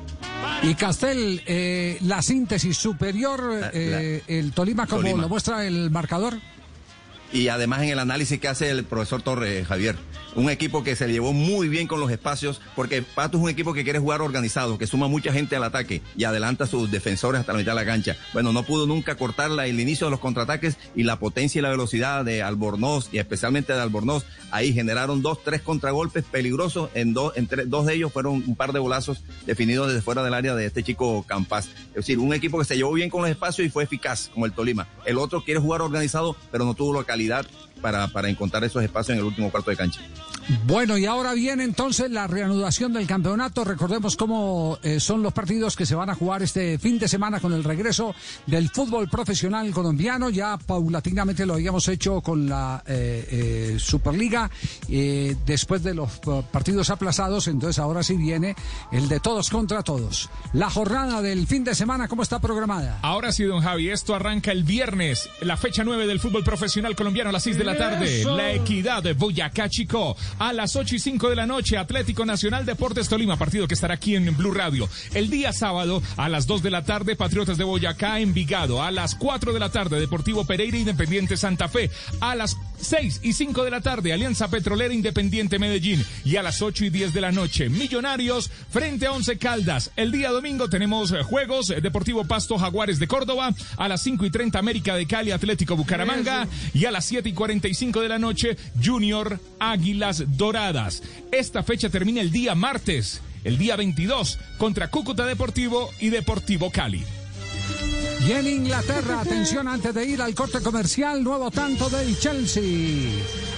Y Castel, eh, la síntesis superior, eh, el Tolima como Tolima. lo muestra el marcador. Y además en el análisis que hace el profesor Torres, Javier, un equipo que se llevó muy bien con los espacios, porque Pasto es un equipo que quiere jugar organizado, que suma mucha gente al ataque y adelanta a sus defensores hasta la mitad de la cancha. Bueno, no pudo nunca cortar la, el inicio de los contraataques y la potencia y la velocidad de Albornoz, y especialmente de Albornoz. Ahí generaron dos, tres contragolpes peligrosos, en dos, en tres, dos de ellos fueron un par de golazos definidos desde fuera del área de este chico Campas. Es decir, un equipo que se llevó bien con los espacios y fue eficaz, como el Tolima. El otro quiere jugar organizado, pero no tuvo la calidad para, para encontrar esos espacios en el último cuarto de cancha. Bueno, y ahora viene entonces la reanudación del campeonato. Recordemos cómo eh, son los partidos que se van a jugar este fin de semana con el regreso del fútbol profesional colombiano. Ya paulatinamente lo habíamos hecho con la eh, eh, Superliga, eh, después de los uh, partidos aplazados. Entonces ahora sí viene el de todos contra todos. La jornada del fin de semana, ¿cómo está programada? Ahora sí, don Javi, esto arranca el viernes, la fecha nueve del fútbol profesional colombiano a las seis de la tarde. ¡Eso! La Equidad de Boyacá Chicó. A las ocho y cinco de la noche, Atlético Nacional Deportes Tolima, partido que estará aquí en Blue Radio. El día sábado, a las dos de la tarde, Patriotas de Boyacá, Envigado. A las cuatro de la tarde, Deportivo Pereira, Independiente Santa Fe. A las seis y cinco de la tarde, Alianza Petrolera, Independiente Medellín. Y a las ocho y diez de la noche, Millonarios frente a Once Caldas. El día domingo tenemos juegos, Deportivo Pasto, Jaguares de Córdoba. A las cinco y treinta, América de Cali, Atlético Bucaramanga. Y a las siete y cuarenta y cinco de la noche, Junior Águilas Doradas. Esta fecha termina el día martes, el día veintidós, contra Cúcuta Deportivo y Deportivo Cali. Y en Inglaterra, atención antes de ir al corte comercial, nuevo tanto del Chelsea.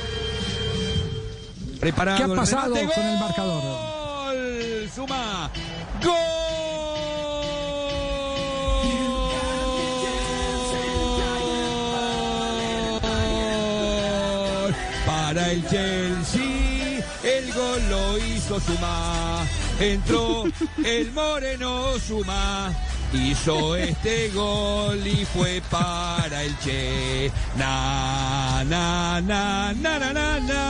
Preparado. ¿Qué ha pasado el remate, con el marcador? Gol, suma, gol. Para el Chelsea, el gol lo hizo Suma, entró el moreno Suma, hizo este gol y fue para el Che. Na, na, na, na, na, na, na,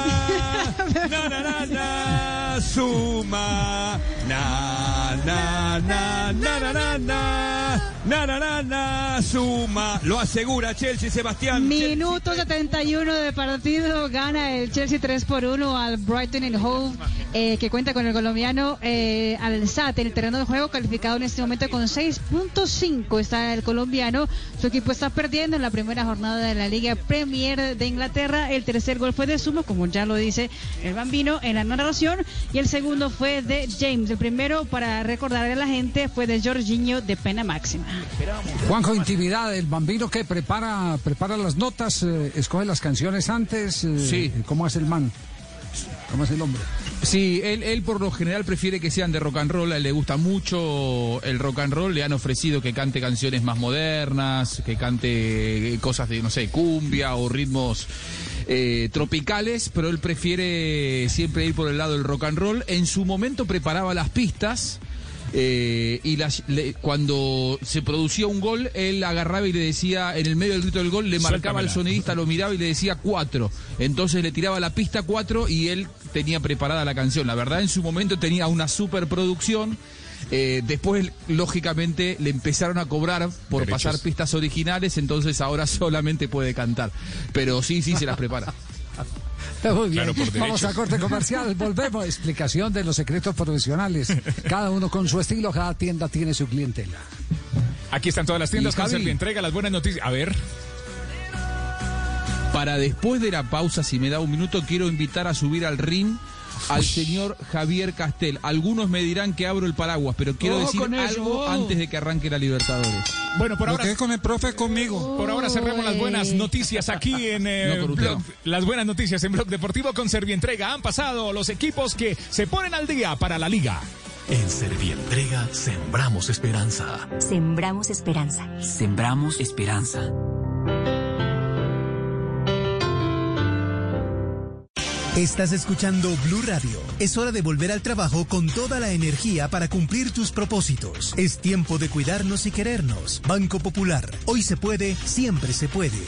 na, na, na, na, Suma, na, na, na, na, na, na, na, na, na, na, na, Suma. Lo asegura Chelsea, Sebastián. Minuto setenta y uno de partido, gana el Chelsea tres por uno al Brighton and Hove, eh, que cuenta con el colombiano eh, Alzate en el terreno de juego, calificado en este momento con seis punto cinco. Está el colombiano, su equipo está perdiendo en la primera jornada de la Liga Premier de Inglaterra. El tercer gol fue de Sumo, como ya lo dice el Bambino en la narración, y el segundo fue de James. El primero, para recordarle a la gente, fue de Jorginho de pena máxima. Juanjo, intimidad, el Bambino que prepara prepara las notas, eh, escoge las canciones antes. Eh, Sí. ¿Cómo es el man? ¿Cómo es el hombre? Sí, él, él por lo general prefiere que sean de rock and roll, a él le gusta mucho el rock and roll, le han ofrecido que cante canciones más modernas, que cante cosas de, no sé, cumbia o ritmos eh, tropicales, pero él prefiere siempre ir por el lado del rock and roll. En su momento preparaba las pistas. Eh, y las, le, cuando se producía un gol, él agarraba y le decía, en el medio del grito del gol, le marcaba al sonidista, lo miraba y le decía cuatro. Entonces le tiraba la pista cuatro y él tenía preparada la canción. La verdad, en su momento tenía una superproducción. Eh, después, lógicamente, le empezaron a cobrar por Derechos. pasar pistas originales, entonces ahora solamente puede cantar. Pero sí, sí, se las prepara. Muy bien. Claro, por Vamos derechos. a corte comercial, volvemos. Explicación de los secretos profesionales. Cada uno con su estilo, cada tienda tiene su clientela. Aquí están todas las tiendas Y con Javi. Servientrega, las buenas noticias. A ver. Para después de la pausa, si me da un minuto, quiero invitar a subir al ring al señor Javier Castel. Algunos me dirán que abro el paraguas, pero quiero Ojo decir con eso, algo ojo. antes de que arranque la Libertadores. Bueno, por Lo ahora, que es con el profe conmigo. por ahora cerremos las buenas noticias aquí en eh, No, con usted Blog- no. las buenas noticias en Blog Deportivo con Servientrega. Han pasado los equipos que se ponen al día para la liga. En Servientrega sembramos esperanza. Sembramos esperanza. Sembramos esperanza. Estás escuchando Blue Radio. Es hora de volver al trabajo con toda la energía para cumplir tus propósitos. Es tiempo de cuidarnos y querernos. Banco Popular. Hoy se puede, siempre se puede.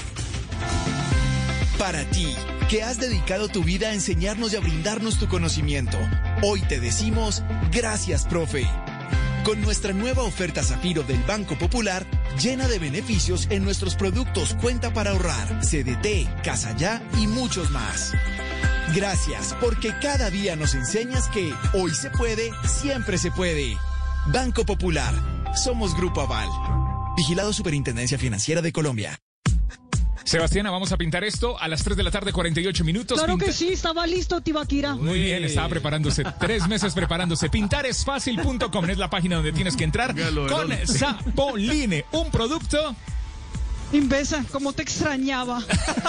Para ti, que has dedicado tu vida a enseñarnos y a brindarnos tu conocimiento, hoy te decimos gracias, profe. Con nuestra nueva oferta Zafiro del Banco Popular, llena de beneficios en nuestros productos Cuenta para Ahorrar, C D T, Casa Ya y muchos más. Gracias, porque cada día nos enseñas que hoy se puede, siempre se puede. Banco Popular. Somos Grupo Aval. Vigilado Superintendencia Financiera de Colombia. Sebastiana, vamos a pintar esto a las tres de la tarde, cuarenta y ocho minutos. Claro Pinta... que sí, estaba listo, Tibaquira. Muy bien, estaba preparándose, tres meses preparándose. pintar es fácil punto com es la página donde tienes que entrar con Zapolín, un producto... Imbesa, como te extrañaba.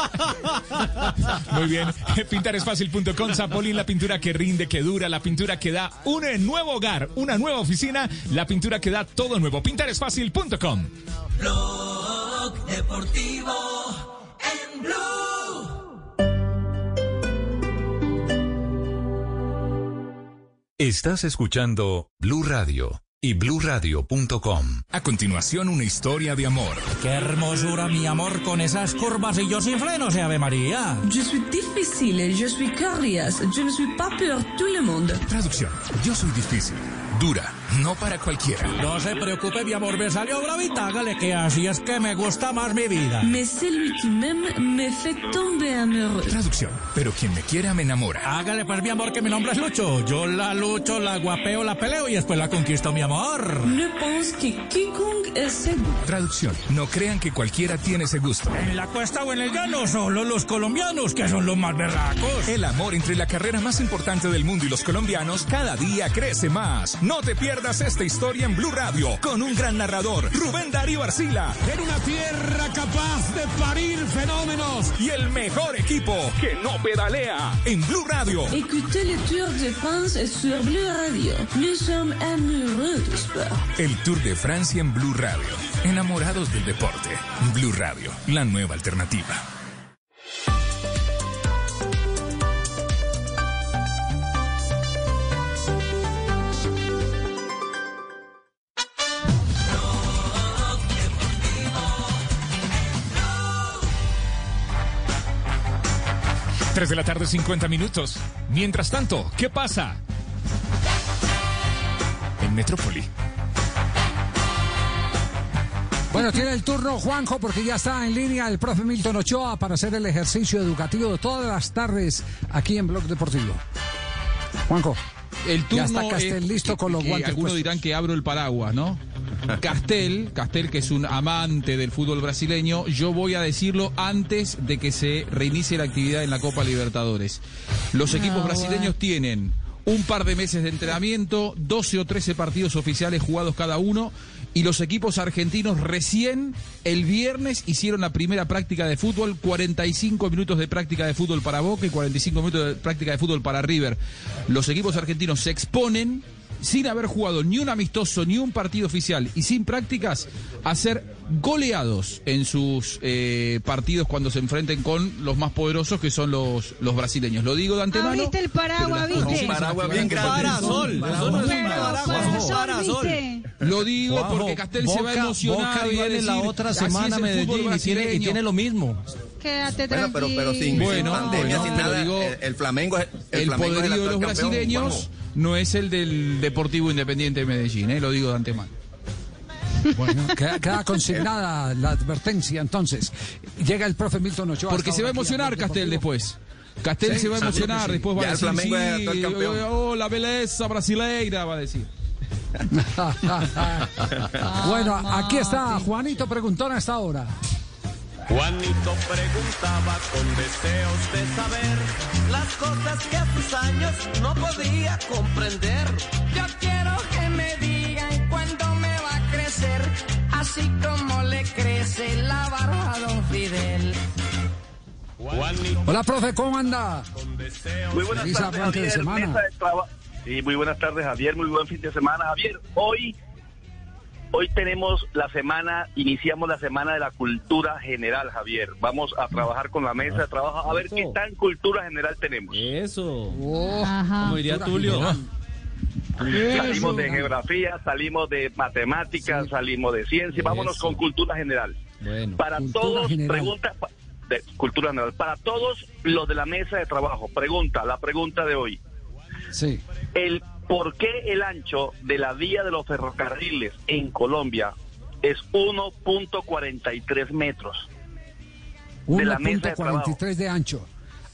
Muy bien, pintar es fácil punto com, Zapolín, la pintura que rinde, que dura, la pintura que da un nuevo hogar, una nueva oficina, la pintura que da todo nuevo. pintar es fácil punto com. Blog Deportivo en Blue. Estás escuchando Blue Radio y blue radio punto com. A continuación, una historia de amor. Qué hermosura, mi amor, con esas curvas y yo sin frenos, Ave María. Je suis difficile, je suis curious, je ne suis pas pour tout le monde. Traducción: yo soy difícil, dura, no para cualquiera. No se preocupe, mi amor, me salió bravita, hágale que así es que me gusta más mi vida. Mais celui qui m'aime me fait tomber amoureux. Traducción: pero quien me quiera me enamora. Hágale pues, mi amor, que mi nombre es Lucho. Yo la lucho, la guapeo, la peleo y después la conquisto, mi amor. Ne pense que quiconque es seguro. Traducción: no crean que cualquiera tiene ese gusto. En la cuesta o en el llano, solo los colombianos, que son los más berracos. El amor entre la carrera más importante del mundo y los colombianos cada día crece más. No te pierdas esta historia en Blue Radio, con un gran narrador, Rubén Darío Arcila. En una tierra capaz de parir fenómenos. Y el mejor equipo que no pedalea en Blue Radio. Écoutez le Tour de France sur Blue Radio. Nous sommes amoureux du sport. El Tour de Francia en Blue Radio. Enamorados del deporte. Blue Radio, la nueva alternativa. tres de la tarde, cincuenta minutos. Mientras tanto, ¿qué pasa en Metrópoli? Bueno, tiene el turno Juanjo porque ya está en línea el profe Milton Ochoa para hacer el ejercicio educativo de todas las tardes aquí en Blog Deportivo. Juanjo, el turno ya está Castel listo con los guantes. Algunos dirán que abro el paraguas, ¿no? Castel, Castel que es un amante del fútbol brasileño, yo voy a decirlo antes de que se reinicie la actividad en la Copa Libertadores. Los equipos brasileños tienen un par de meses de entrenamiento, doce o trece partidos oficiales jugados cada uno, y los equipos argentinos recién el viernes hicieron la primera práctica de fútbol, cuarenta y cinco minutos de práctica de fútbol para Boca y cuarenta y cinco minutos de práctica de fútbol para River. Los equipos argentinos se exponen sin haber jugado ni un amistoso ni un partido oficial y sin prácticas a ser goleados en sus eh, partidos cuando se enfrenten con los más poderosos que son los, los brasileños. Lo digo de antemano. Ah, ¿viste el paraguas, viste? Un paraguas bien grande. Parasol. Eso no es un paraguas, es un parasol. Lo digo Juanjo, porque Castel Boca, se va a emocionar. Boca y va a viene decir, la otra así semana es el Medellín fútbol y tiene, y tiene lo mismo. Quédate bueno, tranquilo. pero, pero sin, bueno, sin pandemia, bueno, sin pero nada, digo, el, el Flamengo es el, el Flamengo poderío es el de los campeón, brasileños vamos. no es el del Deportivo Independiente de Medellín, ¿eh? Lo digo de antemano. Bueno, queda, queda consignada la advertencia entonces. Llega el profe Milton Ochoa. Porque se va a emocionar Castel después. Castel Sí, se va a emocionar, sí. después va Ya a el decir, Flamengo es sí, actual campeón. oh, la belleza brasileira, va a decir. Bueno, aquí está Juanito Preguntón a esta hora. Juanito preguntaba con deseos de saber las cosas que a sus años no podía comprender. Yo quiero que me digan cuándo me va a crecer, así como le crece la barba a don Fidel. Hola, profe, ¿cómo anda? Muy buenas Feliz tardes, arranque de Javier. semana. Mesa de traba- Sí, muy buenas tardes, Javier. Muy buen fin de semana, Javier. Hoy, hoy tenemos la semana, iniciamos la semana de la cultura general, Javier. Vamos a trabajar con la mesa de trabajo a ver qué tan cultura general tenemos. Eso. Ajá. Como diría Tulio. Salimos de geografía, salimos de matemáticas, salimos de ciencia. Vámonos Eso. con cultura general. Bueno. Para Cultura todos, general. pregunta pa- de cultura general. Para todos los de la mesa de trabajo, pregunta, la pregunta de hoy. Sí. El por qué el ancho de la vía de los ferrocarriles en Colombia es uno punto cuarenta y tres metros. De la mesa de uno punto cuarenta y tres de ancho.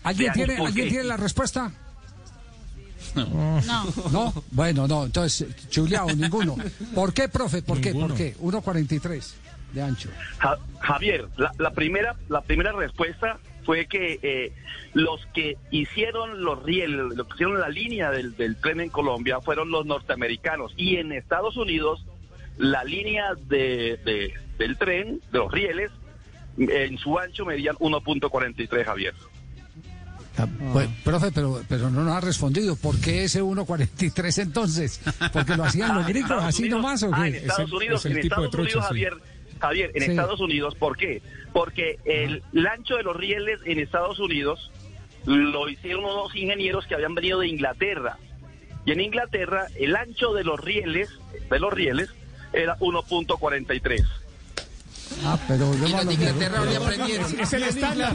¿Alguien, Veamos tiene, por ¿alguien qué. tiene la respuesta? No. ¿No? Bueno, no, entonces, chuleado, ninguno. ¿Por qué, profe? ¿Por qué? Ninguno. ¿Por qué? uno cuarenta y tres de ancho. Ja- Javier, la, la primera la primera respuesta fue que eh, los que hicieron los rieles, los que hicieron la línea del, del tren en Colombia fueron los norteamericanos, y en Estados Unidos la línea de, de- del tren, de los rieles, en su ancho medían uno punto cuarenta y tres, Javier. Ah, pues, profe, pero, pero no nos ha respondido. ¿Por qué ese uno cuarenta y tres entonces? ¿Porque lo hacían los Ah, en gringos Estados así Unidos- nomás o ah, qué? en Estados Unidos, en Estados Unidos, Javier, Javier, en Sí. Estados Unidos, ¿por qué? Porque el, el ancho de los rieles en Estados Unidos lo hicieron unos ingenieros que habían venido de Inglaterra. Y en Inglaterra el ancho de los rieles, de los rieles, era uno punto cuarenta y tres. Ah, pero Y los de Inglaterra ya aprendieron. Es el estándar.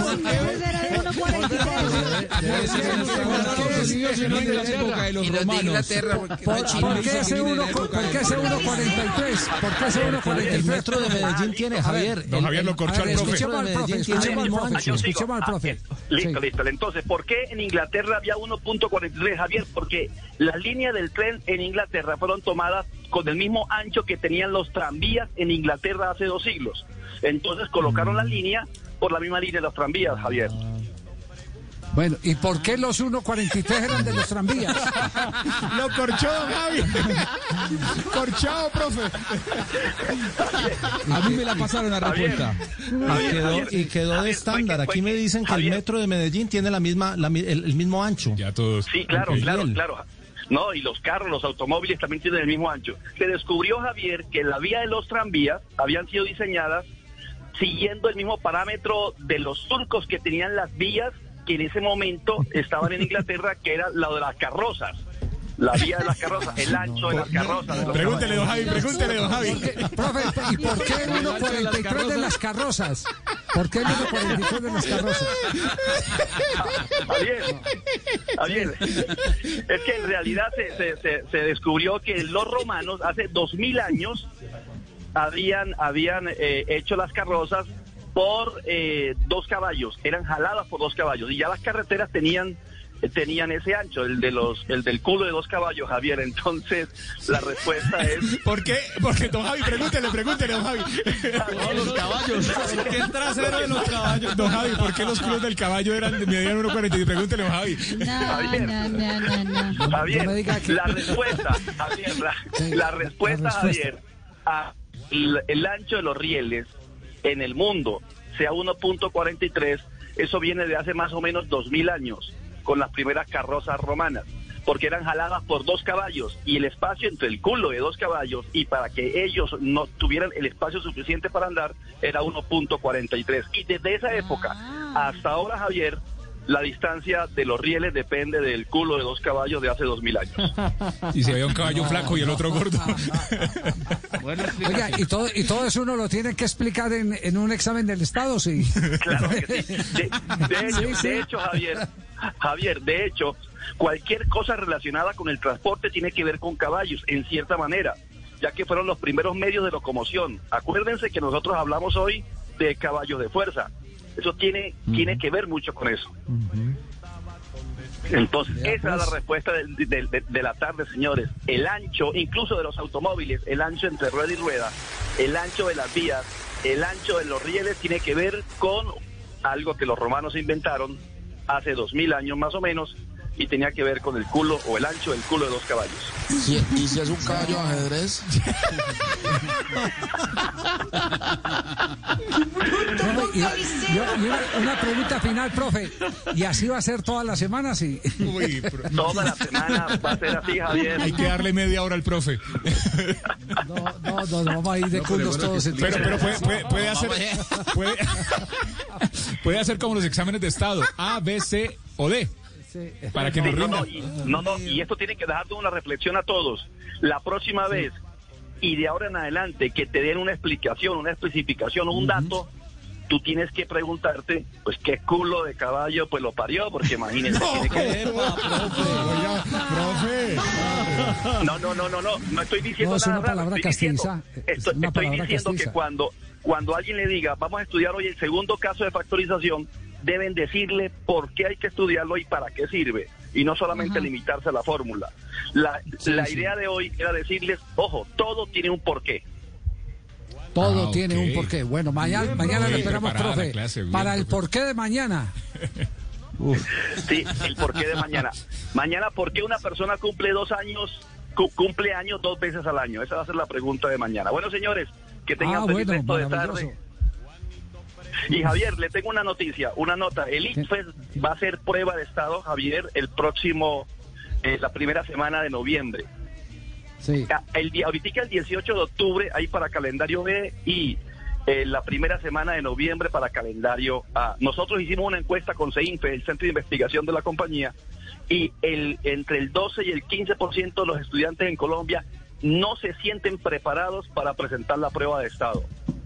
Y los de Inglaterra. ¿Por qué ese uno cuarenta y tres? ¿Por qué ese uno cuarenta y tres? El metro de Medellín tiene, Javier. Don Javier lo corchó A ver, al profe. escuchemos al profe, escuchemos al profe, escuchemos al profe. Listo, listo. Entonces, ¿por qué en Inglaterra había uno punto cuarenta y tres, Javier? Porque las líneas del tren en Inglaterra fueron tomadas con el mismo ancho que tenían los tranvías en Inglaterra hace dos siglos. Entonces colocaron la línea por la misma línea de los tranvías, Javier. Bueno, ¿y por qué los uno cuarenta y tres eran de los tranvías? Lo corchó, Javi. Corchado, profe. A mí me la pasaron la respuesta. Y quedó, y quedó de estándar. Aquí me dicen que el metro de Medellín tiene la misma, la mi- el, el mismo ancho. Ya todos. Sí, claro, Ok. claro, Bien. claro. No, y los carros, los automóviles también tienen el mismo ancho. Se descubrió, Javier, que la vía de los tranvías habían sido diseñadas siguiendo el mismo parámetro de los surcos que tenían las vías que en ese momento estaban en Inglaterra, que era la de las carrozas. La vía de las carrozas, el ancho de las carrozas. de los Pregúntele, don caballos. Javi, pregúntele, don Javi. Profe, ¿y por qué el uno cuarenta y tres de las carrozas? ¿Por qué el uno cuarenta y tres de las carrozas? Javier, Javier, es que en realidad se, se, se, se descubrió que los romanos hace dos mil años habían, habían eh, hecho las carrozas por eh, dos caballos, eran jaladas por dos caballos, y ya las carreteras tenían tenían ese ancho, el de los el del culo de dos caballos, Javier. Entonces la respuesta es ¿por qué? Porque don Javi, pregúntele, pregúntele, don Javi. No, los caballos. ¿Por qué el trasero de los caballos? Don Javi, ¿por qué los culos del caballo eran medían uno cuarenta y tres? Pregúntele, don Javi. Javier, No, no, no, no. Javier, No me diga que- la respuesta, Javier, la, Sí, la respuesta, la respuesta. Javier, a el, el ancho de los rieles en el mundo sea uno punto cuarenta y tres, eso viene de hace más o menos dos mil años, con las primeras carrozas romanas, porque eran jaladas por dos caballos, y el espacio entre el culo de dos caballos y para que ellos no tuvieran el espacio suficiente para andar era uno punto cuarenta y tres. Y desde esa época hasta ahora, Javier, la distancia de los rieles depende del culo de dos caballos de hace dos mil años. Y si había un caballo flaco y el otro gordo. Oiga, ¿y todo, y todo eso uno lo tiene que explicar en, en un examen del Estado, sí? Claro que sí. De, de hecho, Sí, sí. de hecho, Javier, Javier, de hecho, cualquier cosa relacionada con el transporte tiene que ver con caballos, en cierta manera, ya que fueron los primeros medios de locomoción. Acuérdense que nosotros hablamos hoy de caballos de fuerza. Eso tiene, uh-huh. tiene que ver mucho con eso. Uh-huh. Entonces, ya, esa pues. es la respuesta de, de, de, de la tarde, señores. El ancho, incluso de los automóviles, el ancho entre rueda y rueda, el ancho de las vías, el ancho de los rieles tiene que ver con algo que los romanos inventaron hace dos mil años más o menos, y tenía que ver con el culo o el ancho del culo de dos caballos. ¿Y, y si es un caballo de ajedrez? Profe, y, y, y una, una pregunta final, profe. ¿Y así va a ser todas las semanas? Sí. Uy, pro... Toda la semana va a ser así, Javier. Hay que darle media hora al profe. No, no, no, no vamos a ir de no, culos todos. Pero, pero puede, puede, puede hacer puede, puede hacer como los exámenes de Estado, A, B, C o D. Sí. Para que nos sí, rinda. no, no, y, no, no, y esto tiene que dejarte una reflexión a todos. La próxima sí. vez y de ahora en adelante que te den una explicación, una especificación o un uh-huh. dato, tú tienes que preguntarte, pues qué culo de caballo pues lo parió, porque imagínense. No, tiene que... epa, profe, oiga, profe. No, no, no, no, no, no estoy diciendo no, es nada. Una palabra estoy castiza. diciendo, estoy, estoy diciendo castiza. que cuando, cuando alguien le diga, vamos a estudiar hoy el segundo caso de factorización, deben decirle por qué hay que estudiarlo y para qué sirve, y no solamente uh-huh. limitarse a la fórmula. La, sí, la sí. idea de hoy era decirles, ojo, todo tiene un porqué. Todo ah, tiene okay. un porqué. Bueno, mañana, bien, mañana le esperamos, profe, clase, bien, para profe. el porqué de mañana. Uf. Sí, el porqué de mañana. Mañana, ¿por qué una persona cumple dos años, cu- cumple años dos veces al año? Esa va a ser la pregunta de mañana. Bueno, señores, que tengan ah, feliz bueno, resto de tarde. Y Javier, le tengo una noticia, una nota. El I C F E S va a hacer prueba de estado, Javier, el próximo, eh, la primera semana de noviembre. Sí. El día, ahorita el dieciocho de octubre hay para calendario B y eh, la primera semana de noviembre para calendario A. Nosotros hicimos una encuesta con CEINFE, el Centro de Investigación de la compañía, y el entre el doce y el quince por ciento de los estudiantes en Colombia no se sienten preparados para presentar la prueba de estado.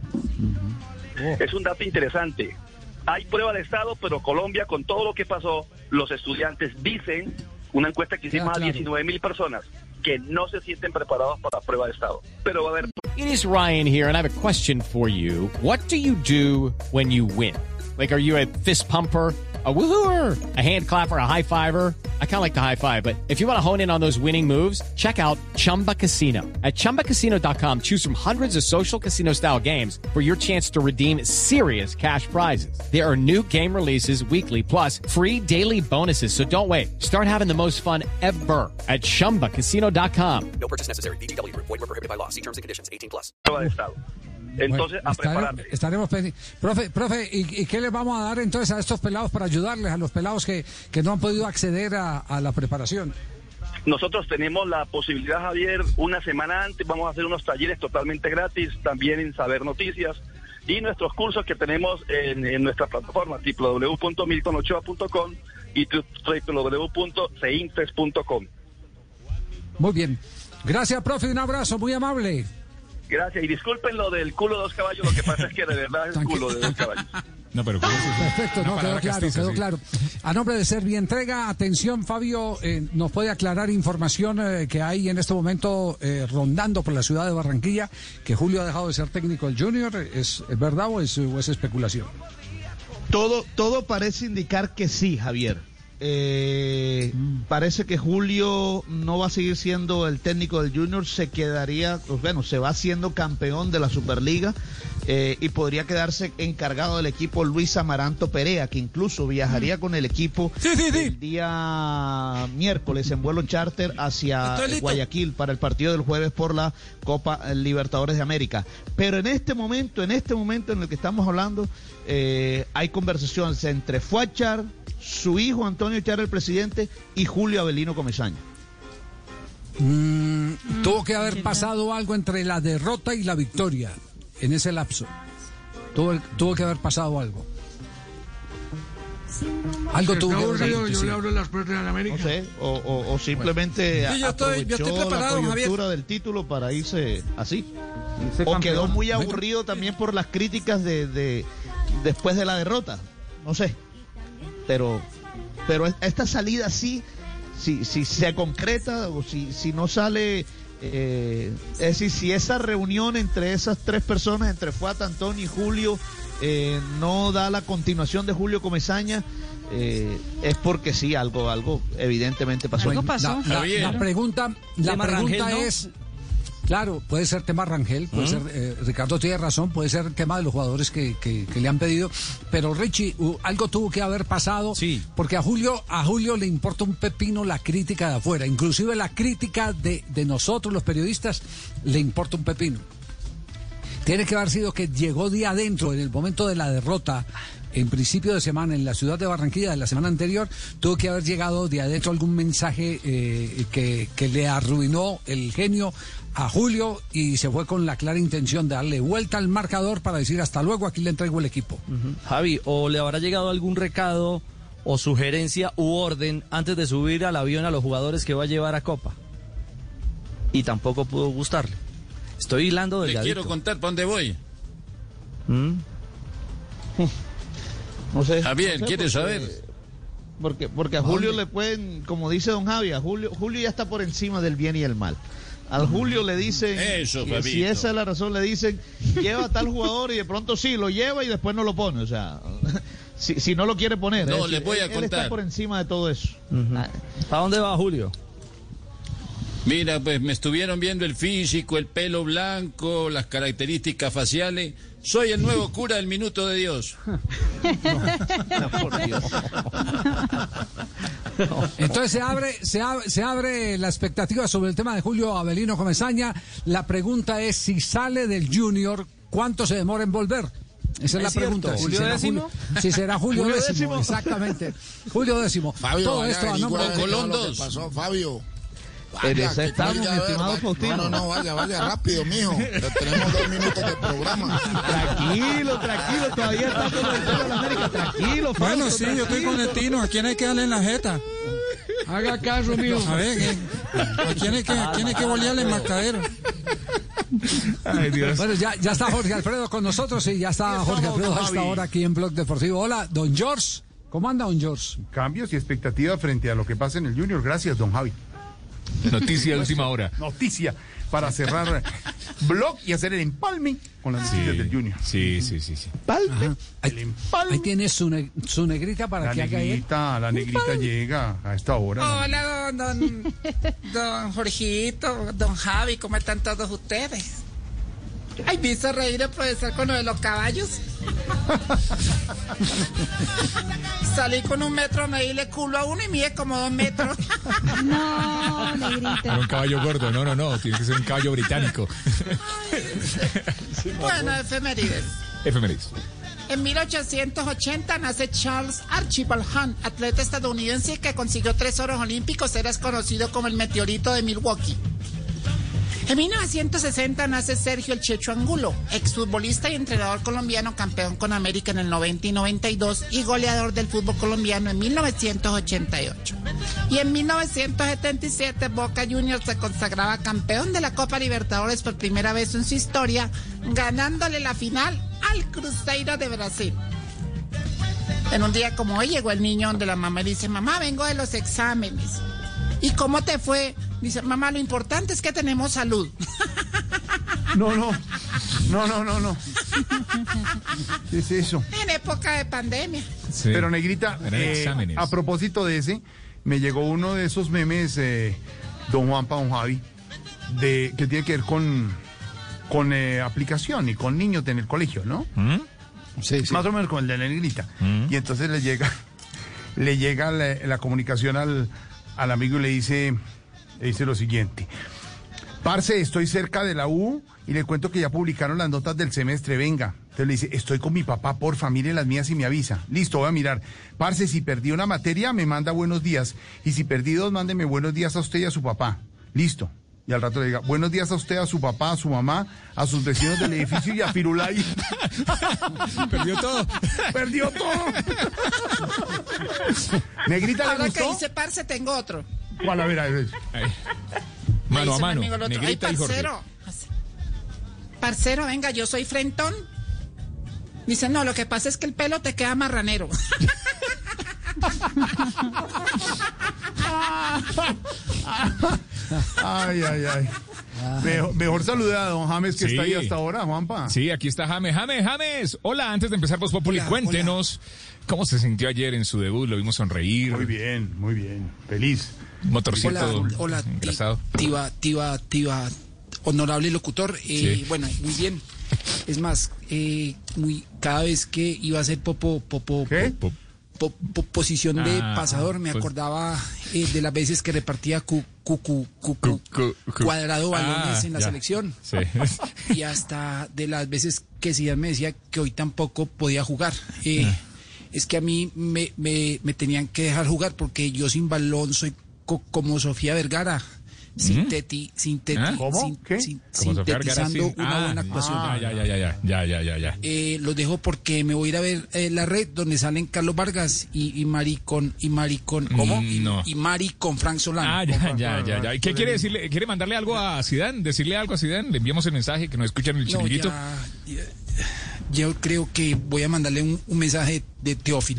Uh-huh. Oh. Es un dato interesante. Hay prueba de estado, pero Colombia, con todo lo que pasó, los estudiantes dicen, una encuesta que hicimos yeah, claro. a diecinueve mil personas, que no se sienten preparados para la prueba de estado. Pero va a haber... It is Ryan here, and I have a question for you. What do you do when you win? Like, are you a fist pumper, a woo-hooer, a hand clapper, a high-fiver? I kind of like the high-five, but if you want to hone in on those winning moves, check out Chumba Casino. At Chumba Casino dot com, choose from hundreds of social casino-style games for your chance to redeem serious cash prizes. There are new game releases weekly, plus free daily bonuses, so don't wait. Start having the most fun ever at Chumba Casino dot com. No purchase necessary. V G W. Void where prohibited by law. See terms and conditions. eighteen plus. Entonces, bueno, a prepararse. Estaremos pendientes. Profe, profe ¿y, ¿y qué les vamos a dar entonces a estos pelados para ayudarles, a los pelados que, que no han podido acceder a, a la preparación? Nosotros tenemos la posibilidad, Javier, una semana antes vamos a hacer unos talleres totalmente gratis, también en Saber Noticias, y nuestros cursos que tenemos en, en nuestra plataforma doble u doble u doble u punto milton ochoa punto com y doble u doble u doble u punto ceinfes punto com. Muy bien. Gracias, profe, un abrazo, muy amable. Gracias, y disculpen lo del culo de dos caballos, lo que pasa es que de verdad es un culo de dos caballos. No, pero perfecto, no, quedó claro, castiza, quedó sí. claro. A nombre de Servientrega, atención, Fabio, eh, nos puede aclarar información eh, que hay en este momento eh, rondando por la ciudad de Barranquilla, que Julio ha dejado de ser técnico del Junior. ¿Es, es verdad o es, o es especulación? Todo, todo parece indicar que sí, Javier. Eh, mm. Parece que Julio no va a seguir siendo el técnico del Junior, se quedaría, pues bueno, se va siendo campeón de la Superliga eh, y podría quedarse encargado del equipo Luis Amaranto Perea, que incluso viajaría mm. con el equipo sí, sí, sí. el día miércoles en vuelo charter hacia Guayaquil para el partido del jueves por la Copa Libertadores de América. Pero en este momento, en este momento en el que estamos hablando, eh, hay conversaciones entre Fuachar, su hijo Antonio Char, el presidente, y Julio Avelino Comesaña. Mm, mm, tuvo que haber pasado algo entre la derrota y la victoria en ese lapso. Tuvo, tuvo que haber pasado algo. Algo si tuvo que haber pasado. Yo le hablo de las puertas de la América. No sé, o, o, o simplemente bueno. sí, yo estoy, yo estoy preparado, la coyuntura Javier. Del título para irse así. Irse o campeón. Quedó muy aburrido bueno. también por las críticas de, de después de la derrota. No sé. Pero, pero esta salida sí, si, si se concreta o si, si no sale, eh, es decir, si esa reunión entre esas tres personas, entre Fuat, Antonio y Julio, eh, no da la continuación de Julio Comesaña, eh, es porque sí, algo, algo evidentemente pasó. Algo pasó. La, la, la pregunta, la pregunta Rangel, ¿no? es... Claro, puede ser tema Rangel, puede ¿Mm? ser, eh, Ricardo tiene razón, puede ser tema de los jugadores que, que, que le han pedido, pero Richie, uh, algo tuvo que haber pasado, sí. porque a Julio, a Julio le importa un pepino la crítica de afuera, inclusive la crítica de, de nosotros los periodistas le importa un pepino. Tiene que haber sido que llegó de adentro en el momento de la derrota, en principio de semana en la ciudad de Barranquilla, de la semana anterior, tuvo que haber llegado de adentro algún mensaje eh, que, que le arruinó el genio a Julio y se fue con la clara intención de darle vuelta al marcador para decir hasta luego, aquí le entrego el equipo. Uh-huh. Javi, o le habrá llegado algún recado o sugerencia u orden antes de subir al avión a los jugadores que va a llevar a Copa y tampoco pudo gustarle. Estoy hilando del. Le quiero contar para dónde voy. ¿Mm? No sé. Javier, no sé ¿quieres porque, saber? Porque, porque a Julio le pueden, como dice don Javi, a Julio, Julio ya está por encima del bien y el mal. Al Julio le dicen, Eso, y si esa es la razón, le dicen, lleva a tal jugador y de pronto sí, lo lleva y después no lo pone. O sea, Si, si no lo quiere poner. No, es les voy a él, contar. Él está por encima de todo eso. Uh-huh. ¿Para dónde va, Julio? Mira, pues me estuvieron viendo el físico, el pelo blanco, las características faciales. Soy el nuevo cura del Minuto de Dios. No, por Dios. Entonces se abre, se abre, se abre la expectativa sobre el tema de Julio Avelino Comesaña. La pregunta es si sale del Junior, ¿cuánto se demora en volver? Esa es, es la cierto. pregunta. ¿Julio si décimo? Julio, si será Julio, Julio décimo, décimo, exactamente. Julio décimo. Fabio, todo vaya, esto a nombre de Colón lo que pasó, Fabio. En esa estamos, mi estimado Faustino. No, no, no, vaya, vaya rápido, mijo. Ya tenemos dos minutos de programa. Tranquilo, tranquilo, todavía está con el tema de la América. Tranquilo, Fabio. Bueno, sí, yo estoy con el Tino. ¿A quién hay que darle en la jeta? Haga caso, mío. A ver, ¿qué? ¿a quién hay que, a quién hay que bolearle el marcadero? Ay, Dios. Bueno, ya, ya está Jorge Alfredo con nosotros y ya está Jorge Alfredo hasta ahora aquí en Blog Deportivo. Hola, don George. ¿Cómo anda, don George? Cambios y expectativas frente a lo que pasa en el Junior. Gracias, don Javi. Noticia de última hora. Noticia para cerrar blog y hacer el empalme con las noticias sí, del Junior. Sí, sí, sí, sí. Palme. Ahí, ahí tiene su, ne su negrita para la que negrita, haga él. La negrita llega a esta hora. Hola, don, don, don Jorgito, don Javi, ¿cómo están todos ustedes? Ay, me hizo reír el profesor con lo de los caballos. Salí con un metro, me di culo a uno y mide como dos metros. No, negrita. No un caballo gordo, no, no, no, tiene que ser un caballo británico. Bueno, efemérides. Efemérides. En mil ochocientos ochenta nace Charles Archibald Hunt, atleta estadounidense que consiguió tres oros olímpicos, era conocido como el meteorito de Milwaukee. En mil novecientos sesenta nace Sergio El Checho Angulo, exfutbolista y entrenador colombiano, campeón con América en el noventa y noventa y dos y goleador del fútbol colombiano en mil novecientos ochenta y ocho. Y en mil novecientos setenta y siete Boca Juniors se consagraba campeón de la Copa Libertadores por primera vez en su historia, ganándole la final al Cruzeiro de Brasil. En un día como hoy llegó el niño donde la mamá le dice: mamá, vengo de los exámenes. ¿Y cómo te fue? Dice: mamá, lo importante es que tenemos salud. No, no, no, no, no, no. ¿Qué es eso? En época de pandemia. Sí. Pero negrita, eh, a propósito de ese, me llegó uno de esos memes, eh, don Juanpa, don Javi, de, que tiene que ver con, con eh, aplicación y con niños en el colegio, ¿no? ¿Mm? Sí, sí. Más o menos con el de la negrita. ¿Mm? Y entonces le llega, le llega la, la comunicación al, al amigo y le dice... Le dice lo siguiente: parce, estoy cerca de la U y le cuento que ya publicaron las notas del semestre, venga. Entonces le dice: estoy con mi papá, porfa, mire las mías y me avisa. Listo, voy a mirar. Parce, si perdí una materia, me manda buenos días. Y si perdí dos, mándeme buenos días a usted y a su papá. Listo. Y al rato le diga: buenos días a usted, a su papá, a su mamá, a sus vecinos del edificio y a Firulay. Perdió todo. Perdió todo. Negrita, ¿le ahora gustó? que dice parce, tengo otro. ¿Cuál? A ver, a ver. Mano a mano, negrita Ay, y Jorge. parcero, parcero, venga, yo soy frentón. Dice: no, lo que pasa es que el pelo te queda marranero. Ay, ay, ay. Mejor, mejor saludar a don James, que sí está ahí hasta ahora, Juanpa. Sí, aquí está James. James, James. Hola, antes de empezar Voz Populi, hola, cuéntenos hola. ¿Cómo se sintió ayer en su debut? Lo vimos sonreír. Muy bien, muy bien. Feliz. Motorcito hola, hola, engrasado. Tiva, tiva, tiva, honorable locutor. Eh, sí. Bueno, muy bien. Es más, eh, muy cada vez que iba a hacer popo, popo, ¿qué? Po, po, po, posición de ah, pasador, me pues... acordaba eh, de las veces que repartía cu, cu, cu, cu, cu, cu, cu. cuadrado balones ah, en la ya. selección. Sí. Y hasta de las veces que Zidane me decía que hoy tampoco podía jugar. Eh, ah. Es que a mí me, me, me tenían que dejar jugar porque yo sin balón soy co como Sofía Vergara. Sinteti, sinteti, ¿Eh? ¿Cómo? Sin, ¿Qué? Sin, sintetizando una ah, buena actuación. Ah, ya, ya, ya, ya, ya, ya, ya, ya. Eh, los dejo porque me voy a ir a ver eh, la red donde salen Carlos Vargas y, y Mari con y Mari con ¿cómo? Y, no. y Mari con Frank Solano. Ah, ya, ya, ya, ya. ¿Y qué quiere decirle? ¿Quiere mandarle algo a Zidane? ¿Decirle algo a Zidane? ¿Le enviamos el mensaje que nos escuchan en el chiringuito? No, ya, ya, yo creo que voy a mandarle un, un mensaje de Teófilo.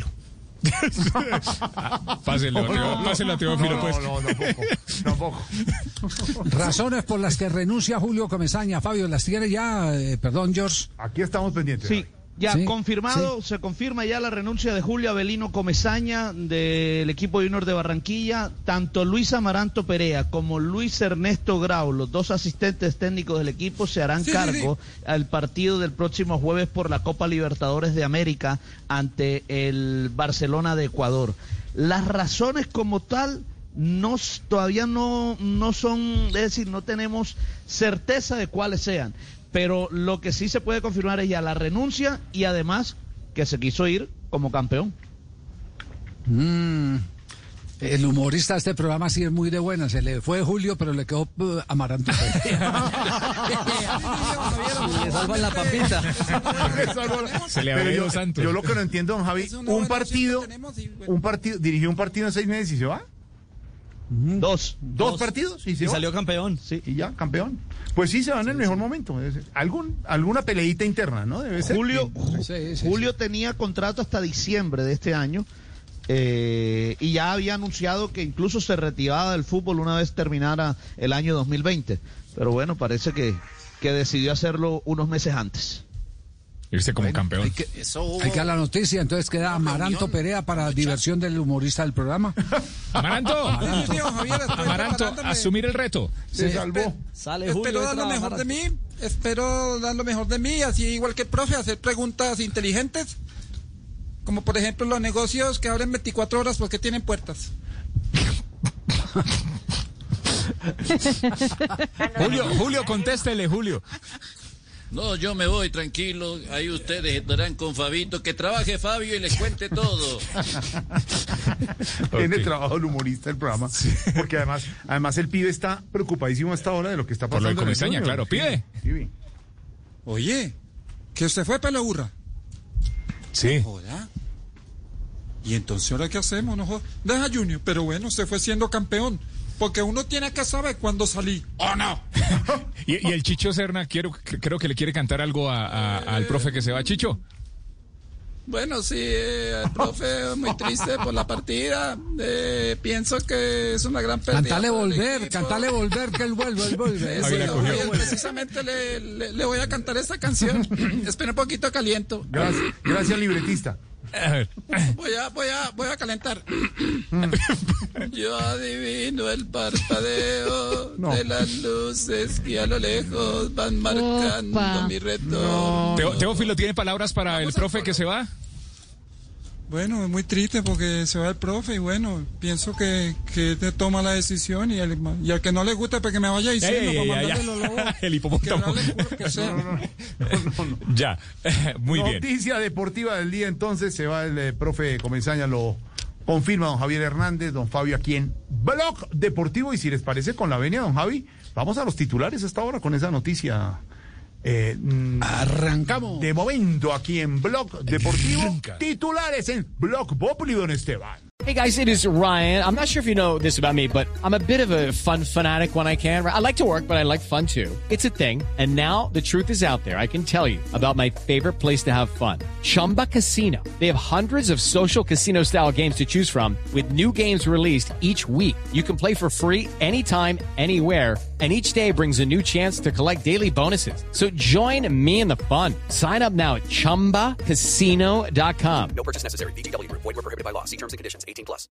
Páselo, no, no, páselo a Teófilo, no, pues. No, no, tampoco, tampoco. Razones por las que renuncia Julio Comesaña. Fabio, ¿las tiene ya? Eh, perdón, George. Aquí estamos pendientes. Sí, Ya, Sí, confirmado, sí. se confirma ya la renuncia de Julio Avelino Comesaña del equipo Junior de Barranquilla. Tanto Luis Amaranto Perea como Luis Ernesto Grau, los dos asistentes técnicos del equipo, se harán Sí, sí, cargo al partido del próximo jueves por la Copa Libertadores de América ante el Barcelona de Ecuador. Las razones como tal no s- todavía no, no son, es decir, no tenemos certeza de cuáles sean. Pero lo que sí se puede confirmar es ya la renuncia y además que se quiso ir como campeón. Mm, el humorista de este programa sí es muy de buena. Se le fue Julio, pero le quedó uh, Amaranto. Le salvan la papita. Se le Pero abrió yo, Santos. yo lo que no entiendo, don Javi, un partido, un partido, dirigió un partido en seis meses y se va. Dos. Dos, Dos. partidos y se Y va. salió campeón. Sí. Y ya, campeón. Pues sí, se va en el mejor momento. Debe ser. Algún, alguna peleita interna, ¿no? Debe ser. Julio, Sí, sí, Julio tenía contrato hasta diciembre de este año eh, y ya había anunciado que incluso se retiraba del fútbol una vez terminara el año dos mil veinte. Pero bueno, parece que, que decidió hacerlo unos meses antes. Irse como campeón. Hay que, Eso hay que dar la noticia, entonces queda Amaranto Perea para diversión del humorista del programa. Amaranto, Sí, sí, don Javier, estoy Amaranto, preparándome. asumir el reto. Se salvó. Sale Julio Espero de dar lo trabajar. mejor de mí, espero dar lo mejor de mí, así igual que el profe, hacer preguntas inteligentes, como por ejemplo los negocios que abren veinticuatro horas porque tienen puertas. Julio, Julio, contéstele, Julio. No, yo me voy tranquilo. Ahí ustedes estarán con Fabito. Que trabaje Fabio y les cuente todo. Tiene Ok. trabajo el humorista del programa. Porque además, además el pibe está preocupadísimo a esta hora de lo que está Por lo de pasando. en el Comesaña, Junior. claro. Pide. Sí. Oye, que usted fue pelo burra. Sí. Joda. Y entonces, ¿ahora qué hacemos? No joda. Deja Junior, pero bueno, usted fue siendo campeón. Porque uno tiene que saber cuándo salí. ¿O no? Y, y el Chicho Serna, quiero, creo que le quiere cantar algo a- a- al profe que se va. Chicho. Bueno, sí, eh, el profe muy triste por la partida. Eh, pienso que es una gran pérdida. Cantale para el volver, equipo. cantale volver, que él vuelve, él vuelve. Sí, Ahí la cogió. Javier, precisamente le, le- le voy a cantar esta canción. Espera un poquito, caliento. Gracias, gracias, libretista. A ver. Voy a, voy a, voy a calentar. Yo adivino el parpadeo No. de las luces que a lo lejos van marcando Opa. mi retorno. Teo- Teófilo, ¿tiene palabras para el profe que se va? Bueno, es muy triste porque se va el profe y bueno, pienso que, que te toma la decisión y al, y al que no le gusta, pues que me vaya diciendo Ey, ey, para ey, mandarle ya. los lobos. El hipopótamo. Quebrarle el culo, que sea. Ya. Muy bien. Noticia deportiva del día, entonces se va el eh, profe Comesaña, lo confirma don Javier Hernández, don Fabio aquí en Blog Deportivo. Y si les parece, con la venia, don Javi, vamos a los titulares hasta ahora con esa noticia. Eh, mm, Arrancamos. de momento aquí en Blog Deportivo, titulares en Blog Populi, don Esteban. Hey guys, it is Ryan. I'm not sure if you know this about me, but I'm a bit of a fun fanatic when I can. I like to work, but I like fun too. It's a thing. And now the truth is out there. I can tell you about my favorite place to have fun. Chumba Casino. They have hundreds of social casino style games to choose from with new games released each week. You can play for free anytime, anywhere. And each day brings a new chance to collect daily bonuses. So join me in the fun. Sign up now at chumba casino dot com. No purchase necessary. V G W Group. Void where prohibited by law. See terms and conditions. eighteen plus.